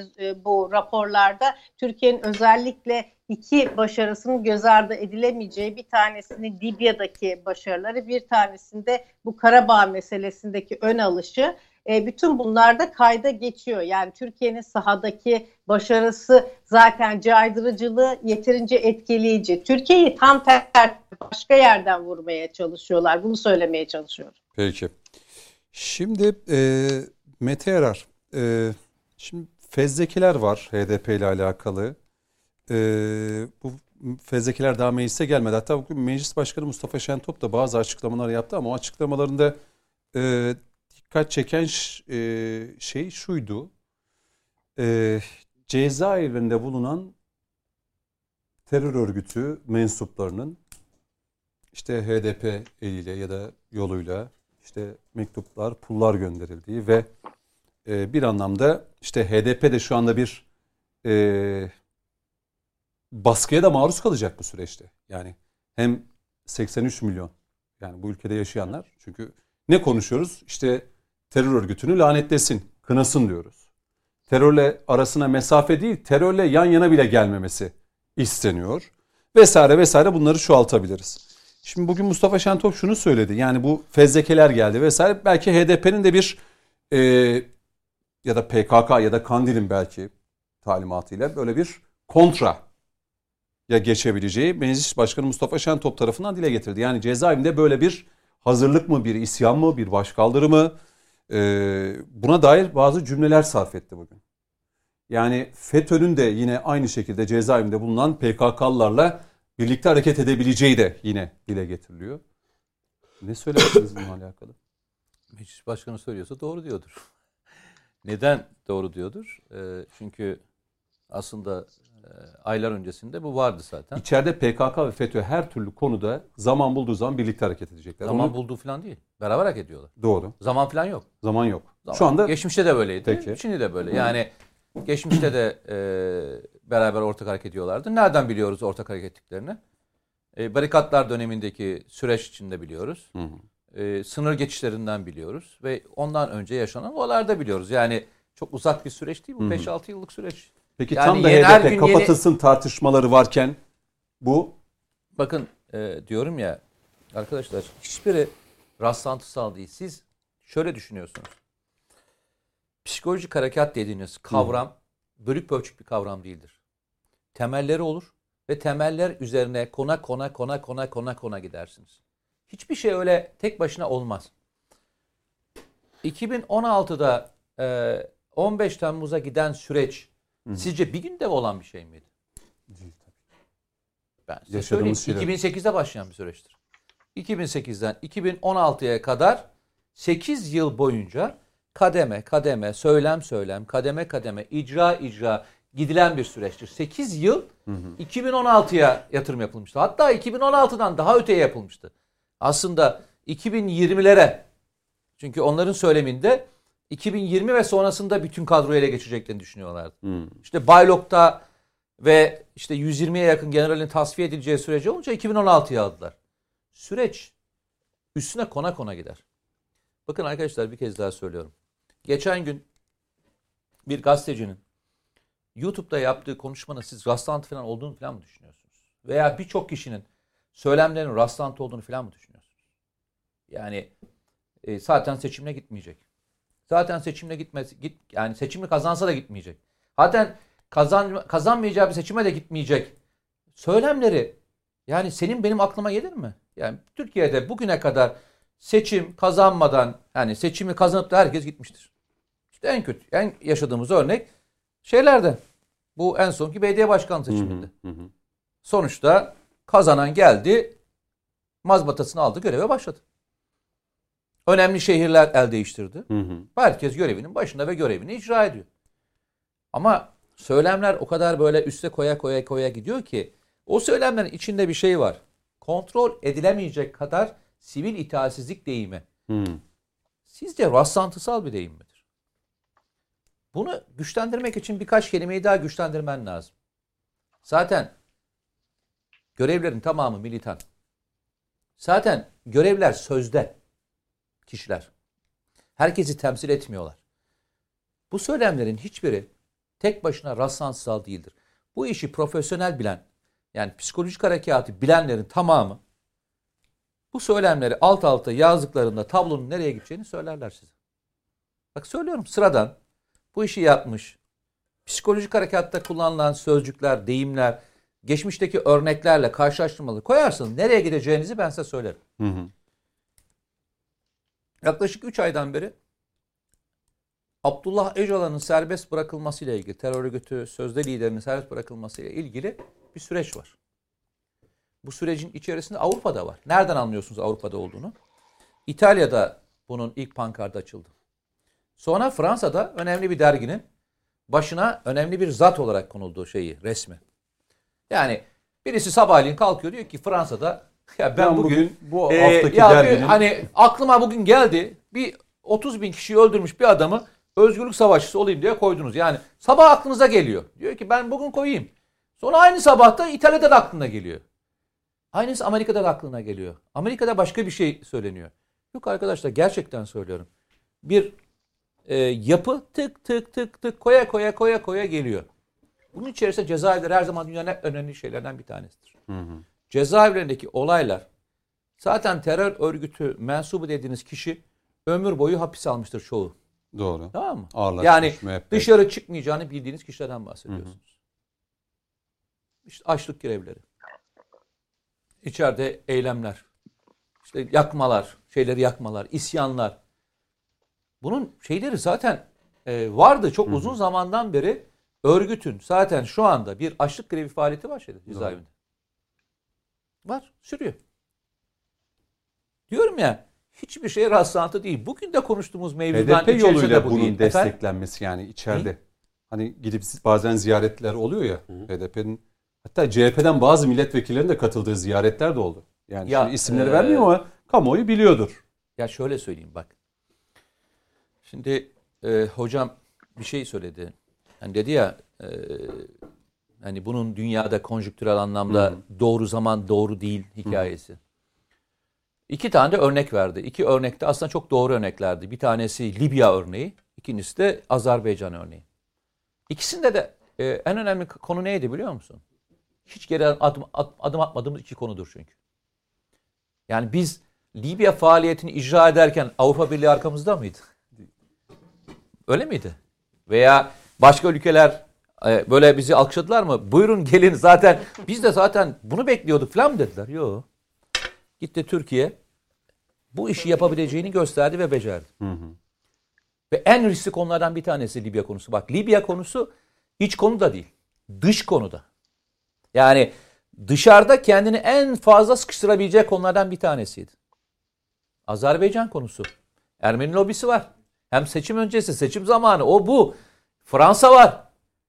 [SPEAKER 3] bu raporlarda Türkiye'nin özellikle iki başarısının göz ardı edilemeyeceği, bir tanesini Libya'daki başarıları, bir tanesinde bu Karabağ meselesindeki ön alışı, bütün bunlar da kayda geçiyor. Yani Türkiye'nin sahadaki başarısı zaten caydırıcılığı yeterince etkileyici. Türkiye'yi tam tersi başka yerden vurmaya çalışıyorlar. Bunu söylemeye çalışıyorum.
[SPEAKER 1] Peki. Şimdi Mete Erar, şimdi fezlekeler var HDP ile alakalı. Bu fezlekeler daha meclise gelmedi. Hatta bugün Meclis Başkanı Mustafa Şentop da bazı açıklamalar yaptı ama o açıklamalarında dikkat çeken şey şuydu. Cezaevinde bulunan terör örgütü mensuplarının işte HDP eliyle ya da yoluyla işte mektuplar, pullar gönderildiği ve bir anlamda işte HDP de şu anda bir baskıya da maruz kalacak bu süreçte. Yani hem 83 milyon, yani bu ülkede yaşayanlar, çünkü ne konuşuyoruz? İşte terör örgütünü lanetlesin, kınasın diyoruz. Terörle arasına mesafe değil, terörle yan yana bile gelmemesi isteniyor. Vesaire vesaire, bunları çoğaltabiliriz. Şimdi bugün Mustafa Şentop şunu söyledi. Yani bu fezlekeler geldi vesaire. Belki HDP'nin de bir ya da PKK ya da Kandil'in belki talimatıyla böyle bir kontra ya geçebileceği Meclis Başkanı Mustafa Şentop tarafından dile getirildi. Yani cezaevinde böyle bir hazırlık mı, bir isyan mı, bir başkaldırı mı? Buna dair bazı cümleler sarf etti bugün. Yani FETÖ'nün de yine aynı şekilde cezaevinde bulunan PKK'lılarla birlikte hareket edebileceği de yine dile getiriliyor. Ne söylersiniz bununla alakalı?
[SPEAKER 2] Meclis Başkanı söylüyorsa doğru diyordur. Neden doğru diyordur? Çünkü aslında aylar öncesinde bu vardı zaten.
[SPEAKER 1] İçeride PKK ve FETÖ her türlü konuda zaman bulduğu zaman birlikte hareket edecekler.
[SPEAKER 2] Zaman bulduğu falan değil. Beraber hareket ediyorlar.
[SPEAKER 1] Doğru.
[SPEAKER 2] Zaman falan yok.
[SPEAKER 1] Zaman yok.
[SPEAKER 2] Zaman.
[SPEAKER 1] Şu anda
[SPEAKER 2] geçmişte de böyleydi.
[SPEAKER 1] Peki.
[SPEAKER 2] Şimdi de böyle. Yani geçmişte de beraber ortak hareket ediyorlardı. Nereden biliyoruz ortak hareket ettiklerini? Barikatlar dönemindeki süreç içinde biliyoruz. Sınır geçişlerinden biliyoruz ve ondan önce yaşanan olaylarda biliyoruz. Yani çok uzak bir süreç değil bu. 5-6 yıllık süreç.
[SPEAKER 1] Peki yani tam da HDP kapatılsın tartışmaları varken bu?
[SPEAKER 2] Bakın diyorum ya arkadaşlar, hiçbiri rastlantısal değil. Siz şöyle düşünüyorsunuz. Psikolojik harekat dediğiniz kavram bölük pörçük bir kavram değildir. Temelleri olur ve temeller üzerine kona gidersiniz. Hiçbir şey öyle tek başına olmaz. 2016'da 15 Temmuz'a giden süreç sizce bir günde olan bir şey miydi?
[SPEAKER 1] Değil tabii.
[SPEAKER 2] Ben size söyleyeyim. 2008'de başlayan bir süreçtir. 2008'den 2016'ya kadar 8 yıl boyunca kademe, söylem, kademe, icra gidilen bir süreçtir. 8 yıl 2016'ya yatırım yapılmıştı. Hatta 2016'dan daha öteye yapılmıştı. Aslında 2020'lere Çünkü onların söyleminde 2020 ve sonrasında bütün kadroyu ele geçireceklerini düşünüyorlardı. İşte Baylok'ta ve işte 120'ye yakın generalin tasfiye edileceği süreci olunca 2016'ya aldılar. Süreç üstüne kona kona gider. Bakın arkadaşlar, bir kez daha söylüyorum. Geçen gün bir gazetecinin YouTube'da yaptığı konuşmanın siz rastlantı falan olduğunu falan mı düşünüyorsunuz? Veya birçok kişinin söylemlerinin rastlantı olduğunu falan mı düşünüyorsunuz? Yani zaten seçimle gitmeyecek. Zaten seçimle yani seçimi kazansa da gitmeyecek. Zaten kazanmayacağı bir seçime de gitmeyecek. Söylemleri yani senin benim aklıma gelir mi? Yani Türkiye'de bugüne kadar seçim kazanmadan, yani seçimi kazanıp da herkes gitmiştir. İşte en kötü, en yaşadığımız örnek şeylerden. Bu en sonki belediye başkanlığı seçiminde. Sonuçta kazanan geldi, mazbatasını aldı, göreve başladı. Önemli şehirler el değiştirdi. Herkes görevinin başında ve görevini icra ediyor. Ama söylemler o kadar böyle üste koya gidiyor ki o söylemlerin içinde bir şey var. Kontrol edilemeyecek kadar sivil itaatsizlik deyimi. Sizce rastlantısal bir deyim midir? Bunu güçlendirmek için birkaç kelimeyi daha güçlendirmen lazım. Zaten görevlerin tamamı militan. Zaten görevler sözde kişiler. Herkesi temsil etmiyorlar. Bu söylemlerin hiçbiri tek başına rastlantısal değildir. Bu işi profesyonel bilen, yani psikolojik harekatı bilenlerin tamamı bu söylemleri alt alta yazdıklarında tablonun nereye gideceğini söylerler size. Bak söylüyorum, sıradan bu işi yapmış, psikolojik harekatta kullanılan sözcükler, deyimler, geçmişteki örneklerle karşılaştırmalı koyarsanız nereye gideceğinizi ben size söylerim. Yaklaşık 3 aydan beri Abdullah Öcalan'ın serbest bırakılmasıyla ilgili, terör örgütü sözde liderinin serbest bırakılmasıyla ilgili bir süreç var. Bu sürecin içerisinde Avrupa'da var. Nereden anlıyorsunuz Avrupa'da olduğunu? İtalya'da bunun ilk pankartı açıldı. Sonra Fransa'da önemli bir derginin başına önemli bir zat olarak konulduğu resmi. Yani birisi sabahleyin kalkıyor, diyor ki Fransa'da ya ben bugün bu haftaki derginin hani aklıma bugün geldi, bir 30 bin kişiyi öldürmüş bir adamı özgürlük savaşçısı olayım diye koydunuz. Yani sabah aklınıza geliyor. Diyor ki ben bugün koyayım. Sonra aynı sabahta İtalya'da da aklına geliyor. Aynısı Amerika'da da aklına geliyor. Amerika'da başka bir şey söyleniyor. Yok arkadaşlar, gerçekten söylüyorum. Bir yapı tık tık tık tık koya geliyor. Bunun içerisinde cezaevleri her zaman dünyanın en önemli şeylerden bir tanesidir. Cezaevlerindeki olaylar, zaten terör örgütü mensubu dediğiniz kişi ömür boyu hapis almıştır çoğu.
[SPEAKER 1] Doğru.
[SPEAKER 2] Tamam mı?
[SPEAKER 1] Yani
[SPEAKER 2] dışarı çıkmayacağını bildiğiniz kişilerden bahsediyorsunuz. İşte açlık grevleri. İçeride eylemler. İşte yakmalar, şeyleri yakmalar, isyanlar. Bunun şeyleri zaten vardı çok uzun zamandan beri. Örgütün zaten şu anda bir açlık grevi faaliyeti var cezaevinde. Var, sürüyor. Diyorum ya, hiçbir şey rastlantı değil. Bugün de konuştuğumuz mevzudan
[SPEAKER 1] HDP yoluyla bunun
[SPEAKER 2] değil.
[SPEAKER 1] desteklenmesi yani içeride. Hani gidip bazen ziyaretler oluyor ya HDP'nin, hatta CHP'den bazı milletvekillerinin de katıldığı ziyaretler de oldu. Yani şimdi isimleri vermiyorum ama kamuoyu biliyordur.
[SPEAKER 2] Ya şöyle söyleyeyim bak. Şimdi hocam bir şey söyledi. Hani dedi ya hani bunun dünyada konjüktürel anlamda doğru zaman doğru değil hikayesi. İki tane de örnek verdi. İki örnek de aslında çok doğru örneklerdi. Bir tanesi Libya örneği, ikincisi de Azerbaycan örneği. İkisinde de en önemli konu neydi biliyor musun? Hiç geri adım atmadığımız iki konudur çünkü. Yani biz Libya faaliyetini icra ederken Avrupa Birliği arkamızda mıydı? Öyle miydi? Veya başka ülkeler böyle bizi alkışladılar mı? Buyurun gelin, zaten biz de zaten bunu bekliyorduk falan mı dediler? Yok. Gitti Türkiye bu işi yapabileceğini gösterdi ve becerdi. Ve en riskli konulardan bir tanesi Libya konusu. Bak, Libya konusu iç konu da değil. Dış konuda. Yani dışarıda kendini en fazla sıkıştırabilecek konulardan bir tanesiydi. Azerbaycan konusu. Ermeni lobisi var. Hem seçim öncesi, seçim zamanı, o bu. Fransa var.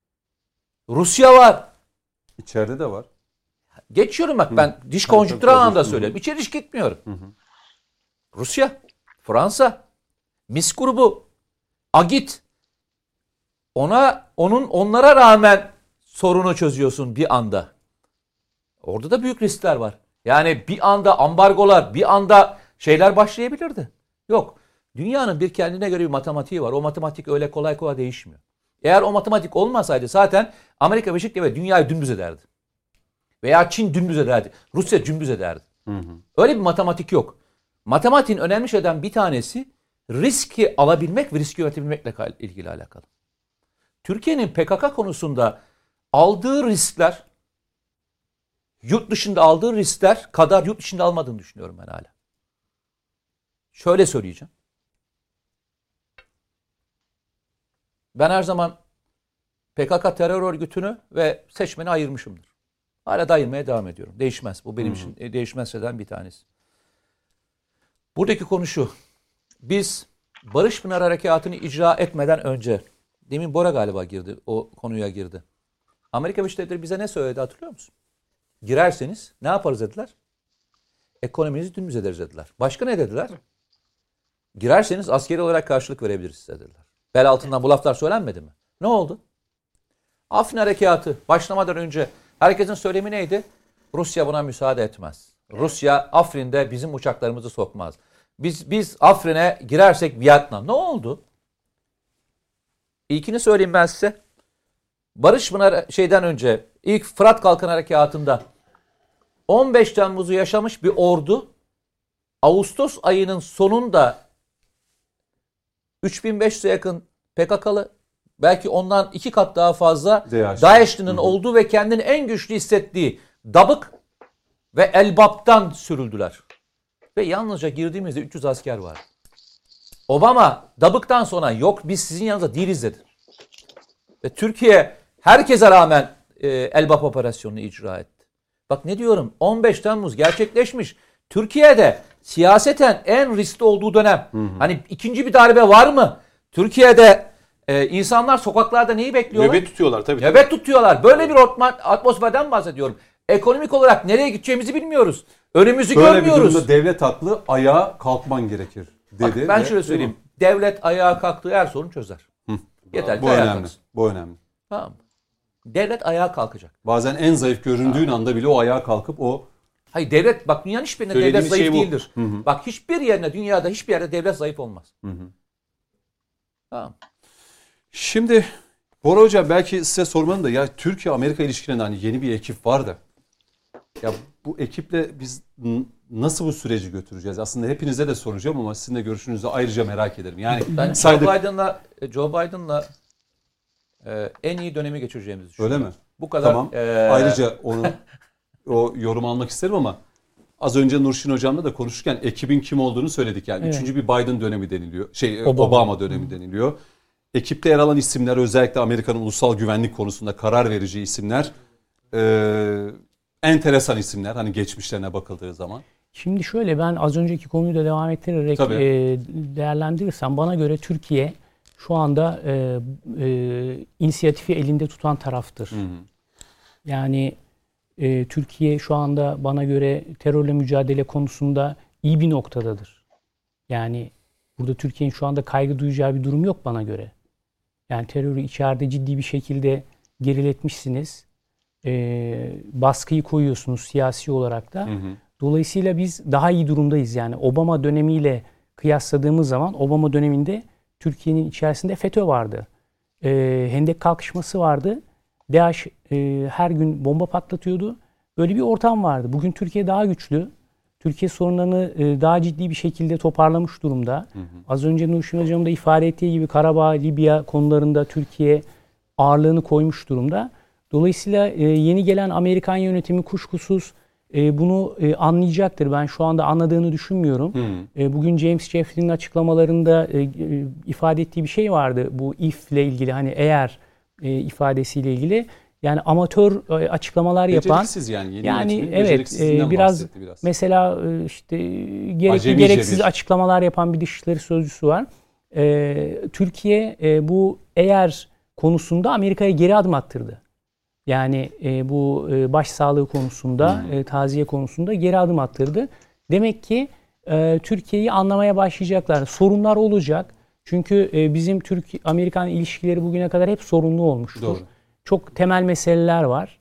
[SPEAKER 2] Rusya var.
[SPEAKER 1] İçeride de var.
[SPEAKER 2] Geçiyorum bak, ben dış konjüktür anlamda söylüyorum. İçeri hiç gitmiyorum. Rusya, Fransa, Mis grubu, Agit. Onlara rağmen sorunu çözüyorsun bir anda. Orada da büyük riskler var. Yani bir anda ambargolar, bir anda şeyler başlayabilirdi. Yok. Dünyanın bir kendine göre bir matematiği var. O matematik öyle kolay kolay değişmiyor. Eğer o matematik olmasaydı zaten Amerika Birleşik Devletleri dünyayı dümdüz ederdi. Veya Çin dümdüz ederdi. Rusya dümdüz ederdi. Öyle bir matematik yok. Matematiğin önemli şeyden bir tanesi riski alabilmek ve riski yönetebilmekle ilgili alakalı. Türkiye'nin PKK konusunda aldığı riskler, yurt dışında aldığı riskler kadar yurt dışında almadığını düşünüyorum ben hala. Şöyle söyleyeceğim. Ben her zaman PKK terör örgütünü ve seçmeni ayırmışımdır. Hala da ayırmaya devam ediyorum. Değişmez. Bu benim için değişmez şeyden bir tanesi. Buradaki konu şu. Biz Barış Pınar Harekatı'nı icra etmeden önce, demin Bora galiba girdi, o konuya girdi. Amerika Birleşik Devletleri bize ne söyledi hatırlıyor musun? Girerseniz ne yaparız dediler? Ekonominizi dümdüz ederiz dediler. Başka ne dediler? Girerseniz askeri olarak karşılık verebiliriz size dediler. Bel altından bu laflar söylenmedi mi? Ne oldu? Afrin Harekatı başlamadan önce herkesin söylemi neydi? Rusya buna müsaade etmez. Rusya Afrin'de bizim uçaklarımızı sokmaz. Biz Afrin'e girersek Vietnam. Ne oldu? İlkini söyleyeyim ben size. Barış Pınar şeyden önce ilk Fırat Kalkan Harekatı'nda 15 Temmuz'u yaşamış bir ordu Ağustos ayının sonunda 3500'e yakın PKK'lı, belki ondan 2 kat daha fazla DAEŞ'linin olduğu ve kendini en güçlü hissettiği Dabık ve Elbap'tan sürüldüler. Ve yalnızca girdiğimizde 300 asker var. Obama Dabık'tan sonra yok biz sizin yanınızda değiliz dedi. Ve Türkiye herkese rağmen Elbap operasyonunu icra etti. Bak ne diyorum, 15 Temmuz gerçekleşmiş. Türkiye'de siyaseten en riskli olduğu dönem. Hani ikinci bir darbe var mı? Türkiye'de insanlar sokaklarda neyi bekliyorlar?
[SPEAKER 4] Nöbet tutuyorlar tabii.
[SPEAKER 2] Nöbet tutuyorlar. Böyle bir atmosferden bahsediyorum. Ekonomik olarak nereye gideceğimizi bilmiyoruz. Önümüzü
[SPEAKER 1] böyle
[SPEAKER 2] görmüyoruz.
[SPEAKER 1] Böyle bir durumda devlet haklı, ayağa kalkman gerekir dedi.
[SPEAKER 2] Bak, ben şöyle söyleyeyim. Devlet ayağa kalktığı her sorun çözer. Yeter ki ayağa kalksın.
[SPEAKER 1] Bu önemli.
[SPEAKER 2] Tamam. Devlet ayağa kalkacak.
[SPEAKER 1] Bazen en zayıf göründüğün anda bile o ayağa kalkıp o...
[SPEAKER 2] Hayır devlet, bak dünyanın hiçbirinde devlet zayıf değildir. Bak hiçbir yerine, dünyada hiçbir yerde devlet zayıf olmaz. Tamam.
[SPEAKER 1] Şimdi Bora Hoca belki size sormanın da ya Türkiye-Amerika ilişkilerinde hani yeni bir ekip var da ya bu ekiple biz nasıl bu süreci götüreceğiz? Aslında hepinize de soracağım ama sizin de görüşünüzü ayrıca merak ederim. Yani
[SPEAKER 2] ben Joe Biden'la en iyi dönemi geçireceğimizi düşünüyorum.
[SPEAKER 1] Öyle mi?
[SPEAKER 2] Bu kadar.
[SPEAKER 1] Tamam. Ayrıca o yorum almak isterim ama az önce Nurşin Hocam'la da konuşurken ekibin kim olduğunu söyledik. Yani evet. Üçüncü bir Biden dönemi deniliyor. Obama dönemi deniliyor. Ekipte yer alan isimler özellikle Amerika'nın ulusal güvenlik konusunda karar verici isimler. Enteresan isimler hani geçmişlerine bakıldığı zaman.
[SPEAKER 5] Şimdi şöyle, ben az önceki konuyu da devam ettirerek değerlendirirsem bana göre Türkiye şu anda inisiyatifi elinde tutan taraftır. Yani Türkiye şu anda bana göre terörle mücadele konusunda iyi bir noktadadır. Yani burada Türkiye'nin şu anda kaygı duyacağı bir durum yok bana göre. Yani terörü içeride ciddi bir şekilde geriletmişsiniz. Baskıyı koyuyorsunuz siyasi olarak da. Dolayısıyla biz daha iyi durumdayız. Yani Obama dönemiyle kıyasladığımız zaman Obama döneminde Türkiye'nin içerisinde FETÖ vardı. Hendek kalkışması vardı. DAEŞ her gün bomba patlatıyordu. Böyle bir ortam vardı. Bugün Türkiye daha güçlü. Türkiye sorunlarını daha ciddi bir şekilde toparlamış durumda. Az önce Nurşin Hocam da ifade ettiği gibi Karabağ, Libya konularında Türkiye ağırlığını koymuş durumda. Dolayısıyla yeni gelen Amerikan yönetimi kuşkusuz bunu anlayacaktır. Ben şu anda anladığını düşünmüyorum. Bugün James Jeffrey'nin açıklamalarında ifade ettiği bir şey vardı. Bu if ile ilgili, hani eğer ifadesiyle ilgili. Yani amatör açıklamalar yapan.
[SPEAKER 1] Beceriksiz yani.
[SPEAKER 5] Yani evet biraz mesela işte gerekli gereksiz açıklamalar yapan bir dışişleri sözcüsü var. Türkiye bu eğer konusunda Amerika'ya geri adım attırdı. Yani bu başsağlığı konusunda, taziye konusunda geri adım attırdı. Demek ki Türkiye'yi anlamaya başlayacaklar. Sorunlar olacak. Çünkü bizim Türk-Amerikan ilişkileri bugüne kadar hep sorunlu olmuştur.
[SPEAKER 1] Doğru.
[SPEAKER 5] Çok temel meseleler var.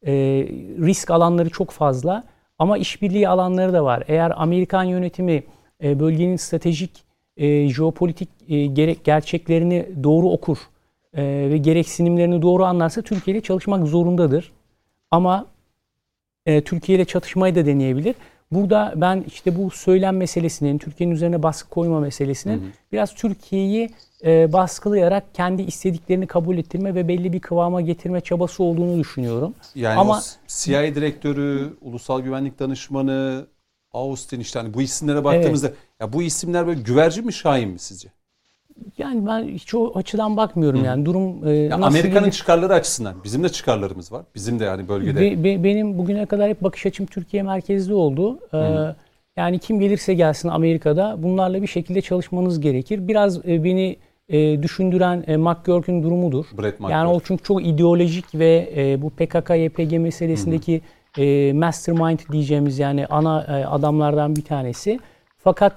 [SPEAKER 5] Risk alanları çok fazla ama işbirliği alanları da var. Eğer Amerikan yönetimi bölgenin stratejik, jeopolitik gerçeklerini doğru okur ve gereksinimlerini doğru anlarsa Türkiye ile çalışmak zorundadır. Ama Türkiye ile çatışmayı da deneyebilir. Burada ben işte bu söylem meselesinin, Türkiye'nin üzerine baskı koyma meselesinin biraz Türkiye'yi baskılayarak kendi istediklerini kabul ettirme ve belli bir kıvama getirme çabası olduğunu düşünüyorum.
[SPEAKER 1] Yani ama CIA direktörü, Ulusal Güvenlik Danışmanı, Austin, işte hani bu isimlere baktığımızda ya bu isimler böyle güvercin mi, şahin mi sizce?
[SPEAKER 5] Yani ben hiç o açıdan bakmıyorum. Yani durum
[SPEAKER 1] Amerika'nın çıkarları açısından bizim de çıkarlarımız var. Bizim de yani bölgede.
[SPEAKER 5] Benim bugüne kadar hep bakış açım Türkiye merkezli oldu. Yani kim gelirse gelsin Amerika'da bunlarla bir şekilde çalışmanız gerekir. Biraz beni düşündüren McGurk'ün durumudur. Yani o çünkü çok ideolojik ve bu PKK-YPG meselesindeki mastermind diyeceğimiz yani ana adamlardan bir tanesi. Fakat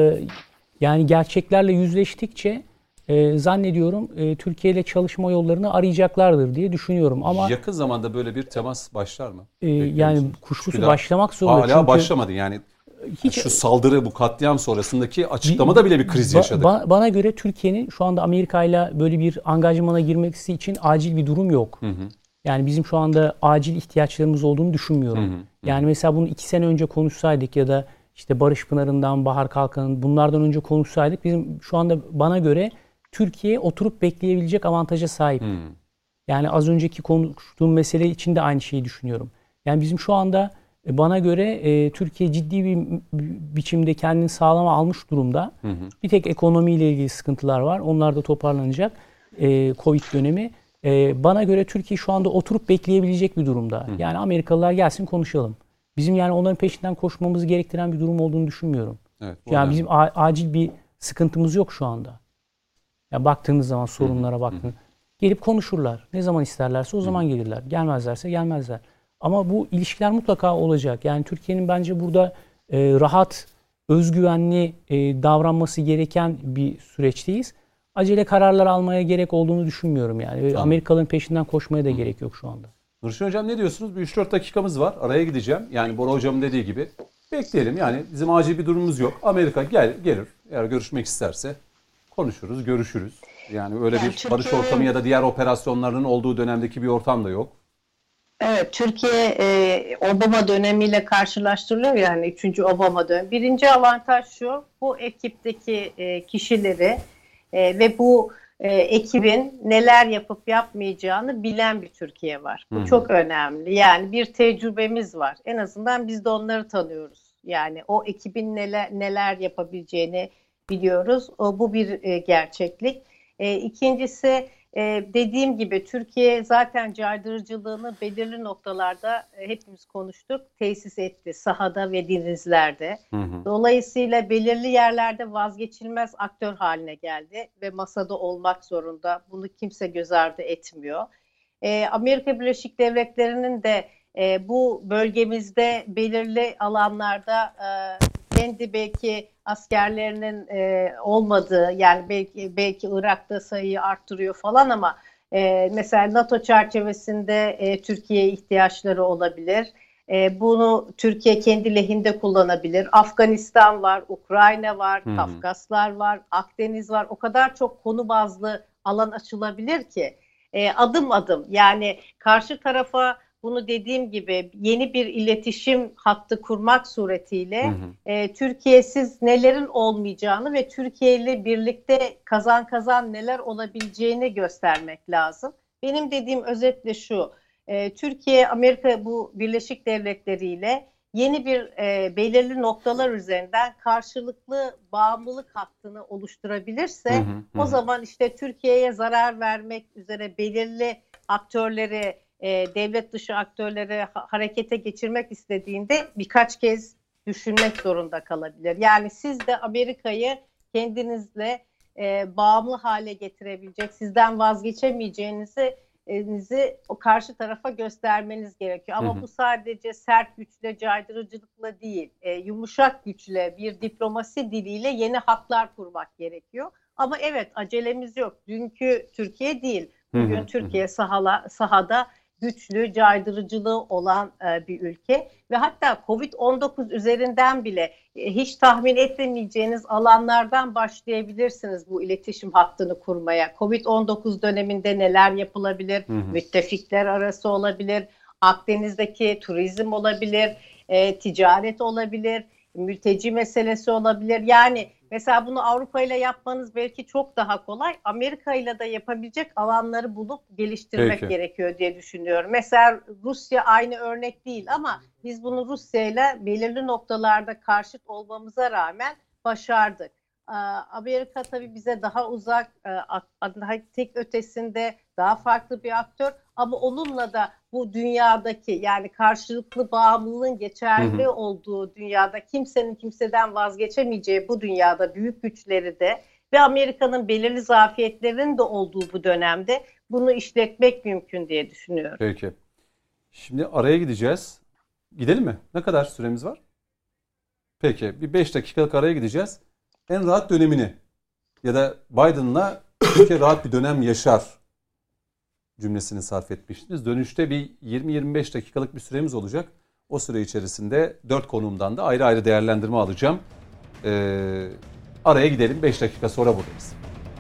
[SPEAKER 5] yani gerçeklerle yüzleştikçe zannediyorum Türkiye ile çalışma yollarını arayacaklardır diye düşünüyorum. Ama
[SPEAKER 1] yakın zamanda böyle bir temas başlar mı?
[SPEAKER 5] Yani kuşkusuz başlamak zorunda.
[SPEAKER 1] Hala çünkü başlamadı yani. Hiç, şu saldırı, bu katliam sonrasındaki açıklamada bile bir kriz yaşadık.
[SPEAKER 5] Bana göre Türkiye'nin şu anda Amerika ile böyle bir angajmana girmesi için acil bir durum yok. Yani bizim şu anda acil ihtiyaçlarımız olduğunu düşünmüyorum. Yani mesela bunu 2 sene önce konuşsaydık ya da işte Barış Pınar'ından, Bahar Kalkan'ın bunlardan önce konuşsaydık bizim şu anda bana göre Türkiye oturup bekleyebilecek avantaja sahip. Yani az önceki konuştuğum mesele için de aynı şeyi düşünüyorum. Yani bizim şu anda bana göre Türkiye ciddi bir biçimde kendini sağlama almış durumda. Bir tek ekonomiyle ilgili sıkıntılar var. Onlar da toparlanacak. Covid dönemi. Bana göre Türkiye şu anda oturup bekleyebilecek bir durumda. Yani Amerikalılar gelsin konuşalım. Bizim yani onların peşinden koşmamızı gerektiren bir durum olduğunu düşünmüyorum.
[SPEAKER 1] Evet,
[SPEAKER 5] yani bizim acil bir sıkıntımız yok şu anda. Yani baktığınız zaman sorunlara baktığınız. Gelip konuşurlar. Ne zaman isterlerse o zaman gelirler. Gelmezlerse gelmezler. Ama bu ilişkiler mutlaka olacak. Yani Türkiye'nin bence burada rahat, özgüvenli davranması gereken bir süreçteyiz. Acele kararlar almaya gerek olduğunu düşünmüyorum yani. Amerikalıların peşinden koşmaya da gerek yok şu anda.
[SPEAKER 1] Nurşin Hocam ne diyorsunuz? Bir 3-4 dakikamız var. Araya gideceğim. Yani Bora Hocam'ın dediği gibi bekleyelim. Yani bizim acil bir durumumuz yok. Amerika gelir. Eğer görüşmek isterse konuşuruz, görüşürüz. Yani öyle yani bir barış ortamı ya da diğer operasyonların olduğu dönemdeki bir ortam da yok.
[SPEAKER 3] Evet, Türkiye Obama dönemiyle karşılaştırılıyor yani 3. Obama dönemi. Birinci avantaj şu, bu ekipteki kişileri ve bu ekibin neler yapıp yapmayacağını bilen bir Türkiye var. Bu çok önemli. Yani bir tecrübemiz var. En azından biz de onları tanıyoruz. Yani o ekibin neler yapabileceğini biliyoruz. Bu bir gerçeklik. İkincisi, dediğim gibi Türkiye zaten caydırıcılığını belirli noktalarda hepimiz konuştuk, tesis etti sahada ve denizlerde. Dolayısıyla belirli yerlerde vazgeçilmez aktör haline geldi ve masada olmak zorunda. Bunu kimse göz ardı etmiyor. Amerika Birleşik Devletleri'nin de bu bölgemizde belirli alanlarda kendi belki askerlerinin olmadığı, yani belki Irak'ta sayıyı arttırıyor falan ama mesela NATO çerçevesinde Türkiye'ye ihtiyaçları olabilir. Bunu Türkiye kendi lehinde kullanabilir. Afganistan var, Ukrayna var, Kafkaslar var, Akdeniz var. O kadar çok konu bazlı alan açılabilir ki adım adım, yani karşı tarafa bunu dediğim gibi yeni bir iletişim hattı kurmak suretiyle Türkiye'siz nelerin olmayacağını ve Türkiye ile birlikte kazan kazan neler olabileceğini göstermek lazım. Benim dediğim özetle şu, Türkiye, Amerika bu Birleşik Devletleri ile yeni bir belirli noktalar üzerinden karşılıklı bağımlılık hattını oluşturabilirse o zaman işte Türkiye'ye zarar vermek üzere belirli aktörleri, devlet dışı aktörleri harekete geçirmek istediğinde birkaç kez düşünmek zorunda kalabilir. Yani siz de Amerika'yı kendinizle bağımlı hale getirebilecek, sizden vazgeçemeyeceğinizi o karşı tarafa göstermeniz gerekiyor. Ama bu sadece sert güçle, caydırıcılıkla değil, yumuşak güçle, bir diplomasi diliyle yeni hatlar kurmak gerekiyor. Ama evet, acelemiz yok. Dünkü Türkiye değil. Bugün Türkiye sahada güçlü, caydırıcılığı olan bir ülke ve hatta Covid-19 üzerinden bile hiç tahmin etmeyeceğiniz alanlardan başlayabilirsiniz bu iletişim hattını kurmaya. Covid-19 döneminde neler yapılabilir? Müttefikler arası olabilir, Akdeniz'deki turizm olabilir, ticaret olabilir, mülteci meselesi olabilir. Yani mesela bunu Avrupa ile yapmanız belki çok daha kolay. Amerika ile de yapabilecek alanları bulup geliştirmek gerekiyor diye düşünüyorum. Mesela Rusya aynı örnek değil ama biz bunu Rusya ile belirli noktalarda karşıt olmamıza rağmen başardık. Amerika tabii bize daha uzak, daha tek ötesinde daha farklı bir aktör ama onunla da bu dünyadaki yani karşılıklı bağımlılığın geçerli olduğu dünyada kimsenin kimseden vazgeçemeyeceği bu dünyada büyük güçleri de ve Amerika'nın belirli zafiyetlerinin de olduğu bu dönemde bunu işletmek mümkün diye düşünüyorum.
[SPEAKER 1] Peki. Şimdi araya gideceğiz. Gidelim mi? Ne kadar süremiz var? Peki. Bir 5 dakikalık araya gideceğiz. En rahat dönemini ya da Biden'la Türkiye rahat bir dönem yaşar cümlesini sarf etmiştiniz. Dönüşte bir 20-25 dakikalık bir süremiz olacak. O süre içerisinde 4 konuğumdan da ayrı ayrı değerlendirme alacağım. Araya gidelim. 5 dakika sonra buradayız.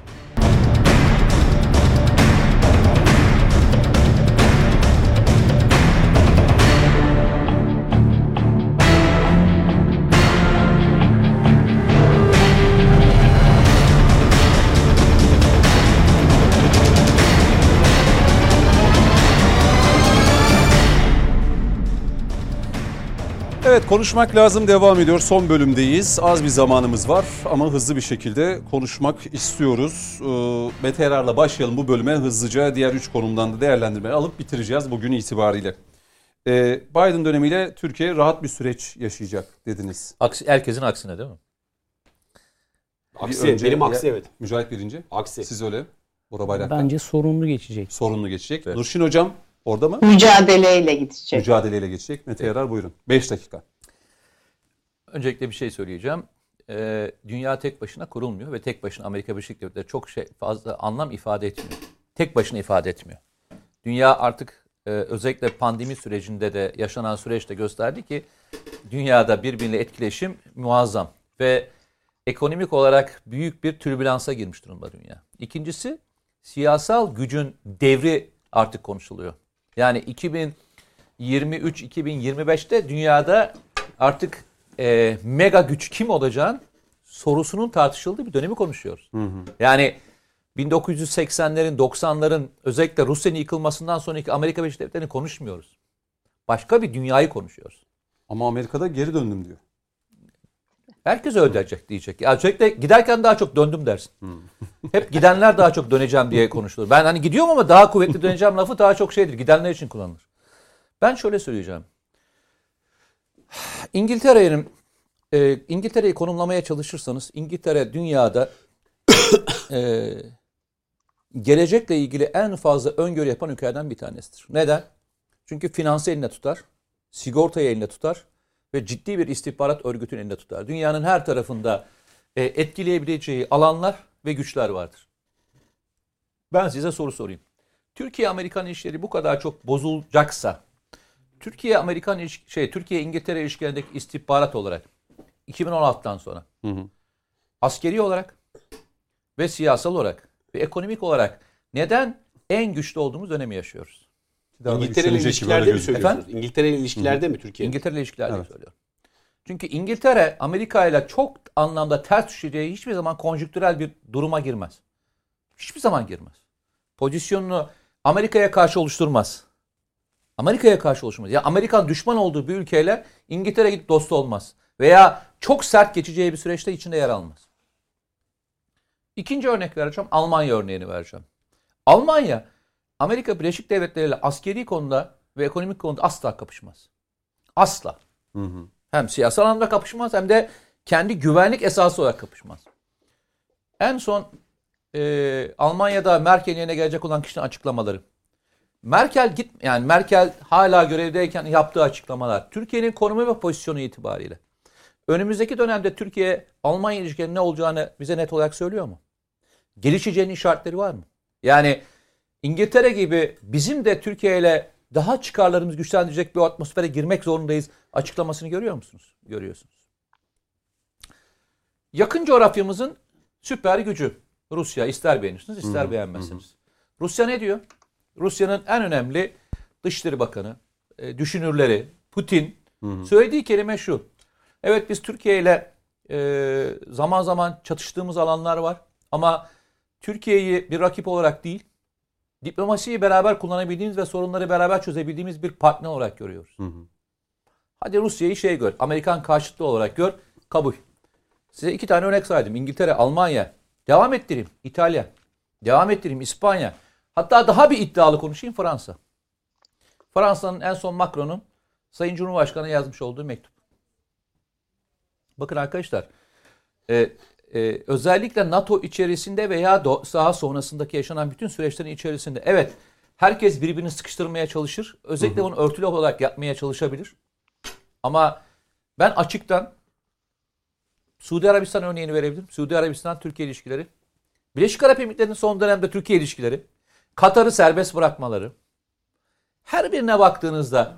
[SPEAKER 1] Evet, konuşmak lazım devam ediyor. Son bölümdeyiz. Az bir zamanımız var ama hızlı bir şekilde konuşmak istiyoruz. Mete Yarar'la başlayalım bu bölüme. Hızlıca diğer 3 konumdan da değerlendirmeyi alıp bitireceğiz bugün itibariyle. Biden dönemiyle Türkiye rahat bir süreç yaşayacak dediniz.
[SPEAKER 2] Herkesin aksine değil mi?
[SPEAKER 4] Benim aksi evet.
[SPEAKER 1] Mücahit birinci.
[SPEAKER 4] Aksi.
[SPEAKER 1] Siz öyle. Bora Bayraktar.
[SPEAKER 5] Bence sorunlu geçecek.
[SPEAKER 1] Sorunlu geçecek.
[SPEAKER 2] Evet.
[SPEAKER 1] Nurşin Hocam orada mı?
[SPEAKER 3] Mücadeleyle gidecek.
[SPEAKER 1] Mücadeleyle geçecek. Mete Yarar buyurun. 5 dakika.
[SPEAKER 2] Öncelikle bir şey söyleyeceğim. Dünya tek başına kurulmuyor ve tek başına Amerika Birleşik Devletleri çok fazla anlam ifade etmiyor. Tek başına ifade etmiyor. Dünya artık özellikle pandemi sürecinde de yaşanan süreçte gösterdi ki dünyada birbiriyle etkileşim muazzam ve ekonomik olarak büyük bir türbülansa girmiş durumda dünya. İkincisi siyasal gücün devri artık konuşuluyor. Yani 2023-2025'te dünyada artık mega güç kim olacağın sorusunun tartışıldığı bir dönemi konuşuyoruz. Yani 1980'lerin 90'ların özellikle Rusya'nın yıkılmasından sonraki Amerika Birleşik Devletleri'ni konuşmuyoruz. Başka bir dünyayı konuşuyoruz.
[SPEAKER 1] Ama Amerika'da geri döndüm diyor.
[SPEAKER 2] Herkes öyle diyecek. Ya özellikle giderken daha çok döndüm dersin. Hep gidenler daha çok döneceğim diye konuşulur. Ben hani gidiyorum ama daha kuvvetli döneceğim lafı daha çok şeydir. Gidenler için kullanılır. Ben şöyle söyleyeceğim. İngiltere'yi konumlamaya çalışırsanız İngiltere dünyada gelecekle ilgili en fazla öngörü yapan ülkelerden bir tanesidir. Neden? Çünkü finansı elinde tutar, sigortayı elinde tutar ve ciddi bir istihbarat örgütünün elinde tutar. Dünyanın her tarafında etkileyebileceği alanlar ve güçler vardır. Ben size soru sorayım. Türkiye-Amerikan ilişkileri bu kadar çok bozulacaksa, Türkiye-İngiltere ilişkilerindeki istihbarat olarak 2016'dan sonra askeri olarak ve siyasal olarak ve ekonomik olarak neden en güçlü olduğumuz dönemi yaşıyoruz?
[SPEAKER 4] İngiltere ile ilişkilerde mi söylüyorsunuz? İngiltere ile ilişkilerde mi Türkiye?
[SPEAKER 2] İngiltere ile ilişkilerde söylüyorum. Çünkü İngiltere Amerika ile çok anlamda ters düşeceği hiçbir zaman konjüktürel bir duruma girmez. Hiçbir zaman girmez. Pozisyonunu Amerika'ya karşı oluşturmaz. Ya Amerikan düşman olduğu bir ülkeyle İngiltere gidip dost olmaz. Veya çok sert geçeceği bir süreçte içinde yer almaz. İkinci örnek vereceğim. Almanya örneğini vereceğim. Almanya Amerika Birleşik Devletleri ile askeri konuda ve ekonomik konuda asla kapışmaz. Asla. Hem siyasal anlamda kapışmaz hem de kendi güvenlik esası olarak kapışmaz. En son Almanya'da Merkel'in yerine gelecek olan kişinin açıklamaları. Merkel hala görevdeyken yaptığı açıklamalar. Türkiye'nin konumu ve pozisyonu itibariyle. Önümüzdeki dönemde Türkiye Almanya ilişkilerinin ne olacağını bize net olarak söylüyor mu? gelişeceğinin işaretleri var mı? Yani İngiltere gibi bizim de Türkiye ile daha çıkarlarımız güçlendirecek bir atmosfere girmek zorundayız açıklamasını görüyor musunuz? Görüyorsunuz. Yakın coğrafyamızın süper gücü Rusya, ister beğenirsiniz ister beğenmezsiniz. Rusya ne diyor? Rusya'nın en önemli Dışişleri Bakanı, düşünürleri, Putin söylediği kelime şu. Evet biz Türkiye ile zaman zaman çatıştığımız alanlar var ama Türkiye'yi bir rakip olarak değil, diplomasiyi beraber kullanabildiğimiz ve sorunları beraber çözebildiğimiz bir partner olarak görüyoruz. Hadi Rusya'yı gör, Amerikan karşıtı olarak gör, kabul. Size 2 tane örnek saydım. İngiltere, Almanya, devam ettireyim İtalya, devam ettireyim İspanya. Hatta daha bir iddialı konuşayım Fransa. Fransa'nın en son Macron'un Sayın Cumhurbaşkanı'na yazmış olduğu mektup. Bakın arkadaşlar, özellikle NATO içerisinde veya daha sonrasındaki yaşanan bütün süreçlerin içerisinde evet herkes birbirini sıkıştırmaya çalışır. Özellikle bunu örtülü olarak yapmaya çalışabilir. Ama ben açıktan Suudi Arabistan örneğini verebilirim. Suudi Arabistan-Türkiye ilişkileri. Birleşik Arap Emirlikleri'nin son dönemde Türkiye ilişkileri. Katar'ı serbest bırakmaları. Her birine baktığınızda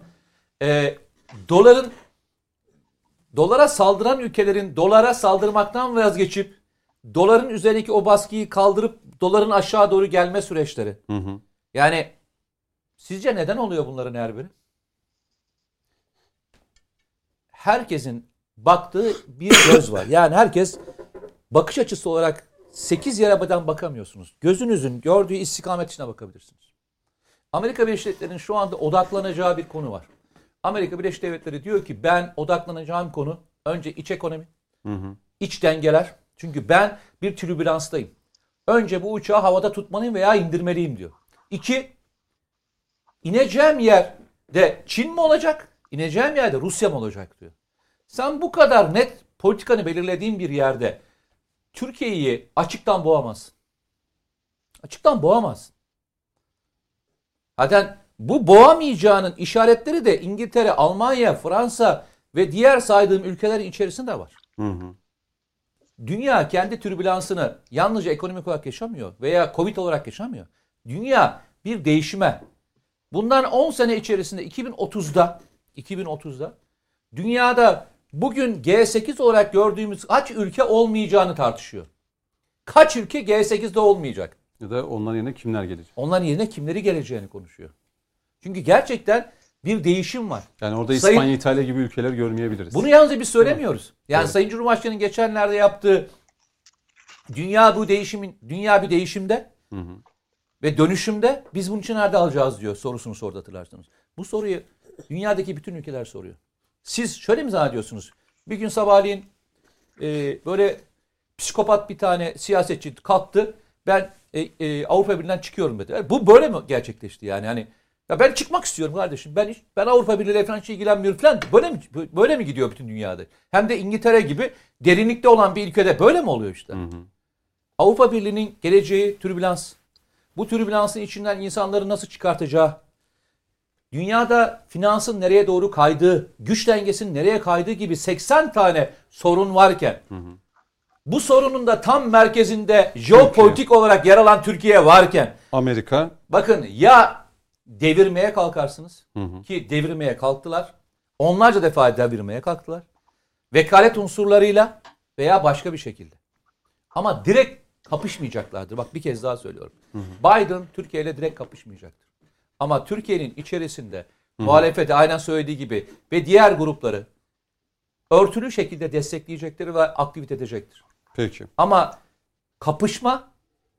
[SPEAKER 2] dolara saldıran ülkelerin dolara saldırmaktan vazgeçip doların üzerindeki o baskıyı kaldırıp doların aşağı doğru gelme süreçleri. Yani sizce neden oluyor bunların her biri? Herkesin baktığı bir göz var. Yani herkes bakış açısı olarak 8 yere bakamıyorsunuz. Gözünüzün gördüğü istikamet içine bakabilirsiniz. Amerika Birleşik Devletleri'nin şu anda odaklanacağı bir konu var. Amerika Birleşik Devletleri diyor ki ben odaklanacağım konu önce iç ekonomi, iç dengeler. Çünkü ben bir türbülanstayım. Önce bu uçağı havada tutmalıyım veya indirmeliyim diyor. 2, ineceğim yerde Çin mi olacak, ineceğim yerde Rusya mı olacak diyor. Sen bu kadar net politikanı belirlediğin bir yerde Türkiye'yi açıktan boğamazsın. Açıktan boğamazsın. Zaten bu boğamayacağının işaretleri de İngiltere, Almanya, Fransa ve diğer saydığım ülkelerin içerisinde var. Dünya kendi türbülansını yalnızca ekonomik olarak yaşamıyor veya Covid olarak yaşamıyor. Dünya bir değişime. Bundan 10 sene içerisinde 2030'da dünyada bugün G8 olarak gördüğümüz kaç ülke olmayacağını tartışıyor. Kaç ülke G8'de olmayacak?
[SPEAKER 1] Ya da onların yerine kimler gelecek?
[SPEAKER 2] Onların yerine kimleri geleceğini konuşuyor. Çünkü gerçekten bir değişim var.
[SPEAKER 1] Yani orada İspanya, İtalya gibi ülkeler görmeyebiliriz.
[SPEAKER 2] Bunu yalnızca biz söylemiyoruz. Yani evet. Sayın Cumhurbaşkanı'nın geçenlerde yaptığı dünya bir değişimde ve dönüşümde biz bunun için nerede alacağız diyor sorusunu sordu hatırlarsanız. Bu soruyu dünyadaki bütün ülkeler soruyor. Siz şöyle mi zannediyorsunuz? Bir gün sabahleyin böyle psikopat bir tane siyasetçi kalktı. Ben Avrupa Birliği'nden çıkıyorum dedi. Bu böyle mi gerçekleşti yani? Hani ya ben çıkmak istiyorum kardeşim. Ben Avrupa Birliği'yle falan hiç ilgilenmiyorum falan. Böyle mi gidiyor bütün dünyada? Hem de İngiltere gibi derinlikte olan bir ülkede böyle mi oluyor işte? Avrupa Birliği'nin geleceği türbülans. Bu türbülansın içinden insanları nasıl çıkartacağı, dünyada finansın nereye doğru kaydığı, güç dengesinin nereye kaydığı gibi 80 tane sorun varken bu sorunun da tam merkezinde jeopolitik olarak yer alan Türkiye varken
[SPEAKER 1] Amerika.
[SPEAKER 2] Bakın ya devirmeye kalkarsınız ki devirmeye kalktılar. Onlarca defa devirmeye kalktılar. Vekalet unsurlarıyla veya başka bir şekilde. Ama direkt kapışmayacaklardır. Bak bir kez daha söylüyorum. Biden Türkiye ile direkt kapışmayacaktır. Ama Türkiye'nin içerisinde muhalefeti aynen söylediği gibi ve diğer grupları örtülü şekilde destekleyecektir ve aktivite edecektir.
[SPEAKER 1] Peki.
[SPEAKER 2] Ama kapışma,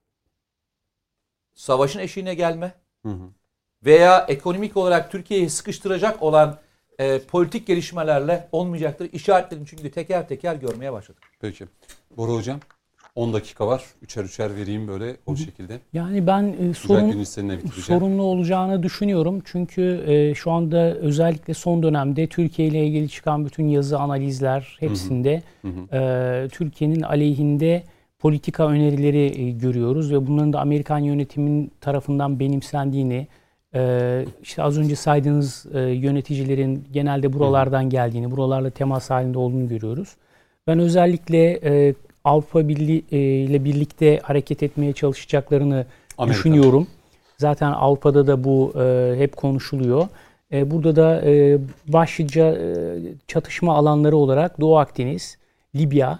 [SPEAKER 2] savaşın eşiğine gelme veya ekonomik olarak Türkiye'yi sıkıştıracak olan politik gelişmelerle olmayacaktır. İşaretlerini çünkü teker teker görmeye başladık.
[SPEAKER 1] Peki. Bora Hocam 10 dakika var. Üçer vereyim böyle o şekilde.
[SPEAKER 5] Yani ben sorunlu olacağını düşünüyorum. Çünkü şu anda özellikle son dönemde Türkiye ile ilgili çıkan bütün yazı analizler hepsinde Türkiye'nin aleyhinde politika önerileri görüyoruz ve bunların da Amerikan yönetimin tarafından benimsendiğini, işte az önce saydığınız yöneticilerin genelde buralardan geldiğini, buralarla temas halinde olduğunu görüyoruz. Ben özellikle Avrupa Birliği ile birlikte hareket etmeye çalışacaklarını düşünüyorum. Zaten Avrupa'da da bu hep konuşuluyor. Burada da başlıca çatışma alanları olarak Doğu Akdeniz, Libya,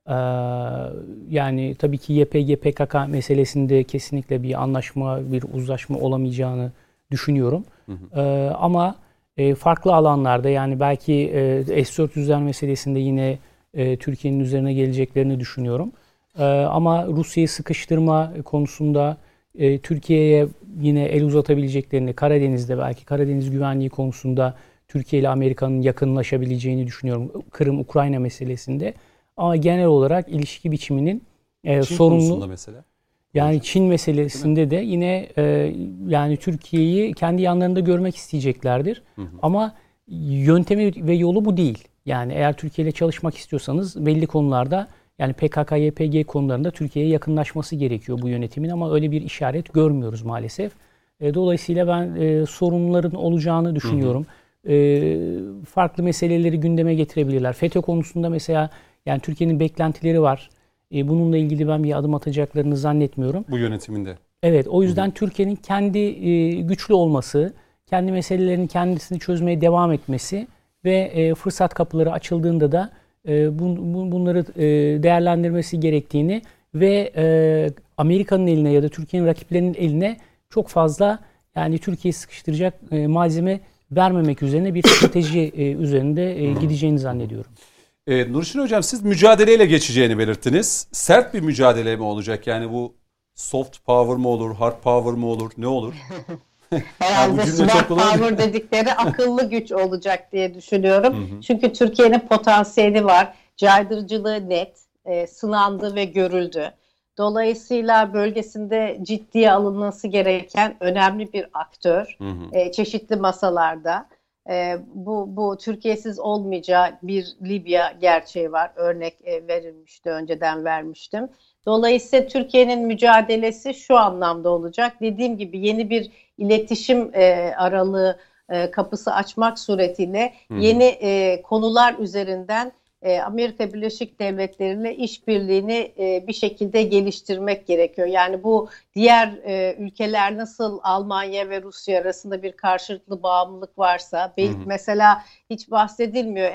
[SPEAKER 5] yani tabii ki YPG, PKK meselesinde kesinlikle bir anlaşma, bir uzlaşma olamayacağını düşünüyorum. Ama farklı alanlarda, yani belki S-400'ler meselesinde yine Türkiye'nin üzerine geleceklerini düşünüyorum. Ama Rusya'yı sıkıştırma konusunda Türkiye'ye yine el uzatabileceklerini, Karadeniz'de belki Karadeniz güvenliği konusunda Türkiye ile Amerika'nın yakınlaşabileceğini düşünüyorum. Kırım-Ukrayna meselesinde. Ama genel olarak ilişki biçiminin sorunlu.
[SPEAKER 1] Mesela.
[SPEAKER 5] Yani Çin meselesinde de yine yani Türkiye'yi kendi yanlarında görmek isteyeceklerdir. Ama yöntemi ve yolu bu değil. Yani eğer Türkiye ile çalışmak istiyorsanız belli konularda, yani PKK, YPG konularında Türkiye'ye yakınlaşması gerekiyor bu yönetimin, ama öyle bir işaret görmüyoruz maalesef. Dolayısıyla ben sorunların olacağını düşünüyorum. Farklı meseleleri gündeme getirebilirler. FETÖ konusunda mesela, yani Türkiye'nin beklentileri var. Bununla ilgili ben bir adım atacaklarını zannetmiyorum.
[SPEAKER 1] Bu yönetiminde.
[SPEAKER 5] Evet, o yüzden Türkiye'nin kendi güçlü olması, kendi meselelerini kendisini çözmeye devam etmesi ve fırsat kapıları açıldığında da bunları değerlendirmesi gerektiğini ve Amerika'nın eline ya da Türkiye'nin rakiplerinin eline çok fazla, yani Türkiye'yi sıkıştıracak malzeme vermemek üzerine bir strateji üzerinde gideceğini zannediyorum.
[SPEAKER 1] Nurşin Hocam, siz mücadeleyle geçeceğini belirttiniz. Sert bir mücadele mi olacak? Yani bu soft power mı olur, hard power mı olur, ne olur?
[SPEAKER 3] Herhalde smart power dedikleri akıllı güç olacak diye düşünüyorum. Çünkü Türkiye'nin potansiyeli var. Caydırıcılığı net, sınandı ve görüldü. Dolayısıyla bölgesinde ciddiye alınması gereken önemli bir aktör. Çeşitli masalarda. Bu Türkiye'siz olmayacağı bir Libya gerçeği var. Örnek verilmişti, önceden vermiştim. Dolayısıyla Türkiye'nin mücadelesi şu anlamda olacak. Dediğim gibi yeni bir iletişim aralığı kapısı açmak suretiyle yeni konular üzerinden Amerika Birleşik Devletleri ile işbirliğini bir şekilde geliştirmek gerekiyor. Yani bu diğer ülkeler, nasıl Almanya ve Rusya arasında bir karşılıklı bağımlılık varsa, mesela hiç bahsedilmiyor.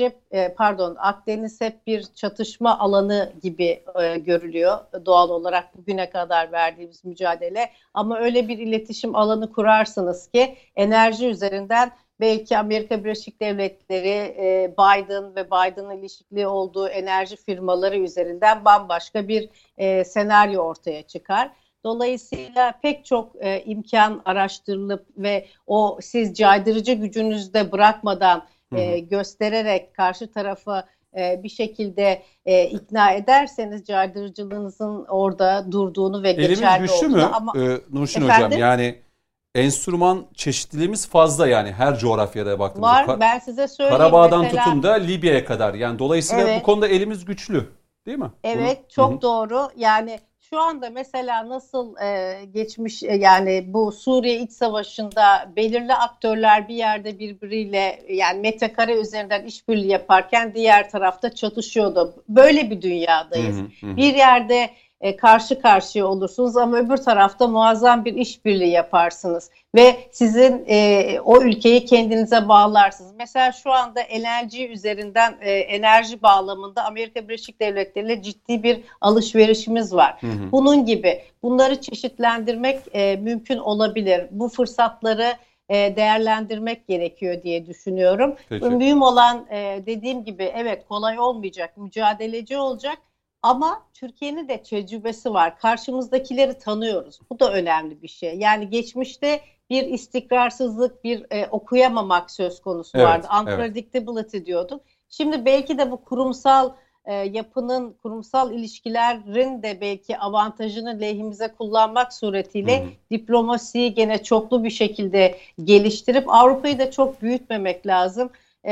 [SPEAKER 3] Akdeniz hep bir çatışma alanı gibi görülüyor doğal olarak bugüne kadar verdiğimiz mücadele. Ama öyle bir iletişim alanı kurarsınız ki enerji üzerinden belki Amerika Birleşik Devletleri, Biden ve Biden'ın ilişkili olduğu enerji firmaları üzerinden bambaşka bir senaryo ortaya çıkar. Dolayısıyla pek çok imkan araştırılıp ve siz caydırıcı gücünüzde bırakmadan göstererek karşı tarafı bir şekilde ikna ederseniz caydırıcılığınızın orada durduğunu ve geçerli olduğunu.
[SPEAKER 1] Elimiz güçlü mü Nurşin Hocam? Yani enstrüman çeşitliliğimiz fazla, yani her coğrafyada baktığımızda.
[SPEAKER 3] Var, ben size söyleyeyim.
[SPEAKER 1] Karabağ'dan tutun da Libya'ya kadar. Yani dolayısıyla bu konuda elimiz güçlü, değil mi?
[SPEAKER 3] Evet, çok doğru. Yani şu anda mesela nasıl geçmiş, yani bu Suriye İç Savaşı'nda belirli aktörler bir yerde birbiriyle, yani metrekare üzerinden işbirliği yaparken diğer tarafta çatışıyordu. Böyle bir dünyadayız. Bir yerde karşı karşıya olursunuz ama öbür tarafta muazzam bir işbirliği yaparsınız ve sizin o ülkeyi kendinize bağlarsınız. Mesela şu anda enerji üzerinden, enerji bağlamında Amerika Birleşik Devletleri ile ciddi bir alışverişimiz var. Bunun gibi bunları çeşitlendirmek mümkün olabilir. Bu fırsatları değerlendirmek gerekiyor diye düşünüyorum. Mühim olan, dediğim gibi, evet, kolay olmayacak, mücadeleci olacak. Ama Türkiye'nin de tecrübesi var. Karşımızdakileri tanıyoruz. Bu da önemli bir şey. Yani geçmişte bir istikrarsızlık, bir okuyamamak söz konusu vardı. Unpredictability diyorduk. Şimdi belki de bu kurumsal yapının, kurumsal ilişkilerin de belki avantajını lehimize kullanmak suretiyle diplomasiyi gene çoklu bir şekilde geliştirip Avrupa'yı da çok büyütmemek lazım.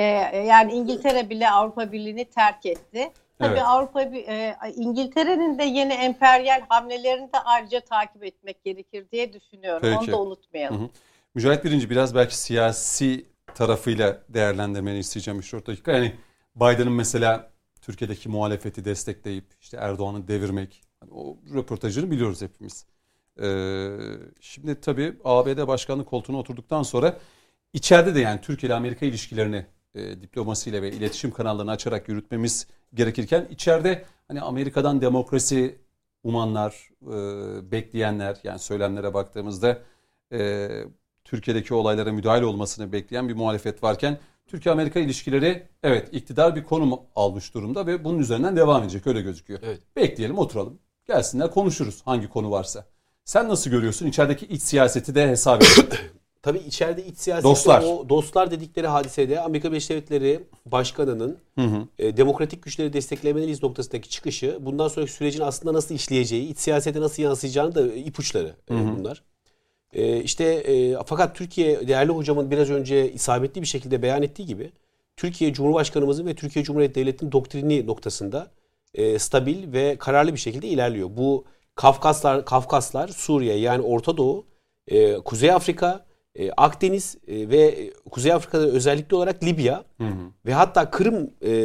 [SPEAKER 3] Yani İngiltere bile Avrupa Birliği'ni terk etti. Tabii İngiltere'nin de yeni emperyal hamlelerini de ayrıca takip etmek gerekir diye düşünüyorum. Onu da unutmayalım.
[SPEAKER 1] Mücahit Birinci, biraz belki siyasi tarafıyla değerlendirmeni isteyeceğim 3-4 dakika. Yani Biden'ın mesela Türkiye'deki muhalefeti destekleyip işte Erdoğan'ı devirmek. Hani o röportajını biliyoruz hepimiz. Şimdi tabii ABD başkanlık koltuğuna oturduktan sonra içeride de yani Türkiye ile Amerika ilişkilerini diplomasiyle ve iletişim kanallarını açarak yürütmemiz gerekirken içeride hani Amerika'dan demokrasi umanlar, bekleyenler, yani söylemlere baktığımızda Türkiye'deki olaylara müdahale olmasını bekleyen bir muhalefet varken Türkiye-Amerika ilişkileri evet iktidar bir konum almış durumda ve bunun üzerinden devam edecek, öyle gözüküyor. Evet. Bekleyelim, oturalım, gelsinler, konuşuruz hangi konu varsa. Sen nasıl görüyorsun? İçerideki iç siyaseti de hesap edelim.
[SPEAKER 4] Tabii içeride iç siyasette o dostlar dedikleri hadisede Amerika Birleşik Devletleri Başkanı'nın demokratik güçleri desteklemeliyiz noktasındaki çıkışı, bundan sonraki sürecin aslında nasıl işleyeceği, iç siyasete nasıl yansıyacağını da ipuçları bunlar. Fakat Türkiye, değerli hocamın biraz önce isabetli bir şekilde beyan ettiği gibi, Türkiye Cumhurbaşkanımızın ve Türkiye Cumhuriyeti Devleti'nin doktrini noktasında stabil ve kararlı bir şekilde ilerliyor. Bu Kafkaslar, Suriye yani Orta Doğu, Kuzey Afrika, Akdeniz ve Kuzey Afrika'da özellikle olarak Libya ve hatta Kırım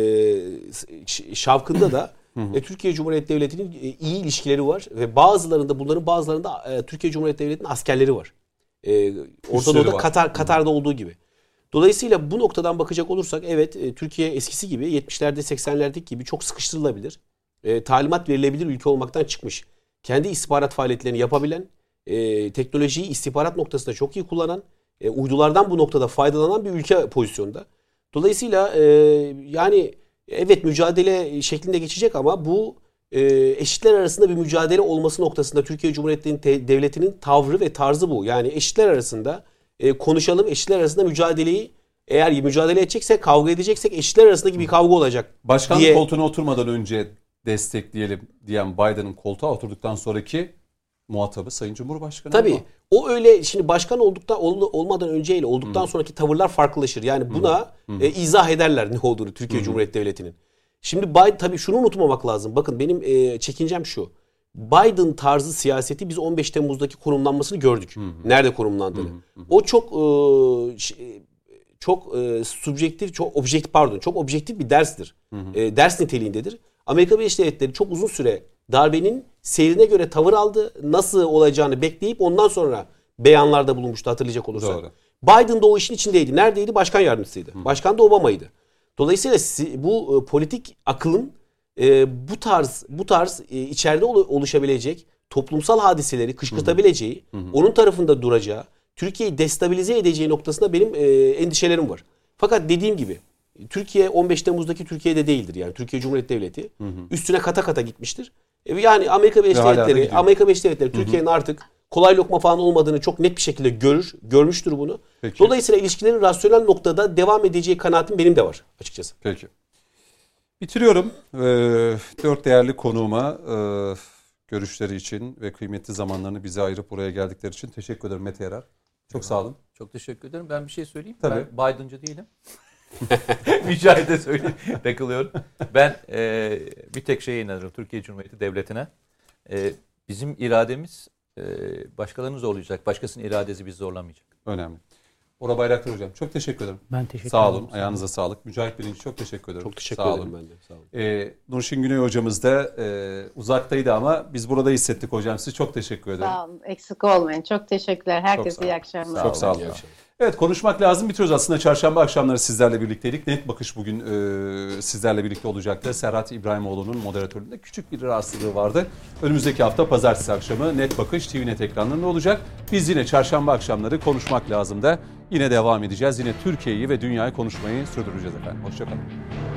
[SPEAKER 4] şavkında da Türkiye Cumhuriyeti Devleti'nin iyi ilişkileri var ve bunların bazılarında Türkiye Cumhuriyeti Devleti'nin askerleri var. Orta Doğu'da Katar'da olduğu gibi. Dolayısıyla bu noktadan bakacak olursak evet, Türkiye eskisi gibi 70'lerde 80'lerdeki gibi çok sıkıştırılabilir, talimat verilebilir ülke olmaktan çıkmış. Kendi istihbarat faaliyetlerini yapabilen, teknolojiyi istihbarat noktasında çok iyi kullanan, uydulardan bu noktada faydalanan bir ülke pozisyonda. Dolayısıyla yani evet mücadele şeklinde geçecek ama bu eşitler arasında bir mücadele olması noktasında Türkiye Cumhuriyeti Devleti'nin tavrı ve tarzı bu. Yani eşitler arasında konuşalım, eşitler arasında mücadeleyi, eğer mücadele edeceksek, kavga edeceksek eşitler arasındaki bir kavga olacak.
[SPEAKER 1] Başkanlık koltuğuna oturmadan önce destekleyelim diyen Biden'ın koltuğa oturduktan sonraki muhatabı Sayın Cumhurbaşkanı.
[SPEAKER 4] Tabii ama o öyle, şimdi başkan olmadan önceyle olduktan sonraki tavırlar farklılaşır. Yani buna izah ederler ne olduğunu Türkiye Cumhuriyeti Devleti'nin. Şimdi Biden, tabii şunu unutmamak lazım. Bakın benim çekincem şu. Biden tarzı siyaseti biz 15 Temmuz'daki konumlanmasını gördük. Nerede konumlandığını. O çok subjektif, çok objektif bir derstir. Ders niteliğindedir. Amerika Birleşik Devletleri çok uzun süre darbenin seyrine göre tavır aldı. Nasıl olacağını bekleyip ondan sonra beyanlarda bulunmuştu, hatırlayacak olursak. Doğru. Biden da o işin içindeydi. Neredeydi? Başkan yardımcısıydı. Başkan da Obama'ydı. Dolayısıyla bu politik akılın bu tarz içeride oluşabilecek toplumsal hadiseleri kışkırtabileceği, onun tarafında duracağı, Türkiye'yi destabilize edeceği noktasında benim endişelerim var. Fakat dediğim gibi Türkiye 15 Temmuz'daki Türkiye'de değildir. Yani Türkiye Cumhuriyeti Devleti üstüne kata kata gitmiştir. Yani Amerika Birleşik Devletleri Türkiye'nin artık kolay lokma falan olmadığını çok net bir şekilde görmüştür bunu. Peki. Dolayısıyla ilişkilerin rasyonel noktada devam edeceği kanaatim benim de var açıkçası.
[SPEAKER 1] Peki. Bitiriyorum. 4 değerli konuğuma görüşleri için ve kıymetli zamanlarını bize ayırıp buraya geldikleri için teşekkür ederim Mete Yarar. Çok sağ olun.
[SPEAKER 2] Çok teşekkür ederim. Ben bir şey söyleyeyim.
[SPEAKER 1] Tabii.
[SPEAKER 2] Ben Biden'cı değilim. Mücahide söyleyeyim. Takılıyorum. Ben bir tek şeye inanırım. Türkiye Cumhuriyeti Devleti'ne. Bizim irademiz başkalarını zorlayacak. Başkasının iradesi bizi zorlamayacak.
[SPEAKER 1] Önemli. Ora Bayraktar Hocam çok teşekkür ederim.
[SPEAKER 5] Ben teşekkür ederim.
[SPEAKER 1] Sağ olun. Ayağınıza sağlık. Mücahit Birinci çok teşekkür ederim.
[SPEAKER 4] Çok teşekkür ederim ben de. Sağ olun.
[SPEAKER 1] Nurşin Güney hocamız da uzaktaydı ama biz burada hissettik hocam. Size çok teşekkür ederim.
[SPEAKER 3] Sağ olun. Eksik olmayın. Çok teşekkürler. Herkese iyi akşamlar.
[SPEAKER 1] Çok sağ olun. Evet, konuşmak lazım. Bitiriyoruz. Aslında çarşamba akşamları sizlerle birlikteydik. Net Bakış bugün sizlerle birlikte olacaktı. Serhat İbrahimoğlu'nun moderatörlüğünde küçük bir rahatsızlığı vardı. Önümüzdeki hafta pazartesi akşamı Net Bakış TVNet ekranlarında olacak. Biz yine çarşamba akşamları konuşmak lazım da yine devam edeceğiz. Yine Türkiye'yi ve dünyayı konuşmayı sürdüreceğiz efendim. Hoşçakalın.